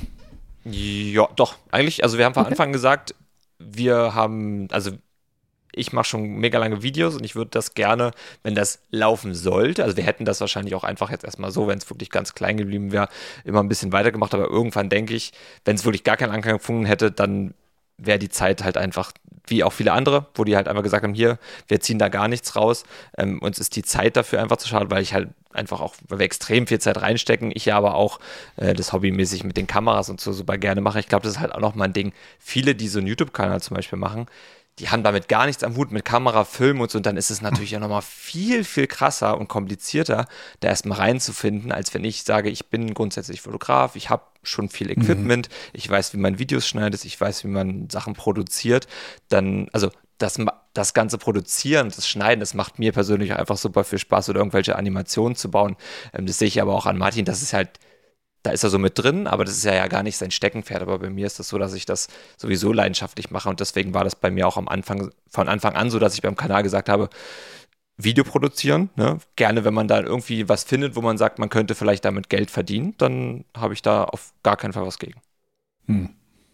ja, doch, eigentlich, also wir haben von Okay. Anfang gesagt, wir haben, also ich mache schon mega lange Videos und ich würde das gerne, wenn das laufen sollte, also wir hätten das wahrscheinlich auch einfach jetzt erstmal so, wenn es wirklich ganz klein geblieben wäre, immer ein bisschen weitergemacht, aber irgendwann denke ich, wenn es wirklich gar keinen Anklang gefunden hätte, dann wäre die Zeit halt einfach, wie auch viele andere, wo die halt einfach gesagt haben, hier, wir ziehen da gar nichts raus, ähm, uns ist die Zeit dafür einfach zu schade, weil ich halt einfach auch, weil wir extrem viel Zeit reinstecken, ich ja aber auch äh, das hobbymäßig mit den Kameras und so super gerne mache. Ich glaube, das ist halt auch nochmal ein Ding. Viele, die so einen YouTube-Kanal zum Beispiel machen, die haben damit gar nichts am Hut mit Kamera, Film und so, und dann ist es natürlich ja nochmal viel, viel krasser und komplizierter, da erstmal reinzufinden, als wenn ich sage, ich bin grundsätzlich Fotograf, ich habe schon viel Equipment, mhm. ich weiß, wie man Videos schneidet, ich weiß, wie man Sachen produziert, dann, also das, das ganze Produzieren, das Schneiden, das macht mir persönlich einfach super viel Spaß oder irgendwelche Animationen zu bauen. Ähm, das sehe ich aber auch an Martin, das ist halt, da ist er so mit drin, aber das ist ja, ja gar nicht sein Steckenpferd. Aber bei mir ist das so, dass ich das sowieso leidenschaftlich mache und deswegen war das bei mir auch am Anfang, von Anfang an so, dass ich beim Kanal gesagt habe, Video produzieren, ne? Gerne, wenn man da irgendwie was findet, wo man sagt, man könnte vielleicht damit Geld verdienen, dann habe ich da auf gar keinen Fall was gegen. Hm.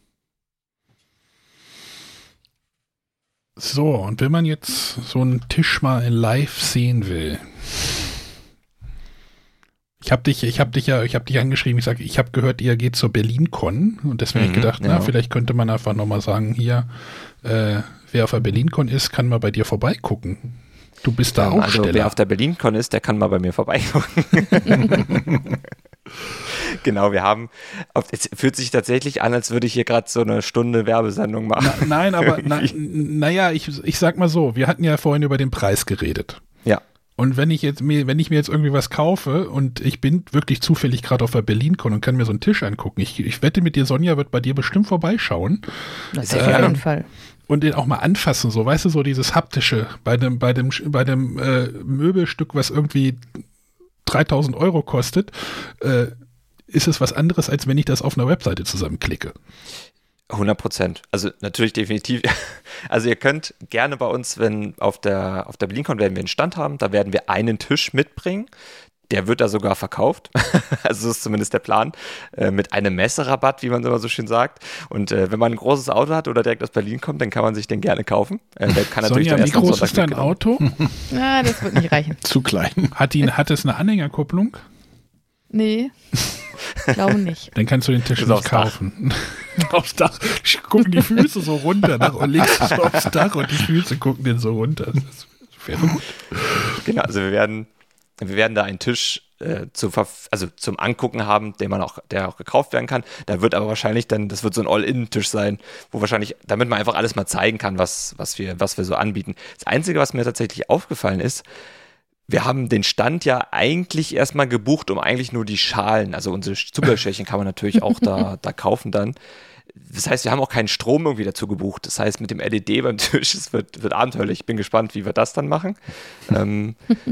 So, und wenn man jetzt so einen Tisch mal in live sehen will, ich habe dich, ich habe dich ja, ich habe dich angeschrieben, ich sage, ich habe gehört, ihr geht zur BerlinCon und deswegen habe Mhm, ich gedacht, ja. na, vielleicht könnte man einfach nochmal sagen, hier, äh, wer auf der BerlinCon ist, kann mal bei dir vorbeigucken. Du bist da Ähm, Aussteller. Also wer auf der BerlinCon ist, der kann mal bei mir vorbeikommen. Genau, wir haben, es fühlt sich tatsächlich an, als würde ich hier gerade so eine Stunde Werbesendung machen. Na, nein, aber na, naja, ich, ich sag mal so, wir hatten ja vorhin über den Preis geredet. Ja. Und wenn ich jetzt mir, wenn ich mir jetzt irgendwie was kaufe und ich bin wirklich zufällig gerade auf der BerlinCon und kann mir so einen Tisch angucken, ich, ich wette mit dir, Sonja wird bei dir bestimmt vorbeischauen. Das Sehr auf jeden gerne. Fall. Und den auch mal anfassen, so, weißt du, so dieses haptische bei dem, bei dem, bei dem äh, Möbelstück, was irgendwie dreitausend Euro kostet, äh, ist es was anderes, als wenn ich das auf einer Webseite zusammenklicke. hundert Prozent. Also natürlich definitiv. Also ihr könnt gerne bei uns, wenn auf der, auf der BerlinCon werden wir einen Stand haben, da werden wir einen Tisch mitbringen. Der wird da sogar verkauft. Also das ist zumindest der Plan. Äh, mit einem Messerabatt, wie man immer so schön sagt. Und äh, wenn man ein großes Auto hat oder direkt aus Berlin kommt, dann kann man sich den gerne kaufen. Äh, der kann natürlich Sonja, dann wie erst am groß Sonntag ist dein mitgenommen. Auto? Ja, das wird nicht reichen. Zu klein. Hat, die, hat es eine Anhängerkupplung? Nee, glaube nicht. Dann kannst du den Tisch Ist nicht aufs Dach. kaufen. Aufs Dach. Gucken die Füße so runter nach und legst es so aufs Dach und die Füße gucken den so runter. Das wäre gut. Genau, also wir werden, wir werden da einen Tisch äh, zu verf- also zum Angucken haben, den man auch, der auch gekauft werden kann. Da wird aber wahrscheinlich dann, das wird so ein All-In-Tisch sein, wo wahrscheinlich, damit man einfach alles mal zeigen kann, was, was wir, was wir so anbieten. Das Einzige, was mir tatsächlich aufgefallen ist, wir haben den Stand ja eigentlich erstmal gebucht, um eigentlich nur die Schalen, also unsere Zubehörschälchen kann man natürlich auch da, da kaufen dann. Das heißt, wir haben auch keinen Strom irgendwie dazu gebucht. Das heißt, mit dem L E D beim Tisch, es wird, wird abenteuerlich. Ich bin gespannt, wie wir das dann machen. ähm,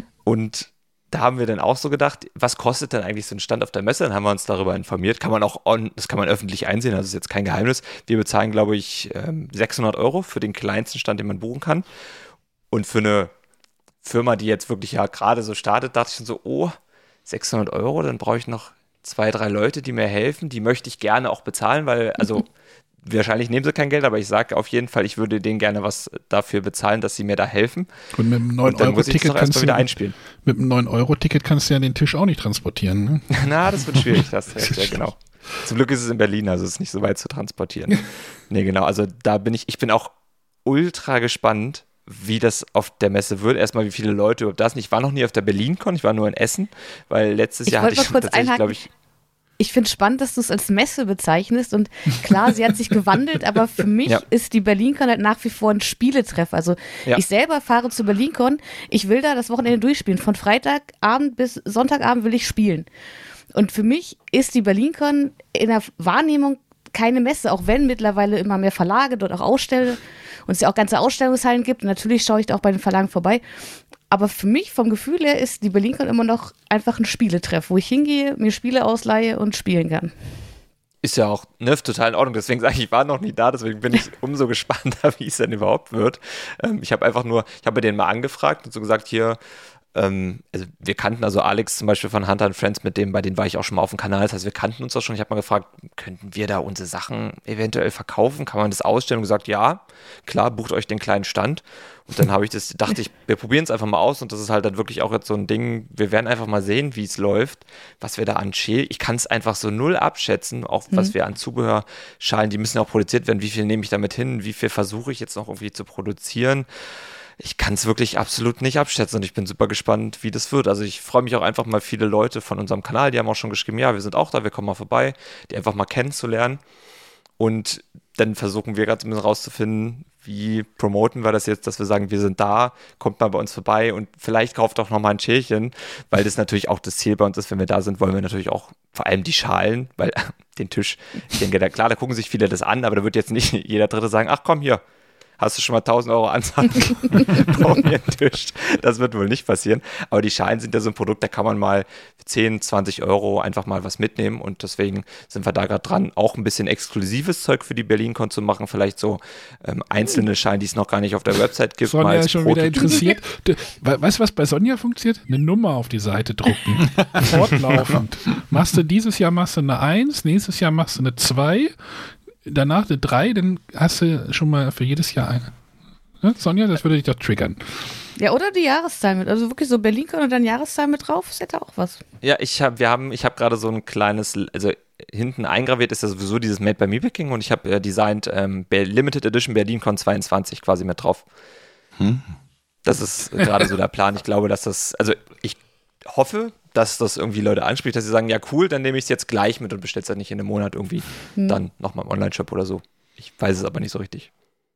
und da haben wir dann auch so gedacht, was kostet denn eigentlich so ein Stand auf der Messe? Dann haben wir uns darüber informiert. Kann man auch on, das kann man öffentlich einsehen, also ist jetzt kein Geheimnis. Wir bezahlen, glaube ich, ähm, sechshundert Euro für den kleinsten Stand, den man buchen kann. Und für eine Firma, die jetzt wirklich ja gerade so startet, dachte ich schon so, oh, sechshundert Euro, dann brauche ich noch zwei, drei Leute, die mir helfen. Die möchte ich gerne auch bezahlen, weil, also wahrscheinlich nehmen sie kein Geld, aber ich sage auf jeden Fall, ich würde denen gerne was dafür bezahlen, dass sie mir da helfen. Und mit einem Und dann muss ich das neun Euro Ticket doch kannst erstmal wieder du einspielen. mit einem neun Euro Ticket kannst du ja den Tisch auch nicht transportieren. Ne? Na, das wird schwierig, das ist ja genau. Zum Glück ist es in Berlin, also es ist nicht so weit zu transportieren. Nee, genau, also da bin ich, ich bin auch ultra gespannt, wie das auf der Messe wird. Erstmal, wie viele Leute überhaupt da sind. Ich war noch nie auf der BerlinCon, ich war nur in Essen, weil letztes Ich Jahr hatte wollte ich mal kurz tatsächlich, glaube einhaken. ich, Ich finde es spannend, dass du es als Messe bezeichnest und klar, sie hat sich gewandelt, aber für mich Ja. ist die BerlinCon halt nach wie vor ein Spieletreff. Also Ja. ich selber fahre zur BerlinCon, ich will da das Wochenende durchspielen. Von Freitagabend bis Sonntagabend will ich spielen. Und für mich ist die BerlinCon in der Wahrnehmung keine Messe, auch wenn mittlerweile immer mehr Verlage dort auch ausstellen und es ja auch ganze Ausstellungshallen gibt. Und natürlich schaue ich da auch bei den Verlagen vorbei. Aber für mich, vom Gefühl her, ist die BerlinCon immer noch einfach ein Spieletreff, wo ich hingehe, mir Spiele ausleihe und spielen kann. ist ja auch ne, total in Ordnung. Deswegen sage ich, ich war noch nie da, deswegen bin ich umso gespannter, wie es denn überhaupt wird. Ähm, ich habe einfach nur, ich habe den mal angefragt und so gesagt, hier, ähm, also wir kannten also Alex zum Beispiel von Hunter and Friends, mit dem, bei denen war ich auch schon mal auf dem Kanal, das heißt, wir kannten uns auch schon. Ich habe mal gefragt, könnten wir da unsere Sachen eventuell verkaufen? Kann man das ausstellen? Und gesagt, ja, klar, bucht euch den kleinen Stand. Und dann habe ich das, dachte ich, wir probieren es einfach mal aus und das ist halt dann wirklich auch jetzt so ein Ding, wir werden einfach mal sehen, wie es läuft, was wir da an Schälen, ich kann es einfach so null abschätzen, auch was Mhm. wir an Zubehörschalen, die müssen ja auch produziert werden, wie viel nehme ich damit hin, wie viel versuche ich jetzt noch irgendwie zu produzieren. Ich kann es wirklich absolut nicht abschätzen und ich bin super gespannt, wie das wird. Also ich freue mich auch einfach mal viele Leute von unserem Kanal, die haben auch schon geschrieben, ja, wir sind auch da, wir kommen mal vorbei, die einfach mal kennenzulernen. Und dann versuchen wir gerade ein bisschen rauszufinden, wie promoten wir das jetzt, dass wir sagen, wir sind da, kommt mal bei uns vorbei und vielleicht kauft auch nochmal ein Schälchen, weil das natürlich auch das Ziel bei uns ist, wenn wir da sind, wollen wir natürlich auch vor allem die Schalen, weil den Tisch, ich denke, da, klar, da gucken sich viele das an, aber da wird jetzt nicht jeder Dritte sagen, ach komm hier, hast du schon mal tausend Euro Anzahlung, brauchen wir einen Tisch. Das wird wohl nicht passieren. Aber die Schalen sind ja so ein Produkt, da kann man mal für zehn, zwanzig Euro einfach mal was mitnehmen. Und deswegen sind wir da gerade dran, auch ein bisschen exklusives Zeug für die BerlinCon zu machen. Vielleicht so ähm, einzelne Schalen, die es noch gar nicht auf der Website gibt. Sonja mal als ist schon wieder Prototyp. interessiert. Du, we- weißt du, was bei Sonja funktioniert? Eine Nummer auf die Seite drucken. Fortlaufend. Machst du dieses Jahr machst du eine eins, nächstes Jahr machst du eine zwei, danach eine drei, dann hast du schon mal für jedes Jahr eine. Ne, Sonja, das würde dich doch triggern. Ja, oder die Jahreszahl mit. Also wirklich so BerlinCon und dann Jahreszahl mit drauf, ist ja da auch was. Ja, ich habe, wir haben, ich habe gerade so ein kleines, also hinten eingraviert ist ja sowieso dieses Made by Me Picking und ich habe äh, designt ähm, Be- Limited Edition BerlinCon zweiundzwanzig quasi mit drauf. Hm. Das ist gerade so der Plan. Ich glaube, dass das, also ich hoffe, dass das irgendwie Leute anspricht, dass sie sagen, ja cool, dann nehme ich es jetzt gleich mit und bestelle es dann nicht in einem Monat irgendwie Hm. dann nochmal im Online-Shop oder so. Ich weiß es aber nicht so richtig.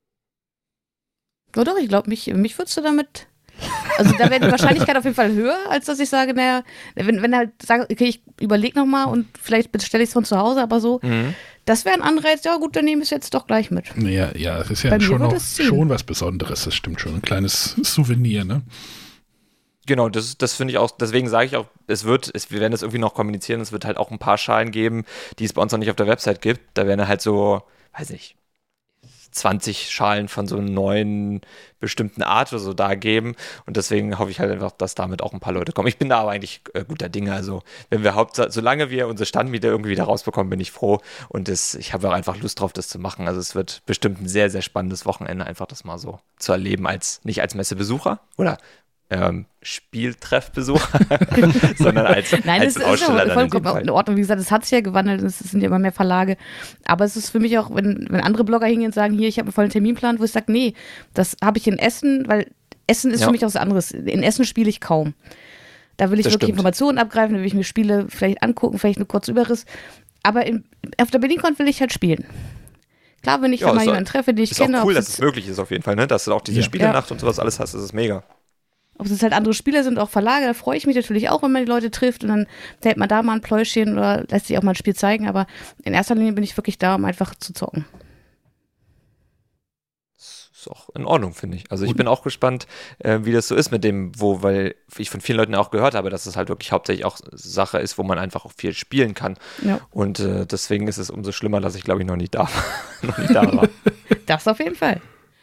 Oder doch, ich glaube, mich, mich würdest du damit. Also da wäre die Wahrscheinlichkeit auf jeden Fall höher, als dass ich sage, naja, wenn, wenn halt sage, okay, ich überlege nochmal und vielleicht bestelle ich es von zu Hause, aber so, Mhm. das wäre ein Anreiz, ja gut, dann nehme ich es jetzt doch gleich mit. Ja, ja, es ist ja Bei mir schon, wird noch, es ziehen. schon was Besonderes, das stimmt schon. Ein kleines Souvenir, ne? Genau, das, das finde ich auch, deswegen sage ich auch, es wird, es, wir werden das irgendwie noch kommunizieren, es wird halt auch ein paar Schalen geben, die es bei uns noch nicht auf der Website gibt. Da werden halt so, weiß nicht, zwanzig Schalen von so einer neuen bestimmten Art oder so da geben und deswegen hoffe ich halt einfach, dass damit auch ein paar Leute kommen. Ich bin da aber eigentlich äh, guter Dinge, also wenn wir Hauptsache, solange wir unsere Standmiete irgendwie wieder rausbekommen, bin ich froh und das, ich habe auch einfach Lust drauf, das zu machen. Also es wird bestimmt ein sehr, sehr spannendes Wochenende, einfach das mal so zu erleben, als nicht als Messebesucher oder ähm, Spieltreffbesucher, sondern als, Nein, als das ist Aussteller ja dann in dem vollkommen Fall. in Ordnung. Wie gesagt, es hat sich ja gewandelt, es sind ja immer mehr Verlage. Aber es ist für mich auch, wenn, wenn andere Blogger hingehen und sagen, hier, ich habe einen vollen Terminplan, wo ich sage, nee, das habe ich in Essen, weil Essen ist Ja. für mich auch was anderes. In Essen spiele ich kaum. Da will ich Das wirklich stimmt. Informationen abgreifen, da will ich mir Spiele vielleicht angucken, vielleicht einen kurzen Überriss. Aber in, auf der BerlinCon will ich halt spielen. Klar, wenn ich Ja, dann mal ist jemanden treffe, den ich Ist kenne, auch cool, ob dass es es möglich ist auf jeden Fall, ne? Dass du auch diese Ja. Spielenacht und sowas alles hast, das ist mega. Ob es jetzt halt andere Spieler sind, auch Verlage, da freue ich mich natürlich auch, wenn man die Leute trifft und dann hält man da mal ein Pläuschchen oder lässt sich auch mal ein Spiel zeigen, aber in erster Linie bin ich wirklich da, um einfach zu zocken. Das ist auch in Ordnung, finde ich. Also ich bin auch gespannt, äh, wie das so ist mit dem, wo, weil ich von vielen Leuten auch gehört habe, dass es halt wirklich hauptsächlich auch Sache ist, wo man einfach auch viel spielen kann. Ja. Und äh, deswegen ist es umso schlimmer, dass ich, glaube ich, noch nicht da war. noch nicht da war. Das auf jeden Fall.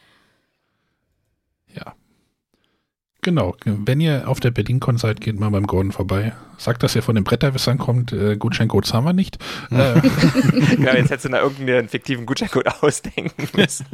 Ja. Genau, wenn ihr auf der BerlinCon seid, geht mal beim Gordon vorbei. Sagt, dass ihr von den Bretterwissern kommt. Äh, Gutscheincodes haben wir nicht. Äh, Genau, jetzt hättest du da irgendeinen fiktiven Gutscheincode ausdenken müssen.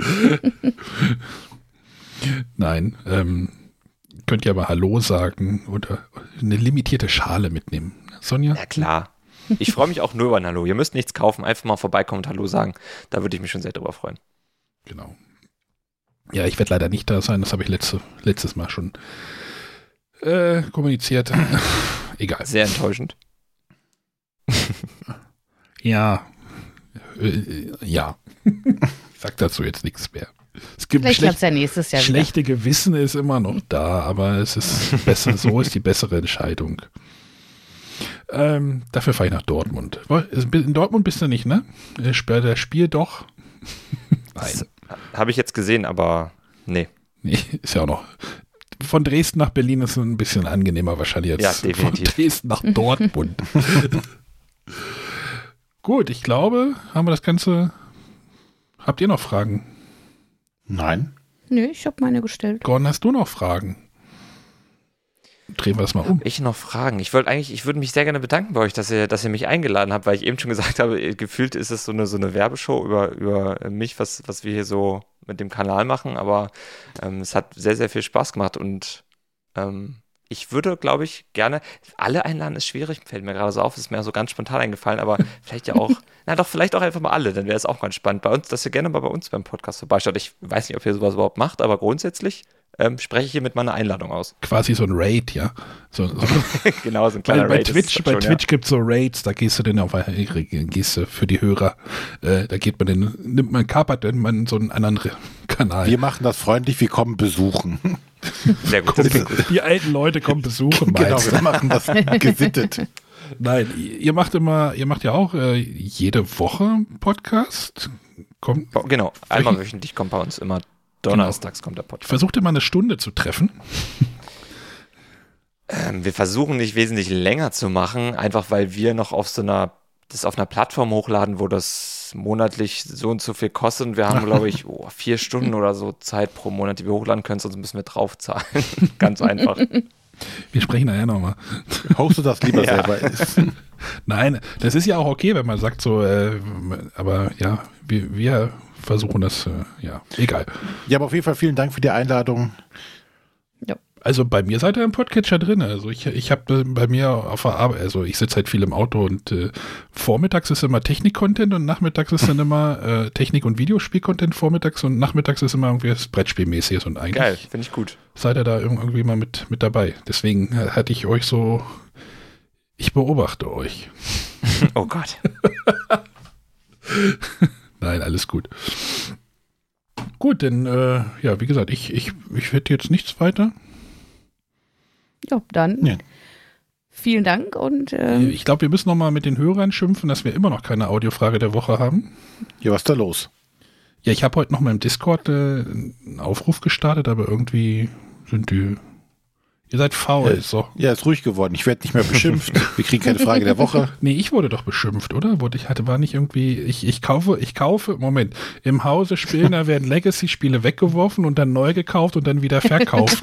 nein, ähm, könnt ihr aber Hallo sagen oder eine limitierte Schale mitnehmen. Sonja? Ja, klar. Ich freue mich auch nur über ein Hallo. Ihr müsst nichts kaufen, einfach mal vorbeikommen und Hallo sagen. Da würde ich mich schon sehr drüber freuen. Genau. Ja, ich werde leider nicht da sein. Das habe ich letzte, letztes Mal schon äh, kommuniziert. Egal. Sehr enttäuschend. Ja. Äh, ja. Ich sag dazu jetzt nichts mehr. Es gibt Vielleicht schlecht, klappt es ja nächstes Jahr schlechte Gewissen ist immer noch da, aber es ist besser, so ist die bessere Entscheidung. Ähm, dafür fahre ich nach Dortmund. In Dortmund bist du nicht, ne? Der Spiel doch. Nein. Habe ich jetzt gesehen, aber nee. Nee, ist ja auch noch. Von Dresden nach Berlin ist ein bisschen angenehmer wahrscheinlich als ja, definitiv. von Dresden nach Dortmund. Gut, ich glaube, haben wir das Ganze. Habt ihr noch Fragen? Nein. Nö, ich habe meine gestellt. Gordon, hast du noch Fragen? Drehen wir das mal um. Ich noch Fragen. Ich wollte eigentlich, ich würde mich sehr gerne bedanken bei euch, dass ihr, dass ihr mich eingeladen habt, weil ich eben schon gesagt habe, gefühlt ist es so eine, so eine Werbeshow über, über mich, was, was wir hier so mit dem Kanal machen, aber ähm, es hat sehr, sehr viel Spaß gemacht und ähm, ich würde, glaube ich, gerne, alle einladen ist schwierig, fällt mir gerade so auf, ist mir so ganz spontan eingefallen, aber vielleicht ja auch, na doch, vielleicht auch einfach mal alle, dann wäre es auch ganz spannend bei uns, dass ihr gerne mal bei uns beim Podcast vorbeischaut. Ich weiß nicht, ob ihr sowas überhaupt macht, aber grundsätzlich ähm, spreche ich hier mit meiner Einladung aus. Quasi so ein Raid, ja. So, so. Genau, so ein kleiner bei, bei Raid. Twitch, bei schon, Twitch ja. gibt es so Raids, da gehst du dann auf gehst du für die Hörer, äh, da geht man den, nimmt man, kapert dann man so einen anderen Kanal. Wir machen das freundlich, wir kommen besuchen. Sehr gut. Das klingt gut. Die alten Leute kommen besuchen. Genau, meinst du? wir machen das gesittet. Nein, ihr macht immer, ihr macht ja auch äh, jede Woche Podcast. Kommt, Genau, einmal wöchentlich kommt bei uns immer donnerstags kommt der Podcast. versucht immer eine Stunde zu treffen. Ähm, wir versuchen nicht wesentlich länger zu machen, einfach weil wir noch auf so einer, das auf einer Plattform hochladen, wo das monatlich so und so viel kostet. Und wir haben, glaube ich, oh, vier Stunden oder so Zeit pro Monat, die wir hochladen können, sonst müssen wir draufzahlen. Ganz einfach. Wir sprechen nachher nochmal. Hoste das lieber Ja. selber. Nein, das ist ja auch okay, wenn man sagt so, äh, aber ja, wir, wir versuchen das, äh, ja, egal. Ja, aber auf jeden Fall vielen Dank für die Einladung. Also bei mir seid ihr im Podcatcher drin. Also ich, ich habe bei mir auf der Arbeit, also ich sitze halt viel im Auto und äh, vormittags ist immer Technik-Content und nachmittags ist dann immer äh, Technik- und Videospiel-Content vormittags und nachmittags ist immer irgendwie das Brettspielmäßiges und eigentlich Geil, finde ich gut. seid ihr da irgendwie mal mit, mit dabei. Deswegen äh, hatte ich euch so, ich beobachte euch. Oh Gott. Nein, alles gut. Gut, denn äh, ja, wie gesagt, ich, ich, ich hätte jetzt nichts weiter. Ja, dann Ja. vielen Dank und ähm, Ich glaube, wir müssen noch mal mit den Hörern schimpfen, dass wir immer noch keine Audiofrage der Woche haben. Ja, was ist da los? Ja, ich habe heute noch mal im Discord äh, einen Aufruf gestartet, aber irgendwie sind die... Ihr seid faul, Ja. so. Ja, ist ruhig geworden. Ich werde nicht mehr beschimpft. Wir kriegen keine Frage der Woche. Nee, ich wurde doch beschimpft, oder? Wurde ich hatte, war nicht irgendwie... Ich, ich kaufe, ich kaufe... Moment. Im Hause Spillner werden Legacy-Spiele weggeworfen und dann neu gekauft und dann wieder verkauft.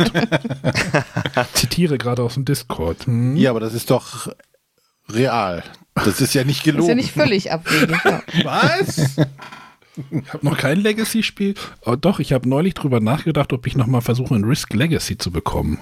Zitiere gerade aus dem Discord. Hm? Ja, aber das ist doch real. Das ist ja nicht ist gelogen. ja nicht völlig abwegig. Ja. Was? Ich habe noch kein Legacy-Spiel. Oh, doch, ich habe neulich drüber nachgedacht, ob ich noch mal versuche, ein Risk Legacy zu bekommen.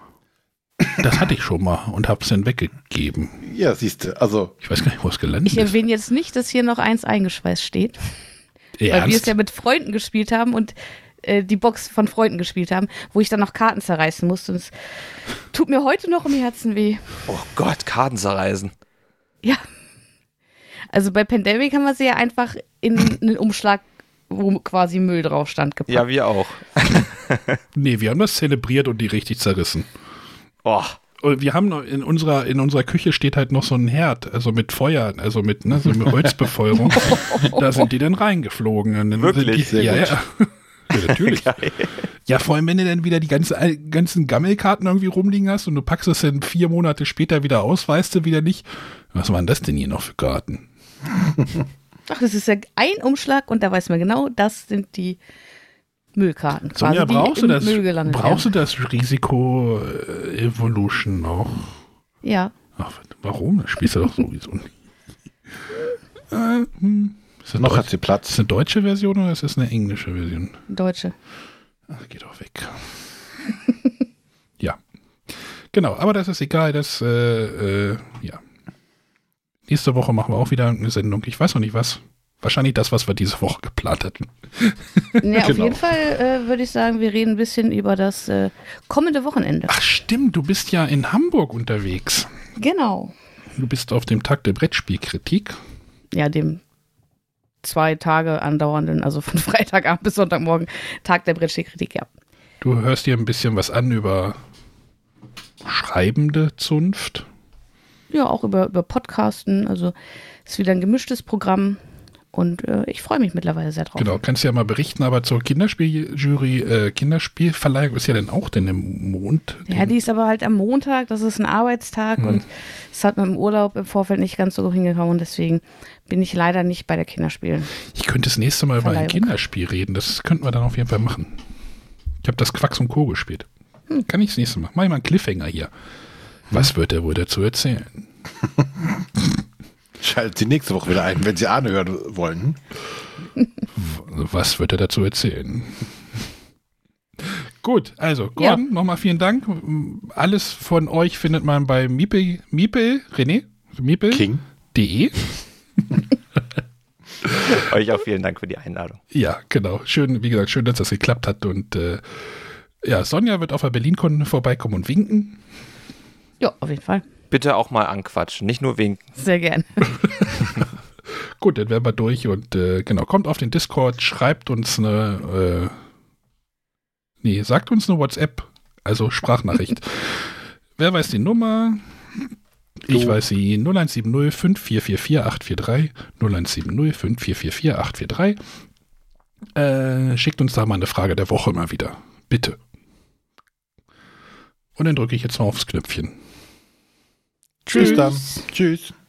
Das hatte ich schon mal und habe es dann weggegeben. Ja, siehst du. Also, Ich weiß gar nicht, wo es gelandet Ich ist. erwähne jetzt nicht, dass hier noch eins eingeschweißt steht, weil wir es Ernst? ja mit Freunden gespielt haben und äh, die Box von Freunden gespielt haben, wo ich dann noch Karten zerreißen musste. Und es tut mir heute noch im Herzen weh. Oh Gott, Karten zerreißen. Ja. Also bei Pandemic haben wir sie ja einfach in einen Umschlag, wo quasi Müll drauf stand, gepackt. Ja, wir auch. Nee, wir haben das zelebriert und die richtig zerrissen. Oh, Und wir haben noch in unserer, in unserer Küche steht halt noch so ein Herd, also mit Feuer, also mit, ne, so mit Holzbefeuerung. Da sind die dann reingeflogen. Und dann Wirklich? Sind die, Sehr ja, gut. ja. Ja, natürlich. geil. Ja, vor allem, wenn du dann wieder die ganze, all- ganzen Gammelkarten irgendwie rumliegen hast und du packst es dann vier Monate später wieder aus, weißt du wieder nicht. Was waren das denn hier noch für Karten? Ach, das ist ja ein Umschlag und da weiß man genau, das sind die Müllkarten. Quasi, Sonja, die brauchst du im das, Müll gelandet brauchst werden. du das Risiko äh, Evolution noch? Ja. Ach, warum? Das spielst du doch sowieso nicht. äh, hm. Ist das noch Deutsch- hat sie Ist Platz. das eine deutsche Version oder ist das eine englische Version? Deutsche. Ach, geht doch weg. Ja. Genau, aber das ist egal. Das, äh, äh, ja. Nächste Woche machen wir auch wieder eine Sendung. Ich weiß noch nicht was. Wahrscheinlich das, was wir diese Woche geplant hatten. Ja, auf Genau. jeden Fall äh, würde ich sagen, wir reden ein bisschen über das äh, kommende Wochenende. Ach stimmt, du bist ja in Hamburg unterwegs. Genau. Du bist auf dem Tag der Brettspielkritik. Ja, dem zwei Tage andauernden, also von Freitagabend bis Sonntagmorgen, Tag der Brettspielkritik, ja. Du hörst dir ein bisschen was an über schreibende Zunft. Ja, auch über, über Podcasten, also ist wieder ein gemischtes Programm und äh, ich freue mich mittlerweile sehr drauf. Genau, kannst ja mal berichten, aber zur Kinderspieljury, äh, Kinderspielverleihung ist ja dann auch denn im Mond. Ja, die ist aber halt am Montag, das ist ein Arbeitstag Hm. und es hat mit dem Urlaub im Vorfeld nicht ganz so hingehauen, deswegen bin ich leider nicht bei der Kinderspiel. Ich könnte das nächste Mal über ein Verleihung. Kinderspiel reden, das könnten wir dann auf jeden Fall machen. Ich habe das Quacks und Co. gespielt. Hm. Kann ich das nächste Mal. Mach ich mal einen Cliffhanger hier. Was wird er wohl dazu erzählen? Schaltet Sie nächste Woche wieder ein, wenn Sie Arne hören wollen. Was wird er dazu erzählen? Gut, also Gordon, Ja. nochmal vielen Dank. Alles von euch findet man bei Miepel, Miepel, René, Miepel punkt King. de. Euch auch vielen Dank für die Einladung. Ja, genau. Schön, wie gesagt, schön, dass das geklappt hat. Und äh, ja, Sonja wird auf der Berlin-Con vorbeikommen und winken. Ja, auf jeden Fall. Bitte auch mal anquatschen, nicht nur winken. Sehr gern. Gut, dann werden wir durch und äh, genau, kommt auf den Discord, schreibt uns eine, äh, nee, sagt uns eine WhatsApp, also Sprachnachricht. Wer weiß die Nummer? Ich Du. weiß sie null eins sieben null fünf vier vier vier acht vier drei, null eins sieben null fünf vier vier vier acht vier drei. Äh, schickt uns da mal eine Frage der Woche mal wieder. Bitte. Und dann drücke ich jetzt mal aufs Knöpfchen. Bis dann. Tschüss.